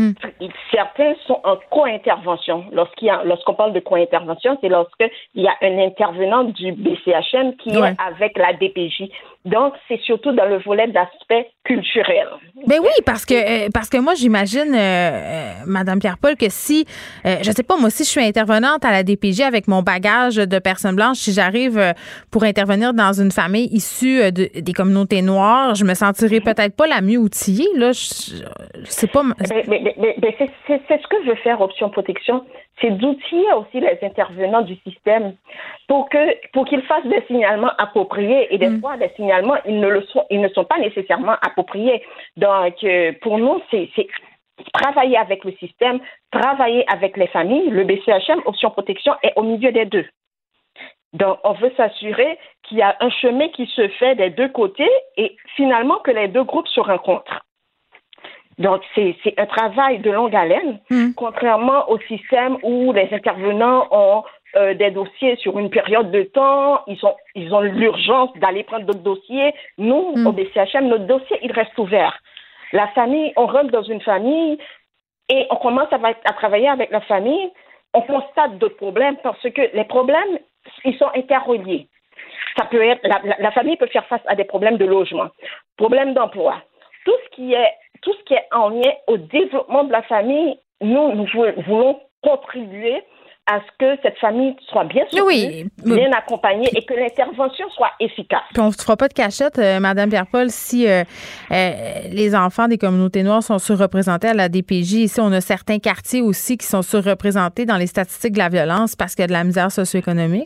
Certains sont en co-intervention. Lorsqu'on parle de co-intervention, c'est lorsqu'il y a un intervenant du BCHM qui est avec la DPJ. Donc, c'est surtout dans le volet d'aspect culturel. Ben oui, parce que moi, j'imagine, Madame Pierre-Paul, que si, je sais pas, moi, si je suis intervenante à la DPJ avec mon bagage de personne blanche, si j'arrive pour intervenir dans une famille issue des communautés noires, je me sentirais peut-être pas la mieux outillée, là. Je sais pas. C'est ce que veut faire Option Protection, c'est d'outiller aussi les intervenants du système pour qu'ils fassent des signalements appropriés. Et des fois, les signalements, ils ne sont pas nécessairement appropriés. Donc, pour nous, c'est travailler avec le système, travailler avec les familles. Le BCHM, Option Protection, est au milieu des deux. Donc, on veut s'assurer qu'il y a un chemin qui se fait des deux côtés et finalement que les deux groupes se rencontrent. Donc, c'est un travail de longue haleine, contrairement au système où les intervenants ont des dossiers sur une période de temps, ils ont l'urgence d'aller prendre d'autres dossiers. Nous, au BCHM, notre dossier, il reste ouvert. La famille, on rentre dans une famille et on commence à travailler avec la famille, on constate d'autres problèmes parce que les problèmes, ils sont interreliés. Ça peut être, la famille peut faire face à des problèmes de logement, problèmes d'emploi. Tout ce qui est en lien au développement de la famille, nous voulons contribuer à ce que cette famille soit bien soutenue, bien accompagnée et que l'intervention soit efficace. Puis on ne se fera pas de cachette, Mme Pierre-Paul, si les enfants des communautés noires sont surreprésentés à la DPJ. Ici, on a certains quartiers aussi qui sont surreprésentés dans les statistiques de la violence parce qu'il y a de la misère socio-économique.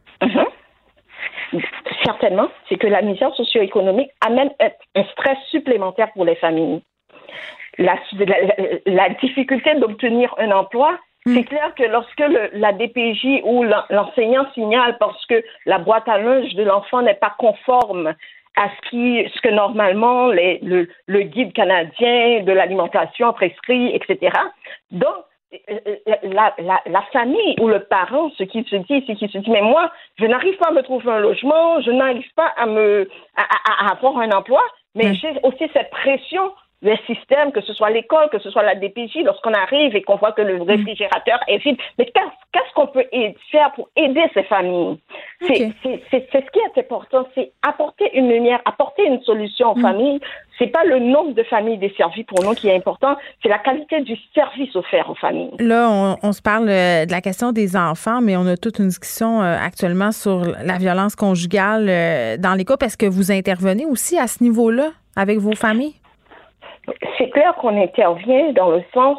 Certainement, c'est que la misère socio-économique amène un stress supplémentaire pour les familles. La difficulté d'obtenir un emploi, c'est clair que lorsque la DPJ ou l'enseignant signale parce que la boîte à linge de l'enfant n'est pas conforme à ce que normalement le guide canadien de l'alimentation prescrit, etc. Donc, la famille ou le parent, ce qui se dit, mais moi, je n'arrive pas à me trouver un logement, je n'arrive pas à avoir un emploi, mais j'ai aussi cette pression des systèmes, que ce soit l'école, que ce soit la DPJ, lorsqu'on arrive et qu'on voit que le réfrigérateur est vide. Mais qu'est-ce qu'on peut faire pour aider ces familles? C'est ce qui est important, c'est apporter une lumière, apporter une solution aux familles. C'est pas le nombre de familles desservies pour nous qui est important, c'est la qualité du service offert aux familles. Là, on se parle de la question des enfants, mais on a toute une discussion actuellement sur la violence conjugale dans les couples. Est-ce que vous intervenez aussi à ce niveau-là avec vos familles? C'est clair qu'on intervient dans le sens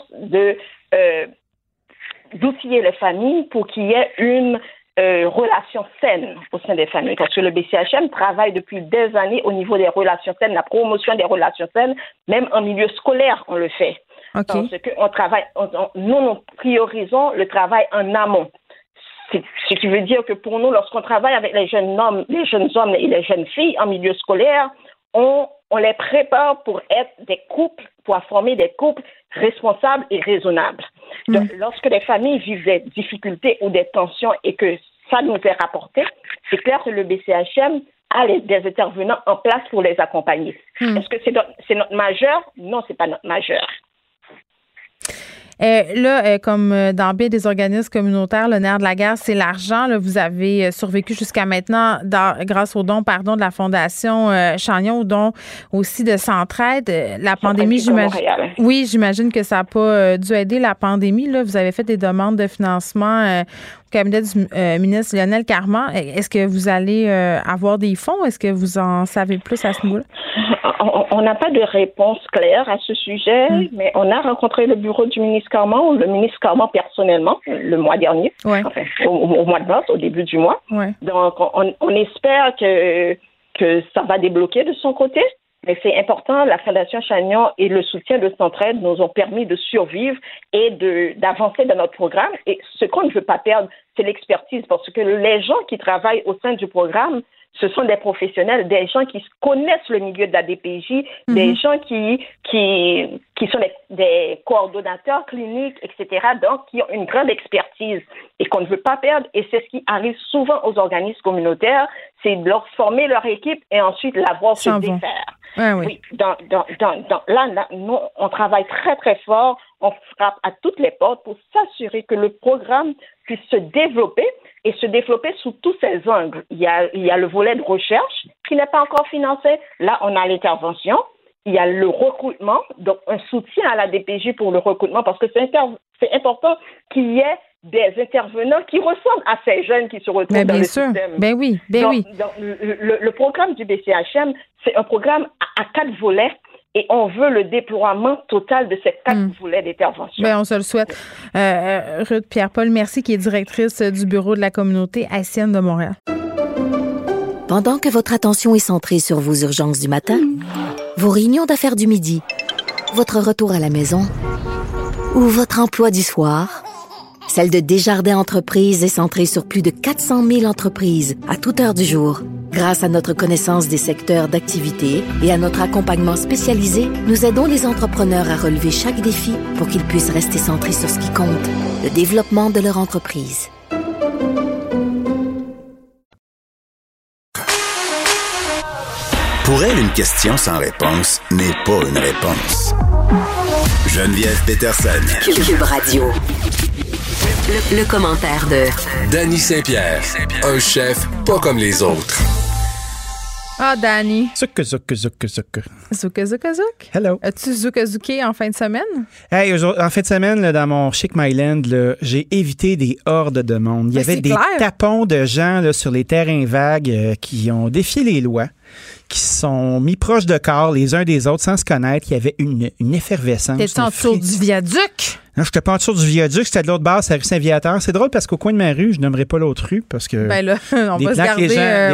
d'outiller les familles pour qu'il y ait une relation saine au sein des familles. Parce que le BCHM travaille depuis des années au niveau des relations saines, la promotion des relations saines, même en milieu scolaire, on le fait. Okay. Parce qu'on travaille, nous priorisons le travail en amont. Ce qui veut dire que pour nous, lorsqu'on travaille avec les jeunes hommes et les jeunes filles en milieu scolaire, on les prépare pour être des couples, pour former des couples responsables et raisonnables. Donc, lorsque les familles vivent des difficultés ou des tensions et que ça nous est rapporté, c'est clair que le BCHM a des intervenants en place pour les accompagner. Est-ce que c'est notre majeur? Non, c'est pas notre majeur. Comme dans bien des organismes communautaires, le nerf de la guerre, c'est l'argent. Là, vous avez survécu jusqu'à maintenant grâce aux dons, de la Fondation Chagnon, aux dons aussi de Centraide. La pandémie, j'imagine que ça n'a pas dû aider la pandémie. Là, vous avez fait des demandes de financement au cabinet du ministre Lionel Carman. Est-ce que vous allez avoir des fonds? Est-ce que vous en savez plus à ce niveau-là? On n'a pas de réponse claire à ce sujet, mais on a rencontré le bureau du ministre Carman, le ministre Carman personnellement, le mois dernier, au mois de mars, au début du mois. Donc, on espère que ça va débloquer de son côté. Mais c'est important, la Fondation Chagnon et le soutien de Centraide nous ont permis de survivre et d'avancer dans notre programme. Et ce qu'on ne veut pas perdre, c'est l'expertise, parce que les gens qui travaillent au sein du programme, ce sont des professionnels, des gens qui connaissent le milieu de la DPJ, des gens qui sont des coordonnateurs cliniques, etc., donc qui ont une grande expertise et qu'on ne veut pas perdre. Et c'est ce qui arrive souvent aux organismes communautaires, c'est de leur former leur équipe et ensuite la voir se défaire. Oui. Là, nous, on travaille très, très fort. On frappe à toutes les portes pour s'assurer que le programme puisse se développer et se développer sous tous ses angles. Il y a le volet de recherche qui n'est pas encore financé. Là, on a l'intervention. Il y a le recrutement, donc un soutien à la DPJ pour le recrutement parce que c'est important qu'il y ait des intervenants qui ressemblent à ces jeunes qui se retrouvent dans le système. Ben oui. Donc, le programme du BCHM, c'est un programme à 4 volets et on veut le déploiement total de ces 4 volets d'intervention. Ben, on se le souhaite. Ruth Pierre-Paul, merci, qui est directrice du bureau de la communauté haïtienne de Montréal. Pendant que votre attention est centrée sur vos urgences du matin, vos réunions d'affaires du midi, votre retour à la maison ou votre emploi du soir, celle de Desjardins Entreprises est centrée sur plus de 400 000 entreprises à toute heure du jour. Grâce à notre connaissance des secteurs d'activité et à notre accompagnement spécialisé, nous aidons les entrepreneurs à relever chaque défi pour qu'ils puissent rester centrés sur ce qui compte, le développement de leur entreprise. Pour elle, une question sans réponse n'est pas une réponse. Geneviève Peterson. Cube Radio. Le commentaire de Danny Saint-Pierre, un chef pas comme les autres. Ah, Danny. Zouk. Hello. As-tu zouk-zouké en fin de semaine? Hey, en fin de semaine, là, dans mon Chic Myland, là, j'ai évité des hordes de monde. Il y avait des tapons de gens là, sur les terrains vagues qui ont défié les lois, qui se sont mis proches de corps les uns des autres sans se connaître. Il y avait une effervescence. T'es en dessous du viaduc? Non, je n'étais pas en dessous du viaduc, c'était de l'autre bord, c'est la rue Saint-Viateur. C'est drôle parce qu'au coin de ma rue, je nommerai pas l'autre rue parce que ben là, on va se garder,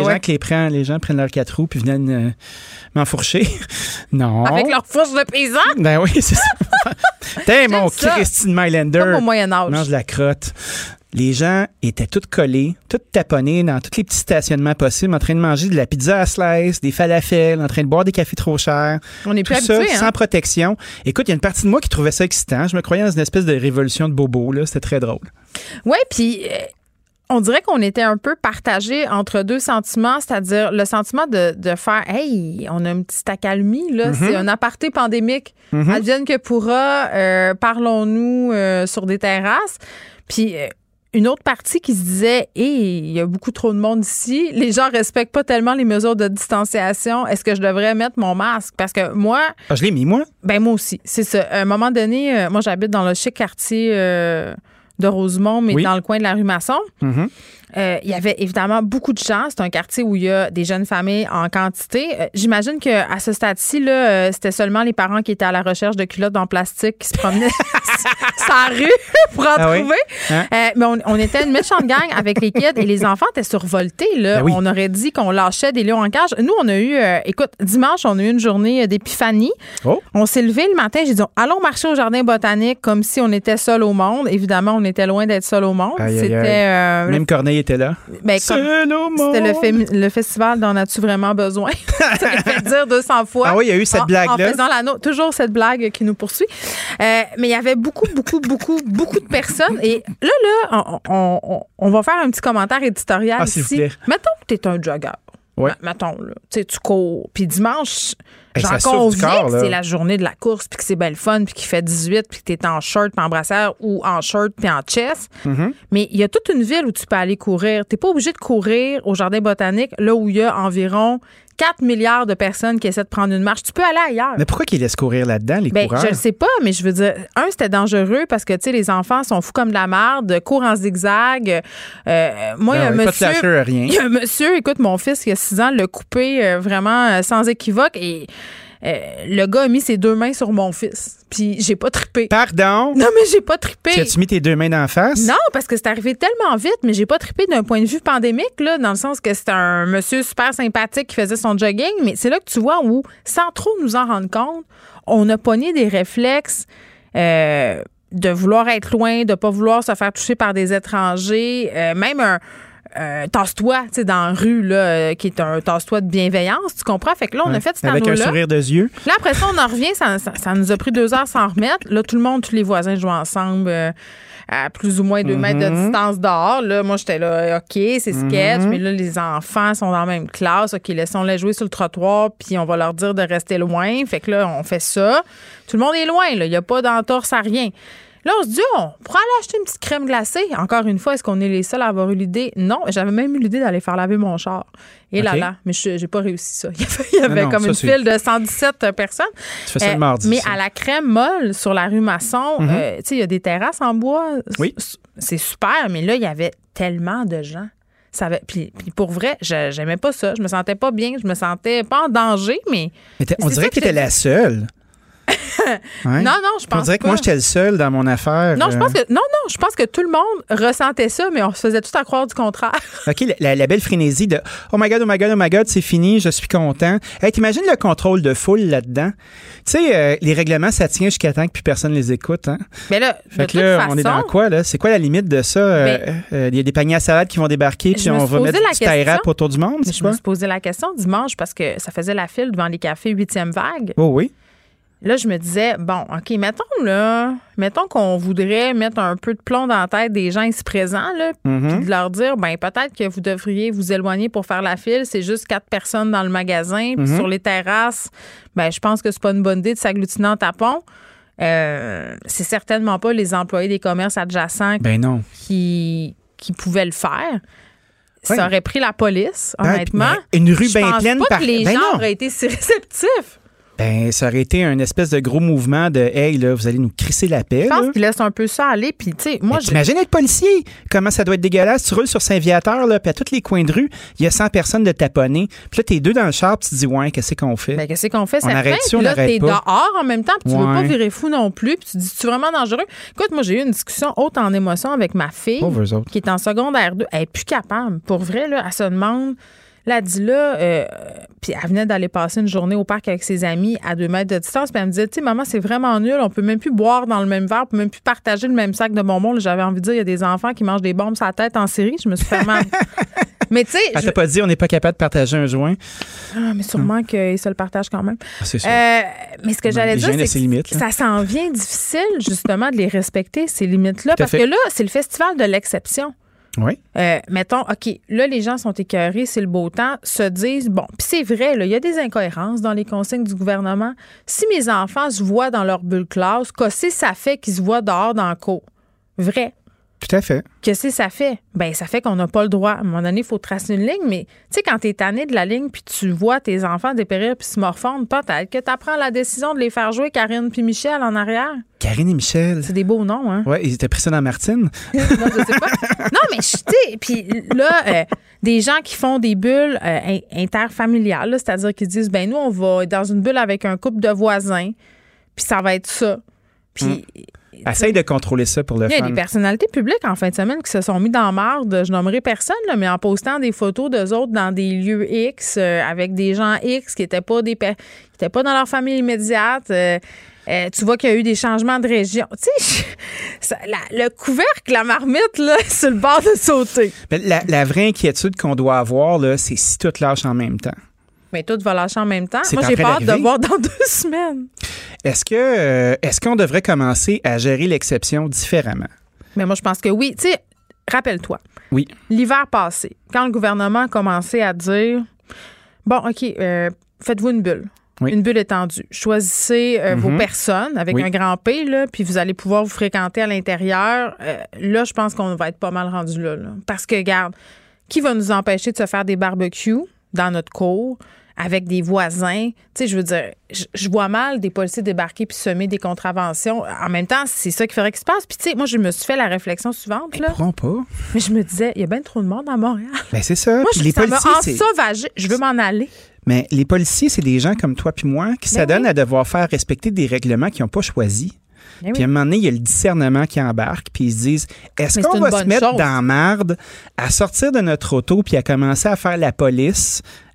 les gens prennent leurs 4 roues puis viennent m'enfourcher. Non. Avec leur fourche de paysan? Ben oui, c'est ça. T'es mon Christine Mylander. Comme au Moyen-Âge. Mange de la crotte. Les gens étaient tous collés, tous taponnés dans tous les petits stationnements possibles, en train de manger de la pizza à slice, des falafels, en train de boire des cafés trop chers. On est plus habitués, sans protection. Écoute, il y a une partie de moi qui trouvait ça excitant. Je me croyais dans une espèce de révolution de bobo, là. C'était très drôle. Oui, puis on dirait qu'on était un peu partagés entre deux sentiments, c'est-à-dire le sentiment de faire « Hey, on a une petite accalmie, là. C'est un aparté pandémique. Advienne que pourra, parlons-nous sur des terrasses. » Puis une autre partie qui se disait « Hey, il y a beaucoup trop de monde ici. Les gens respectent pas tellement les mesures de distanciation. Est-ce que je devrais mettre mon masque? » Parce que moi... Ah, je l'ai mis, moi? Ben moi aussi, c'est ça. À un moment donné, moi, j'habite dans le chic quartier de Rosemont, mais dans le coin de la rue Masson. Il y avait évidemment beaucoup de gens. C'est un quartier où il y a des jeunes familles en quantité. J'imagine qu'à ce stade-ci, là, c'était seulement les parents qui étaient à la recherche de culottes en plastique qui se promenaient sur la rue pour en trouver. Oui. Hein? Mais on était une méchante gang avec les kids et les enfants étaient survoltés. Là. Ben oui. On aurait dit qu'on lâchait des lions en cage. Nous, on a eu, écoute, dimanche, on a eu une journée d'épiphanie. Oh. On s'est levé le matin, j'ai dit, allons marcher au jardin botanique comme si on était seul au monde. Évidemment, on était loin d'être seul au monde. C'était même Corneille était là. Ben, c'était le festival d'en as-tu vraiment besoin? Ça m'a fait dire 200 fois. Ah oui, il y a eu cette blague-là. En faisant toujours cette blague qui nous poursuit. Mais il y avait beaucoup de personnes. Et là, on va faire un petit commentaire éditorial ici. S'il vous plaît. Mettons que tu es un jogger. Ouais. Mettons, là, tu cours. Puis dimanche, j'en conviens que c'est la journée de la course, puis que c'est belle fun, puis qu'il fait 18, puis que t'es en short, puis en brassière, ou en short, puis en chest. Mais il y a toute une ville où tu peux aller courir. T'es pas obligé de courir au jardin botanique, là où il y a environ 4 milliards de personnes qui essaient de prendre une marche. Tu peux aller ailleurs. Mais pourquoi qu'ils laissent courir là-dedans, les coureurs? Je le sais pas, mais je veux dire, c'était dangereux parce que, tu sais, les enfants sont fous comme de la merde, courent en zigzag. Moi, il y a un monsieur... Pas de flasher, rien. Il y a un monsieur, écoute, mon fils, qui a 6 ans, l'a coupé vraiment sans équivoque et... le gars a mis ses 2 mains sur mon fils. Puis j'ai pas trippé. Pardon? Non, mais j'ai pas trippé. As-tu mis tes 2 mains d'en face? Non, parce que c'est arrivé tellement vite, mais j'ai pas trippé d'un point de vue pandémique, là, dans le sens que c'est un monsieur super sympathique qui faisait son jogging. Mais c'est là que tu vois où, sans trop nous en rendre compte, on a pogné des réflexes de vouloir être loin, de pas vouloir se faire toucher par des étrangers. Même tasse-toi, tu sais, dans la rue, là, qui est un tasse-toi de bienveillance, tu comprends? Fait que là, on a fait cet anneau-là. Avec un sourire de yeux. Là, après ça, on en revient, ça nous a pris 2 heures sans remettre. Là, tout le monde, tous les voisins jouent ensemble à plus ou moins 2 mètres de distance dehors. Là, moi, j'étais là, OK, c'est sketch, mais là, les enfants sont dans la même classe. OK, laissons-les jouer sur le trottoir, puis on va leur dire de rester loin. Fait que là, on fait ça. Tout le monde est loin, là. Il n'y a pas d'entorse à rien. Là, on se dit, on pourrait aller acheter une petite crème glacée. Encore une fois, est-ce qu'on est les seuls à avoir eu l'idée? Non, j'avais même eu l'idée d'aller faire laver mon char. Et là, mais j'ai pas réussi ça. Il y avait comme une file de 117 personnes. Tu fais ça le mardi. Mais à la crème molle, sur la rue Masson, tu sais, il y a des terrasses en bois. Oui. C'est super, mais là, il y avait tellement de gens. Puis pour vrai, j'aimais pas ça. Je me sentais pas bien. Je me sentais pas en danger, mais on dirait que tu étais la seule. Ouais. Non, je pense pas. On dirait que moi, j'étais le seul dans mon affaire. Non, je pense que tout le monde ressentait ça, mais on se faisait tout à croire du contraire. OK, la belle frénésie de « Oh my God, oh my God, oh my God, c'est fini, je suis content. » Hey, t'imagines le contrôle de foule là-dedans? Tu sais, les règlements, ça tient jusqu'à temps que plus personne les écoute. Hein? Mais là, fait que là, on est dans quoi, là? C'est quoi la limite de ça? Il y a des paniers à salade qui vont débarquer, puis on va mettre du taille rap autour du monde, je me suis posé la question dimanche parce que ça faisait la file devant les cafés 8e vague. Oh oui. Là, je me disais, bon, OK, mettons qu'on voudrait mettre un peu de plomb dans la tête des gens ici présents, là, puis de leur dire, ben peut-être que vous devriez vous éloigner pour faire la file. C'est juste 4 personnes dans le magasin. Puis sur les terrasses, ben je pense que c'est pas une bonne idée de s'agglutiner en tapon. C'est certainement pas les employés des commerces adjacents qui pouvaient le faire. Ça aurait pris la police, honnêtement. Une rue bien pleine. Je pense pas que les gens auraient été si réceptifs. Ben, ça aurait été un espèce de gros mouvement de « Hey, là, vous allez nous crisser la paix. » Je pense qu'ils laissent un peu ça aller. Puis, tu sais, moi, t'imagines être policier? Comment ça doit être dégueulasse? Tu roules sur Saint-Viateur, là, puis à tous les coins de rue, il y a 100 personnes de taponner. Puis là, t'es 2 dans le char, puis tu te dis « Ouais, qu'est-ce qu'on fait? » Ben, qu'est-ce qu'on fait? On arrête-tu, on là, n'arrête t'es pas. Dehors en même temps, puis tu veux pas virer fou non plus. Puis tu te dis « C'est vraiment dangereux? » Écoute, moi, j'ai eu une discussion haute en émotion avec ma fille, qui est en secondaire 2. Elle est plus capable. Pour vrai, là, elle se demande... Là, elle dit puis elle venait d'aller passer une journée au parc avec ses amis à 2 mètres de distance. Puis elle me disait, tu sais, maman, c'est vraiment nul. On peut même plus boire dans le même verre, on peut même plus partager le même sac de bonbons. Là, j'avais envie de dire, il y a des enfants qui mangent des bombes sur la tête en série. Je me suis fait mal. Mais tu sais. Elle t'a pas dit, on n'est pas capable de partager un joint. Ah, mais sûrement qu'ils se le partagent quand même. C'est sûr. Mais ce que j'allais dire, c'est que ça s'en vient difficile, justement, de les respecter, ces limites-là. Parce que là, c'est le festival de l'exception. Oui. Mettons, OK, là, les gens sont écœurés, c'est le beau temps, se disent, bon, puis c'est vrai, il y a des incohérences dans les consignes du gouvernement. Si mes enfants se voient dans leur bulle classe, qu'est-ce que ça fait qu'ils se voient dehors dans le cours? Vrai. Tout à fait. Qu'est-ce que ça fait? Ben ça fait qu'on n'a pas le droit. À un moment donné, il faut tracer une ligne, mais tu sais, quand t'es tanné de la ligne puis tu vois tes enfants dépérir puis se morfondre, peut-être que t'apprends la décision de les faire jouer Karine puis Michel en arrière. Karine et Michel. C'est des beaux noms, hein? Oui, ils étaient pris ça dans Martine. Non, je sais pas. Non, mais tu sais, puis là, des gens qui font des bulles interfamiliales, là, c'est-à-dire qu'ils disent, ben nous, on va être dans une bulle avec un couple de voisins, puis ça va être ça. Puis... Essaye de contrôler ça pour le fun. Il y a des personnalités publiques en fin de semaine qui se sont mis dans la marde, je nommerai personne, là, mais en postant des photos d'eux autres dans des lieux X avec des gens X qui n'étaient pas dans leur famille immédiate. Tu vois qu'il y a eu des changements de région. Tu sais, le couvercle, la marmite, là, sur le bord de sauter. Mais la vraie inquiétude qu'on doit avoir, là, c'est si tout lâche en même temps. Mais tout va lâcher en même temps. Moi, j'ai peur de voir dans 2 semaines. Est-ce qu'on devrait commencer à gérer l'exception différemment? Mais moi, je pense que oui. Tu sais, rappelle-toi. Oui. L'hiver passé, quand le gouvernement a commencé à dire, bon, OK, faites-vous une bulle. Oui. Une bulle étendue. Choisissez vos personnes avec un grand P, là, puis vous allez pouvoir vous fréquenter à l'intérieur. Là, je pense qu'on va être pas mal rendu là. Parce que, regarde, qui va nous empêcher de se faire des barbecues dans notre cour avec des voisins? Tu sais, je veux dire, je vois mal des policiers débarquer puis semer des contraventions. En même temps, c'est ça qu'il faudrait qu'il se passe. Puis, tu sais, moi, je me suis fait la réflexion suivante. Ils pourront pas. Mais je me disais, il y a bien trop de monde à Montréal. Ben c'est ça. Moi, les ça policiers, m'a ensauvagé. Je veux m'en aller. Mais les policiers, c'est des gens comme toi puis moi qui s'adonnent à devoir faire respecter des règlements qu'ils n'ont pas choisis. Puis à un moment donné, il y a le discernement qui embarque, puis ils se disent, est-ce qu'on va se mettre dans la marde à sortir de notre auto puis à commencer à faire la police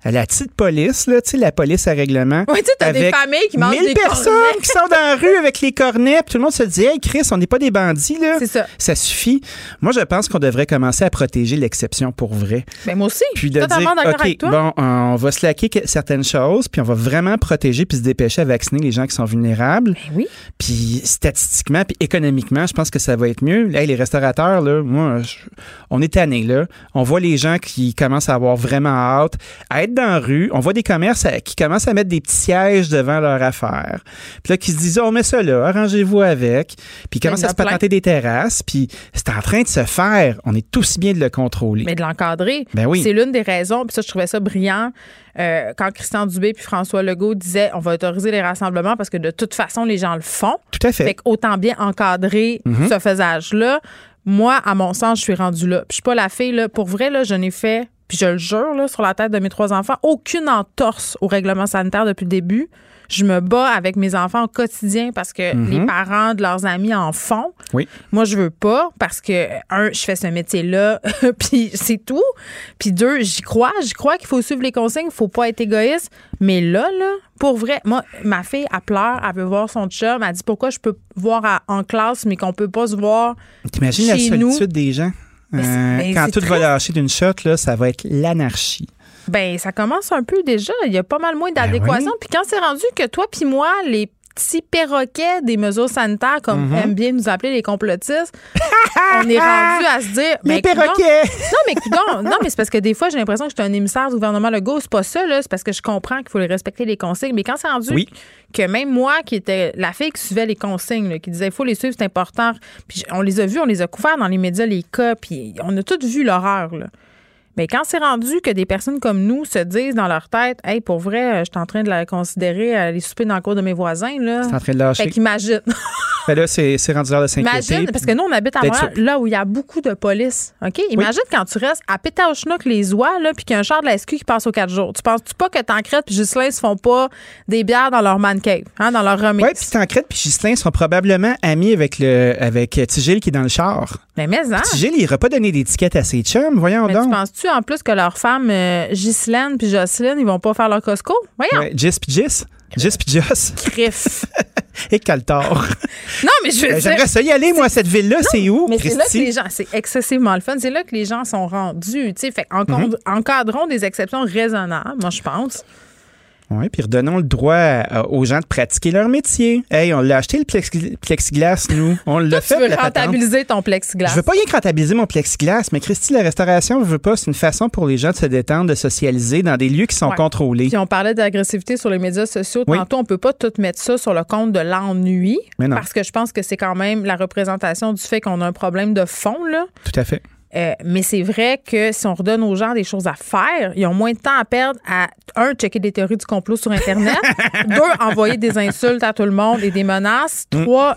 à la petite police, là, tu sais, la police à règlement. Oui, tu sais, t'as des familles qui mangent des 1000 personnes qui sont dans la rue avec les cornets, puis tout le monde se dit, hey, Chris, on n'est pas des bandits, là. C'est ça. Ça suffit. Moi, je pense qu'on devrait commencer à protéger l'exception pour vrai. Ben, moi aussi. Puis de totalement dire, d'accord OK, avec toi. bon, on va slacker certaines choses, puis on va vraiment protéger puis se dépêcher à vacciner les gens qui sont vulnérables. Ben oui. Puis statistiquement, puis économiquement, je pense que ça va être mieux. Hey, les restaurateurs, là, moi, on est tannés, là. On voit les gens qui commencent à avoir vraiment hâte à être dans la rue. On voit des commerces qui commencent à mettre des petits sièges devant leur affaire. Puis là, qui se disent, on met ça là, arrangez-vous avec. Puis ils commencent à se patenter des terrasses. Puis c'est en train de se faire. On est aussi bien de le contrôler. Mais de l'encadrer. Ben oui. C'est l'une des raisons. Puis ça, je trouvais ça brillant. Quand Christian Dubé puis François Legault disaient on va autoriser les rassemblements parce que de toute façon, les gens le font. Tout à fait. Fait qu'autant bien encadrer ce faisage-là. Moi, à mon sens, je suis rendue là. Puis je suis pas la fille, là. Pour vrai, là, je n'ai fait, puis je le jure, là, sur la tête de mes 3 enfants, aucune entorse au règlement sanitaire depuis le début. Je me bats avec mes enfants au quotidien parce que les parents de leurs amis en font. Oui. Moi, je veux pas parce que, 1, je fais ce métier-là, puis c'est tout. Puis 2, j'y crois qu'il faut suivre les consignes, il faut pas être égoïste. Mais là, pour vrai, moi, ma fille, elle pleure, elle veut voir son chum, elle dit pourquoi je peux voir en classe, mais qu'on peut pas se voir T'imagines chez la nous. solitude des gens? Quand tout va lâcher d'une shot, là, ça va être l'anarchie. Ben, ça commence un peu déjà. Il y a pas mal moins d'adéquation. Puis quand c'est rendu que toi puis moi, les petits perroquets des mesures sanitaires, comme aiment bien nous appeler les complotistes, on est rendu à se dire... Les perroquets! Non, mais c'est parce que des fois, j'ai l'impression que je suis un émissaire du gouvernement Legault. C'est pas ça, là. C'est parce que je comprends qu'il faut respecter les consignes. Mais quand c'est rendu que même moi, qui était la fille qui suivait les consignes, là, qui disait il faut les suivre, c'est important. Puis on les a vus, on les a couverts dans les médias, les cas, puis on a tous vu l'horreur, là. Mais quand c'est rendu que des personnes comme nous se disent dans leur tête « Hey, pour vrai, je suis en train de la considérer aller souper dans le cours de mes voisins. » là. C'est en train de lâcher. Fait qu'imagine. Ben là, c'est rendu l'heure de s'inquiéter. Imagine, parce que nous, on habite à Montréal, là où il y a beaucoup de police. OK? Imagine quand tu restes à Pétaouchnouk, les oies, là, puis qu'il y a un char de la SQ qui passe aux 4 jours. Tu penses-tu pas que Tancrède puis Ghislain se font pas des bières dans leur man cave, dans leur remise? Oui, puis Tancrède puis Ghislain sont probablement amis avec Tigil qui est dans le char. Mais Tigil, il n'ira pas donner d'étiquette à ses chums. Voyons donc. Tu penses-tu en plus que leurs femmes, Ghislaine puis Jocelyne, ils vont pas faire leur Costco? Voyons. Ouais, Gis puis Gis. Gis puis Joss. Criff. Et Caltor. Non, mais je veux dire... J'aimerais ça y aller, moi, cette ville-là. C'est où, mais Christy? c'est là que les gens... C'est excessivement le fun. C'est là que les gens sont rendus. Tu sais, fait encadrons des exceptions raisonnables, moi, je pense. Oui, puis redonnons le droit aux gens de pratiquer leur métier. Hey, on l'a acheté, le plexiglas, nous. On l'a fait. Tu veux rentabiliser ton plexiglas. Je veux pas rien que rentabiliser mon plexiglas, mais Christy, la restauration, je veux pas. C'est une façon pour les gens de se détendre, de socialiser dans des lieux qui sont contrôlés. Puis on parlait d'agressivité sur les médias sociaux. Tantôt, on peut pas tout mettre ça sur le compte de l'ennui. Parce que je pense que c'est quand même la représentation du fait qu'on a un problème de fond, là. Tout à fait. Mais c'est vrai que si on redonne aux gens des choses à faire, ils ont moins de temps à perdre à, 1, checker des théories du complot sur Internet, 2, envoyer des insultes à tout le monde et des menaces, 3, tu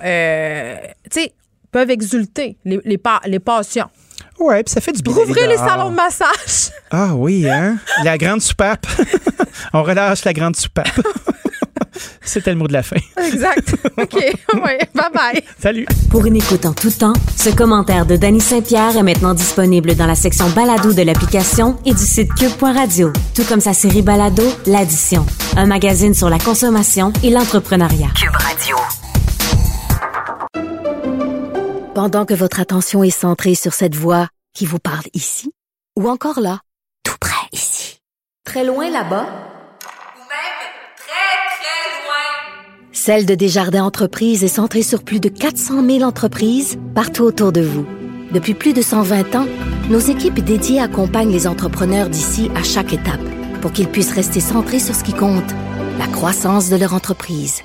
sais, peuvent exulter les passions. Oui, puis ça fait du bien. Rouvrez les salons de massage. Ah oui, hein? La grande soupape. On relâche la grande soupape. C'était le mot de la fin. Exact. OK. Oui. Bye-bye. Salut. Pour une écoute en tout temps, ce commentaire de Dany Saint-Pierre est maintenant disponible dans la section balado de l'application et du site cube.radio. Tout comme sa série balado, L'Addition. Un magazine sur la consommation et l'entrepreneuriat. Cube Radio. Pendant que votre attention est centrée sur cette voix qui vous parle ici, ou encore là, tout près ici, très loin là-bas, Celle de Desjardins Entreprises est centrée sur plus de 400 000 entreprises partout autour de vous. Depuis plus de 120 ans, nos équipes dédiées accompagnent les entrepreneurs d'ici à chaque étape pour qu'ils puissent rester centrés sur ce qui compte, la croissance de leur entreprise.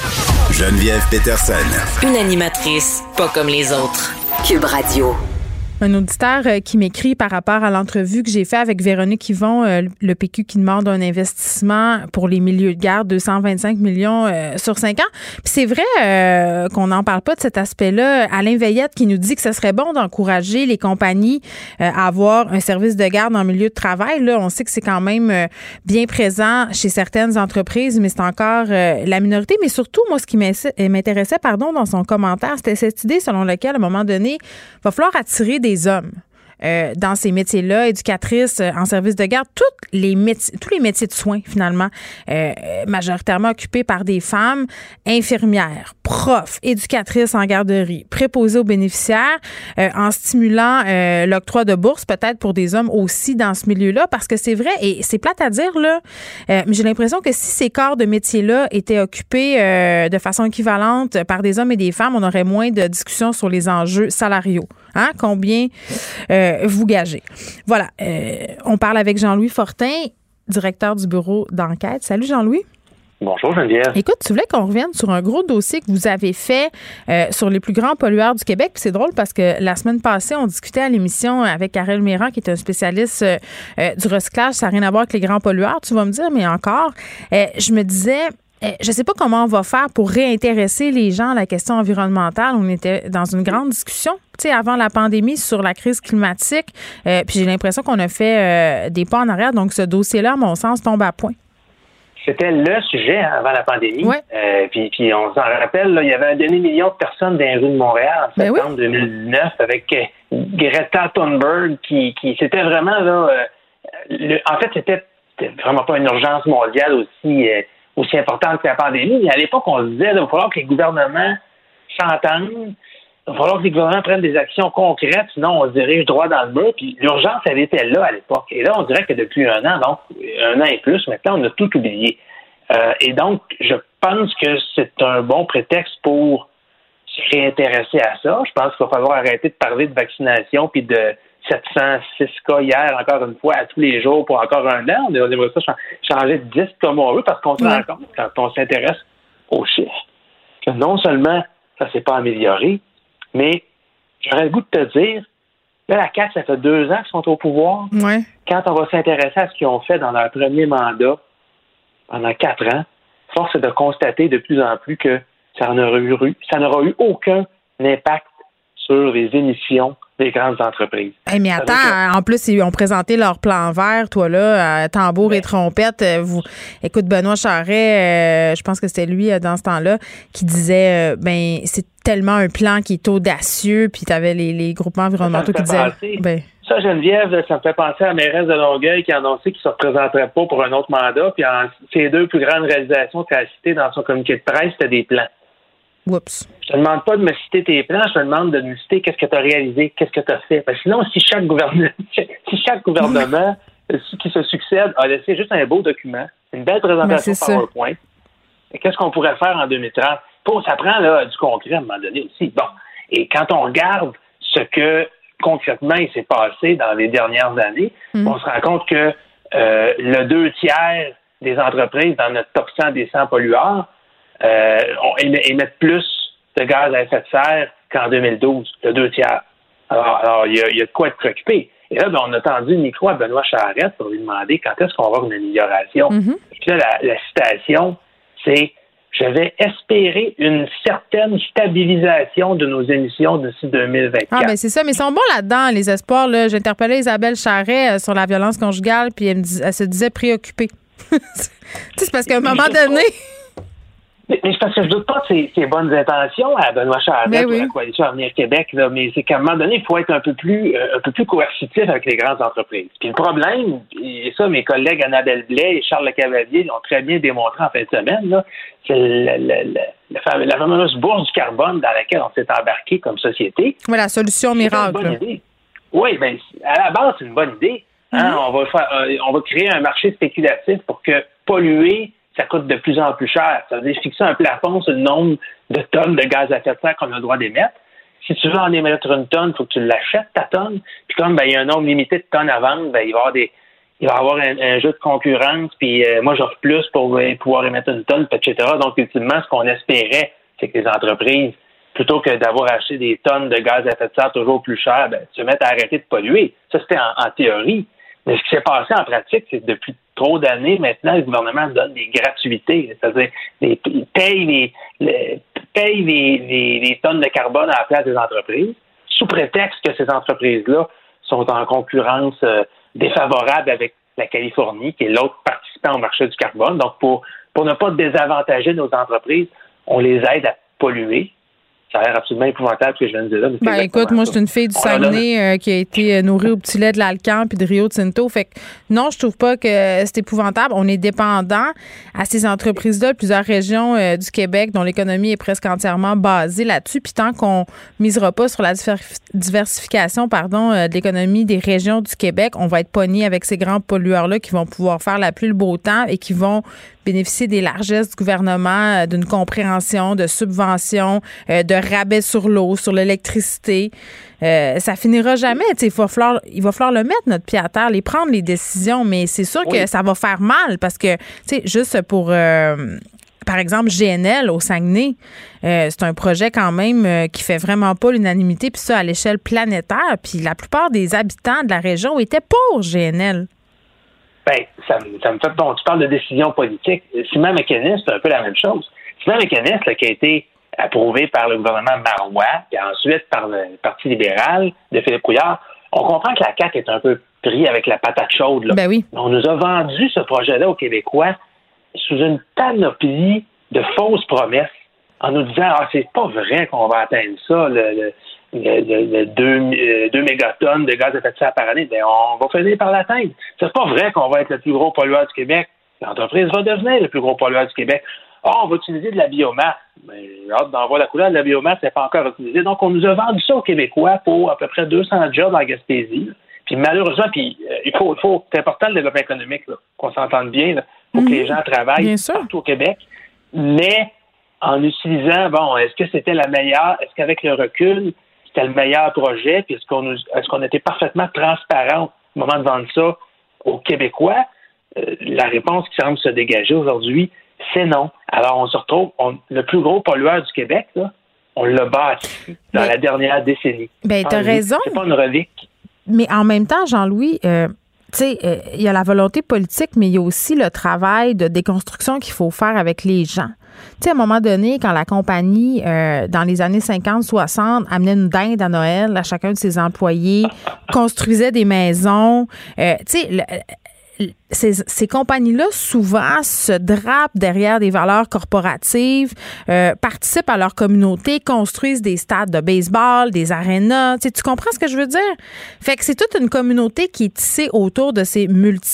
Geneviève Peterson. Une animatrice pas comme les autres. Cube Radio. Un auditeur qui m'écrit par rapport à l'entrevue que j'ai faite avec Véronique Yvon, le PQ qui demande un investissement pour les milieux de garde, 225 millions sur 5 ans. Puis c'est vrai qu'on n'en parle pas de cet aspect-là. Alain Veillette qui nous dit que ce serait bon d'encourager les compagnies à avoir un service de garde en milieu de travail. Là, on sait que c'est quand même bien présent chez certaines entreprises, mais c'est encore la minorité. Mais surtout, moi, ce qui m'intéressait, dans son commentaire, c'était cette idée selon laquelle, à un moment donné, il va falloir attirer des hommes dans ces métiers-là, éducatrices en service de garde, tous les métiers de soins, finalement, majoritairement occupés par des femmes, infirmières, profs, éducatrices en garderie, préposées aux bénéficiaires, en stimulant l'octroi de bourses, peut-être pour des hommes aussi dans ce milieu-là, parce que c'est vrai, et c'est plate à dire, là, mais j'ai l'impression que si ces corps de métiers-là étaient occupés de façon équivalente par des hommes et des femmes, on aurait moins de discussions sur les enjeux salariaux. Hein? Combien vous gagez? Voilà. On parle avec Jean-Louis Fortin, directeur du bureau d'enquête. Salut Jean-Louis. Bonjour Geneviève. Écoute, tu voulais qu'on revienne sur un gros dossier que vous avez fait sur les plus grands pollueurs du Québec. Puis c'est drôle parce que la semaine passée, on discutait à l'émission avec Karel Méran, qui est un spécialiste du recyclage. Ça n'a rien à voir avec les grands pollueurs, tu vas me dire, mais encore, je me disais... Je ne sais pas comment on va faire pour réintéresser les gens à la question environnementale. On était dans une grande discussion, tu sais, avant la pandémie sur la crise climatique. Puis j'ai l'impression qu'on a fait des pas en arrière. Donc, ce dossier-là, à mon sens, tombe à point. C'était le sujet avant la pandémie. Ouais. Puis on s'en rappelle, là, il y avait un demi-million de personnes dans les rues de Montréal en septembre 2019 avec Greta Thunberg qui c'était vraiment là. En fait, c'était vraiment pas une urgence mondiale aussi importante que la pandémie. Mais à l'époque, on se disait, il va falloir que les gouvernements s'entendent, il va falloir que les gouvernements prennent des actions concrètes, sinon on se dirige droit dans le mur. Puis l'urgence, elle était là à l'époque. Et là, on dirait que depuis un an et plus, maintenant, on a tout oublié. Et donc, je pense que c'est un bon prétexte pour se réintéresser à ça. Je pense qu'il va falloir arrêter de parler de vaccination puis de 706 cas hier, encore une fois, à tous les jours pour encore un an. On aimerait ça changer de 10 comme on veut parce qu'on se rend compte, quand on s'intéresse aux chiffres, que non seulement ça ne s'est pas amélioré, mais j'aurais le goût de te dire, là, la CAQ, ça fait 2 ans qu'ils sont au pouvoir. Ouais. Quand on va s'intéresser à ce qu'ils ont fait dans leur premier mandat, pendant 4 ans, force est de constater de plus en plus que ça n'aura eu aucun impact sur les émissions des grandes entreprises. Hey, mais attends, en plus, ils ont présenté leur plan vert, toi là, tambour et trompette. Écoute, Benoît Charest, je pense que c'était lui dans ce temps-là, qui disait, c'est tellement un plan qui est audacieux, puis tu avais les groupements environnementaux qui disaient... Ça, Geneviève, ça me fait penser à la mairesse de Longueuil qui a annoncé qu'il ne se représenterait pas pour un autre mandat, puis ses 2 plus grandes réalisations qu'elle a citées dans son communiqué de presse, c'était des plans. Oups. Je te demande pas de me citer tes plans, je te demande de me citer qu'est-ce que tu as réalisé, qu'est-ce que tu as fait. Parce que sinon, si chaque gouvernement qui se succède a laissé juste un beau document, une belle présentation PowerPoint, qu'est-ce qu'on pourrait faire en 2030? Ça prend là, du concret à un moment donné aussi. Bon. Et quand on regarde ce que concrètement il s'est passé dans les dernières années, on se rend compte que le 2/3 des entreprises dans notre top 100 des 100 pollueurs émettent plus de gaz à effet de serre qu'en 2012, le 2/3. Alors il y a de quoi être préoccupé. Et là, on a tendu le micro à Benoît Charest pour lui demander quand est-ce qu'on va avoir une amélioration. Puis là, la citation, c'est « Je vais espérer une certaine stabilisation de nos émissions d'ici 2024. » Ah, ben c'est ça, mais ils sont bons là-dedans, les espoirs. Là. J'ai interpellé Isabelle Charest sur la violence conjugale, puis elle se disait préoccupée. C'est parce qu'à un moment donné... Mais c'est parce que je doute pas de ses bonnes intentions à Benoît Charest ou à la Coalition Avenir Québec, là, mais c'est qu'à un moment donné, il faut être un peu plus coercitif avec les grandes entreprises. Puis le problème, et ça, mes collègues Annabelle Blais et Charles Lecavalier l'ont très bien démontré en fin de semaine, là, c'est la fameuse bourse du carbone dans laquelle on s'est embarqué comme société. Oui, la solution miracle. C'est une bonne idée. Oui, bien, à la base, c'est une bonne idée. Hein? On va créer un marché spéculatif pour que polluer, ça coûte de plus en plus cher. Ça veut dire fixer un plafond sur le nombre de tonnes de gaz à effet de serre qu'on a le droit d'émettre. Si tu veux en émettre une tonne, il faut que tu l'achètes, ta tonne. Puis comme il y a un nombre limité de tonnes à vendre, il va y avoir un jeu de concurrence, puis moi j'offre plus pour pouvoir émettre une tonne, etc. Donc ultimement, ce qu'on espérait, c'est que les entreprises plutôt que d'avoir acheté des tonnes de gaz à effet de serre toujours plus cher, se mettre à arrêter de polluer. Ça, c'était en théorie. Mais ce qui s'est passé en pratique, c'est que depuis trop d'années, maintenant, le gouvernement donne des gratuités. C'est-à-dire, paye les tonnes de carbone à la place des entreprises, sous prétexte que ces entreprises-là sont en concurrence défavorable avec la Californie, qui est l'autre participant au marché du carbone. Donc, pour ne pas désavantager nos entreprises, on les aide à polluer. Ça a l'air absolument épouvantable ce que je viens de dire là. Écoute, moi, je suis une fille du Saguenay qui a été nourrie au petit lait de l'Alcan puis de Rio Tinto. Fait que non, je trouve pas que c'est épouvantable. On est dépendant à ces entreprises-là de plusieurs régions du Québec dont l'économie est presque entièrement basée là-dessus. Puis tant qu'on misera pas sur la diversification de l'économie des régions du Québec, on va être pogné avec ces grands pollueurs-là qui vont pouvoir faire la pluie, le beau temps et qui vont bénéficier des largesses du gouvernement, d'une compréhension, de subventions, de rabais sur l'eau, sur l'électricité. Ça finira jamais. Il va falloir le mettre, notre pied à terre, prendre les décisions, mais c'est sûr que ça va faire mal parce que, juste pour... par exemple, GNL au Saguenay, c'est un projet quand même qui fait vraiment pas l'unanimité, puis ça à l'échelle planétaire. Puis la plupart des habitants de la région étaient pour GNL. Ça me fait... Bon, tu parles de décision politique. Ciment mécaniste, c'est un peu la même chose. Ciment mécaniste, qui a été approuvé par le gouvernement Marois, puis ensuite par le Parti libéral de Philippe Couillard, on comprend que la CAQ est un peu pris avec la patate chaude. Là. Ben oui. On nous a vendu ce projet-là aux Québécois sous une panoplie de fausses promesses en nous disant « c'est pas vrai qu'on va atteindre ça, le 2 mégatonnes de gaz à effet de serre par année, on va finir par l'atteindre. C'est pas vrai qu'on va être le plus gros pollueur du Québec. L'entreprise va devenir le plus gros pollueur du Québec. On va utiliser de la biomasse. J'ai hâte d'en voir la couleur de la biomasse, n'est pas encore utilisée. Donc, on nous a vendu ça aux Québécois pour à peu près 200 jobs en Gaspésie. Puis malheureusement, il faut c'est important le développement économique, là, qu'on s'entende bien. Il faut que les gens travaillent partout au Québec. Mais en utilisant, est-ce que c'était la meilleure, est-ce qu'avec le recul, c'était le meilleur projet, puis est-ce qu'on était parfaitement transparent au moment de vendre ça aux Québécois? La réponse qui semble se dégager aujourd'hui, c'est non. Alors, on se retrouve, le plus gros pollueur du Québec, là, on l'a bâti dans la dernière décennie. T'as raison. C'est pas une relique. Mais en même temps, Jean-Louis, il y a la volonté politique, mais il y a aussi le travail de déconstruction qu'il faut faire avec les gens. À un moment donné, quand la compagnie, dans les années 50-60, amenait une dinde à Noël à chacun de ses employés, construisait des maisons, ces compagnies-là, souvent, se drapent derrière des valeurs corporatives, participent à leur communauté, construisent des stades de baseball, des arénas. Tu comprends ce que je veux dire? Fait que c'est toute une communauté qui est tissée autour de ces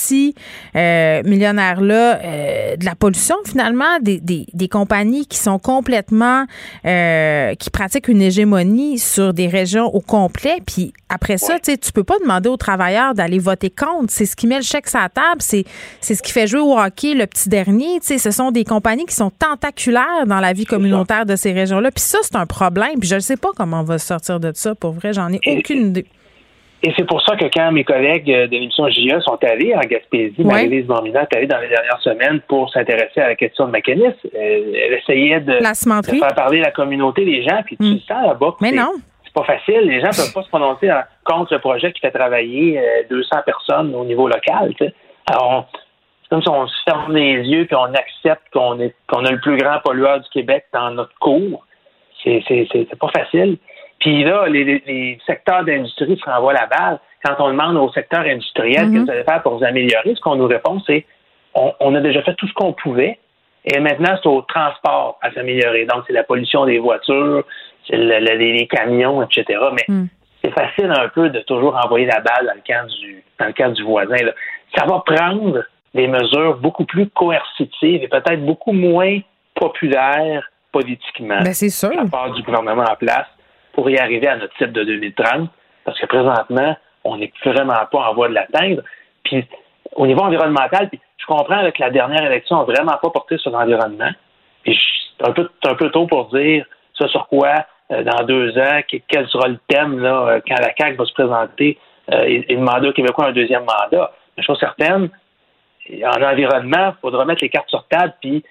multi-millionnaires-là, de la pollution, finalement, des compagnies qui sont complètement... qui pratiquent une hégémonie sur des régions au complet. Puis après ça, tu peux pas demander aux travailleurs d'aller voter contre. C'est ce qui met le chèque sur la table. C'est ce qui fait jouer au hockey le petit dernier. Ce sont des compagnies qui sont tentaculaires dans la vie communautaire de ces régions-là. Puis ça, c'est un problème. Puis je ne sais pas comment on va sortir de ça. Pour vrai, j'en ai aucune idée. Et c'est pour ça que quand mes collègues de l'émission JA sont allés en Gaspésie, Marie-Lise Mormina est allée dans les dernières semaines pour s'intéresser à la question de mécanisme. Elle essayait de faire parler la communauté, les gens. Puis tu le sens là-bas. Mais non. C'est pas facile. Les gens ne peuvent pas se prononcer contre le projet qui fait travailler 200 personnes au niveau local. T'sais. Alors, c'est comme si on se ferme les yeux puis on accepte qu'on a le plus grand pollueur du Québec dans notre cour. C'est pas facile. Puis là, les secteurs d'industrie se renvoient la balle. Quand on demande au secteur industriel qu'est-ce que vous allez faire pour vous améliorer, ce qu'on nous répond, c'est on a déjà fait tout ce qu'on pouvait et maintenant, c'est au transport à s'améliorer. Donc, c'est la pollution des voitures, c'est les camions, etc. Mais c'est facile un peu de toujours envoyer la balle dans le camp du voisin. Là. Ça va prendre des mesures beaucoup plus coercitives et peut-être beaucoup moins populaires politiquement c'est sûr. de la part du gouvernement en place pour y arriver à notre cible de 2030, parce que présentement, on n'est vraiment pas en voie de l'atteindre. Puis, au niveau environnemental, puis je comprends que la dernière élection n'a vraiment pas porté sur l'environnement. Puis, c'est un peu tôt pour dire ça sur quoi, dans 2 ans, quel sera le thème là, quand la CAQ va se présenter et demander aux Québécois un deuxième mandat. Mais chose certaine, en environnement, il faudra mettre les cartes sur table puis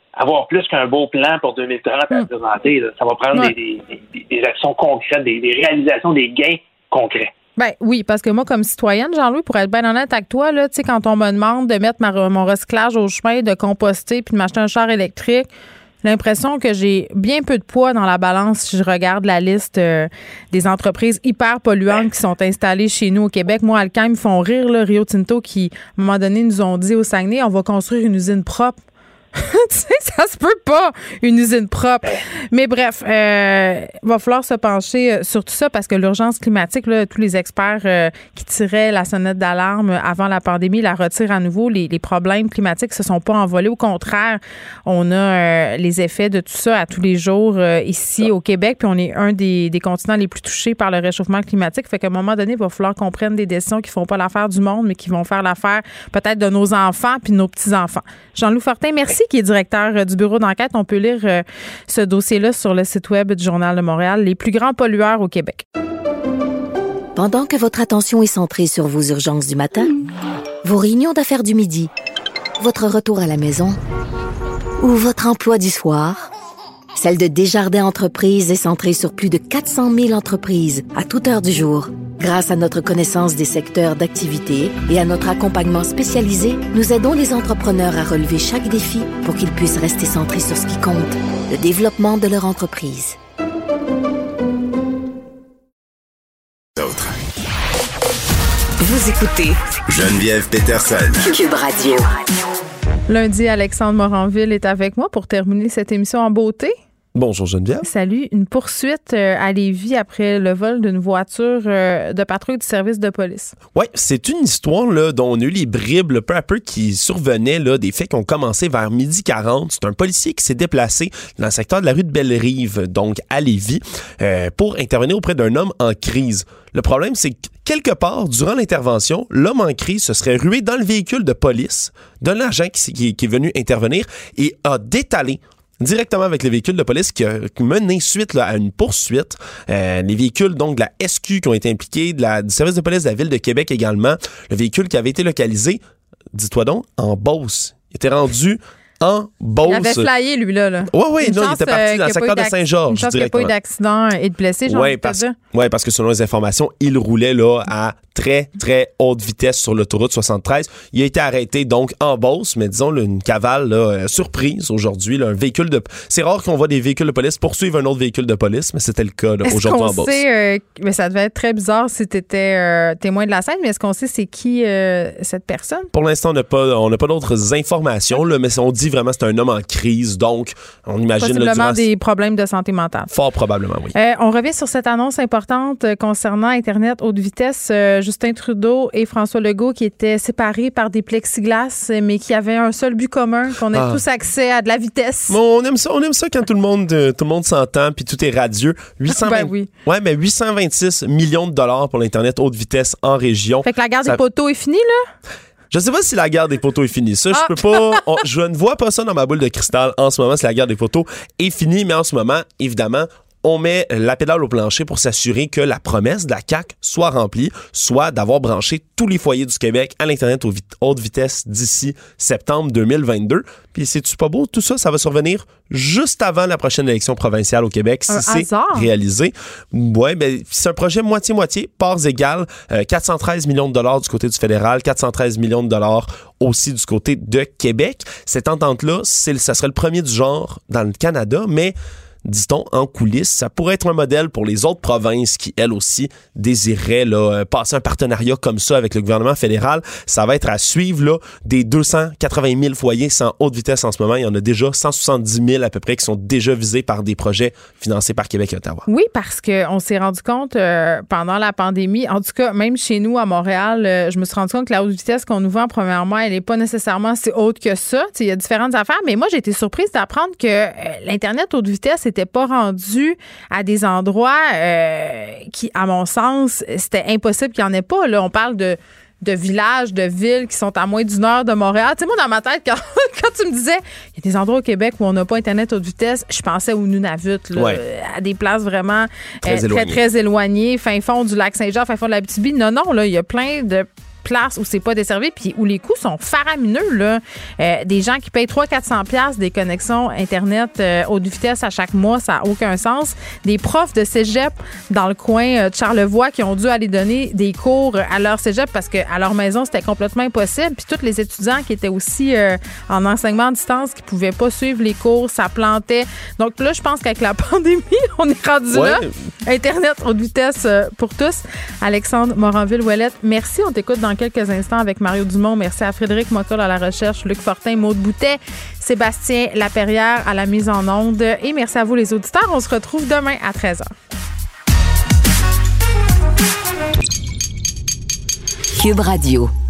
avoir plus qu'un beau plan pour 2030 à présenter. Là. Ça va prendre des actions concrètes, des réalisations, des gains concrets. Ben oui, parce que moi, comme citoyenne, Jean-Louis, pour être bien honnête avec toi, là, tu sais, quand on me demande de mettre mon recyclage au chemin, de composter puis de m'acheter un char électrique, l'impression que j'ai bien peu de poids dans la balance si je regarde la liste des entreprises hyper polluantes qui sont installées chez nous au Québec. Moi, Alcan, ils me font rire, là, Rio Tinto, qui, à un moment donné, nous ont dit au Saguenay, on va construire une usine propre. Tu sais, ça se peut pas, une usine propre. Mais bref, va falloir se pencher sur tout ça parce que l'urgence climatique, là, tous les experts qui tiraient la sonnette d'alarme avant la pandémie la retirent à nouveau. Les problèmes climatiques se sont pas envolés. Au contraire, on a les effets de tout ça à tous les jours ici au Québec. Puis on est un des continents les plus touchés par le réchauffement climatique. Fait qu'à un moment donné, il va falloir qu'on prenne des décisions qui font pas l'affaire du monde, mais qui vont faire l'affaire peut-être de nos enfants puis de nos petits-enfants. Jean-Louis Fortin, merci, qui est directeur du bureau d'enquête. On peut lire ce dossier-là sur le site web du Journal de Montréal, les plus grands pollueurs au Québec. Pendant que votre attention est centrée sur vos urgences du matin, vos réunions d'affaires du midi, votre retour à la maison ou votre emploi du soir, celle de Desjardins Entreprises est centrée sur plus de 400 000 entreprises à toute heure du jour. Grâce à notre connaissance des secteurs d'activité et à notre accompagnement spécialisé, nous aidons les entrepreneurs à relever chaque défi pour qu'ils puissent rester centrés sur ce qui compte, le développement de leur entreprise. Vous écoutez Geneviève Peterson. Cube Radio. Lundi, Alexandre Moranville est avec moi pour terminer cette émission en beauté. Bonjour Geneviève. Salut. Une poursuite à Lévis après le vol d'une voiture de patrouille du service de police. Oui, c'est une histoire là, dont on a eu les bribes peu à peu qui survenaient, là, des faits qui ont commencé vers 12h40. C'est un policier qui s'est déplacé dans le secteur de la rue de Belle-Rive, donc à Lévis, pour intervenir auprès d'un homme en crise. Le problème, c'est que quelque part, durant l'intervention, l'homme en crise se serait rué dans le véhicule de police d'un agent qui est venu intervenir et a détalé directement avec les véhicules de police qui a mené suite là, à une poursuite. Les véhicules donc de la SQ qui ont été impliqués, du service de police de la Ville de Québec également. Le véhicule qui avait été localisé, dis-toi donc, en Beauce. Il était rendu en Beauce. Il avait flyé, lui, là. Oui, il était parti dans le secteur de Saint-Georges. Une chance qu'il n'y a pas eu d'accident et de blessés, Oui, parce que selon les informations, il roulait là à très, très haute vitesse sur l'autoroute 73. Il a été arrêté donc en Beauce, mais disons là, une cavale là, surprise aujourd'hui. Là, un véhicule de... C'est rare qu'on voit des véhicules de police poursuivre un autre véhicule de police, mais c'était le cas là, aujourd'hui en Beauce. Mais ça devait être très bizarre si tu étais témoin de la scène, mais est-ce qu'on sait c'est qui cette personne? Pour l'instant, on n'a pas d'autres informations, là, mais on dit vraiment que c'est un homme en crise, donc on imagine... Possiblement des problèmes de santé mentale. Fort probablement, oui. On revient sur cette annonce importante concernant Internet haute vitesse. Justin Trudeau et François Legault qui étaient séparés par des plexiglas, mais qui avaient un seul but commun, qu'on ait tous accès à de la vitesse. Bon, on aime ça quand tout le monde s'entend puis tout est radieux. 826 millions de dollars pour l'Internet haute vitesse en région. Fait que la guerre des poteaux est finie, là? Je sais pas si la guerre des poteaux est finie. Ça, je peux pas. Je ne vois pas ça dans ma boule de cristal en ce moment si la guerre des poteaux est finie, mais en ce moment, évidemment, on met la pédale au plancher pour s'assurer que la promesse de la CAQ soit remplie, soit d'avoir branché tous les foyers du Québec à l'Internet haute vitesse d'ici septembre 2022. Puis c'est-tu pas beau? Tout ça, ça va survenir juste avant la prochaine élection provinciale au Québec, si c'est réalisé. Ouais, ben c'est un projet moitié-moitié, parts égales. 413 millions de dollars du côté du fédéral, 413 millions de dollars aussi du côté de Québec. Cette entente-là, ça serait le premier du genre dans le Canada, mais dit-on, en coulisses, ça pourrait être un modèle pour les autres provinces qui, elles aussi, désiraient là, passer un partenariat comme ça avec le gouvernement fédéral. Ça va être à suivre là, des 280 000 foyers sans haute vitesse en ce moment. Il y en a déjà 170 000 à peu près qui sont déjà visés par des projets financés par Québec et Ottawa. Oui, parce qu'on s'est rendu compte pendant la pandémie, en tout cas, même chez nous à Montréal, je me suis rendu compte que la haute vitesse qu'on nous vend, premièrement, elle n'est pas nécessairement si haute que ça. Il y a différentes affaires, mais moi, j'ai été surprise d'apprendre que l'Internet haute vitesse n'était pas rendu à des endroits qui, à mon sens, c'était impossible qu'il n'y en ait pas. Là, on parle de villages, de villes qui sont à moins d'1 heure de Montréal. Tu sais, moi, dans ma tête, quand tu me disais, il y a des endroits au Québec où on n'a pas Internet haute vitesse, je pensais au Nunavut, là, à des places vraiment très éloignées, fin fond du lac Saint-Jean, fin fond de l'Abitibi. Non, là, il y a plein de places où c'est pas desservi puis où les coûts sont faramineux, là. Des gens qui payent 300-400$ des connexions Internet haute vitesse à chaque mois, ça n'a aucun sens. Des profs de cégep dans le coin de Charlevoix qui ont dû aller donner des cours à leur cégep parce qu'à leur maison, c'était complètement impossible. Puis tous les étudiants qui étaient aussi en enseignement à distance, qui pouvaient pas suivre les cours, ça plantait. Donc là, je pense qu'avec la pandémie, on est rendu là. Internet haute vitesse pour tous. Alexandre Moranville-Ouellette, merci. On t'écoute dans quelques instants avec Mario Dumont. Merci à Frédéric Mocoll à la recherche, Luc Fortin, Maude Boutet, Sébastien Laperrière à la mise en onde. Et merci à vous, les auditeurs. On se retrouve demain à 13h. Cube Radio.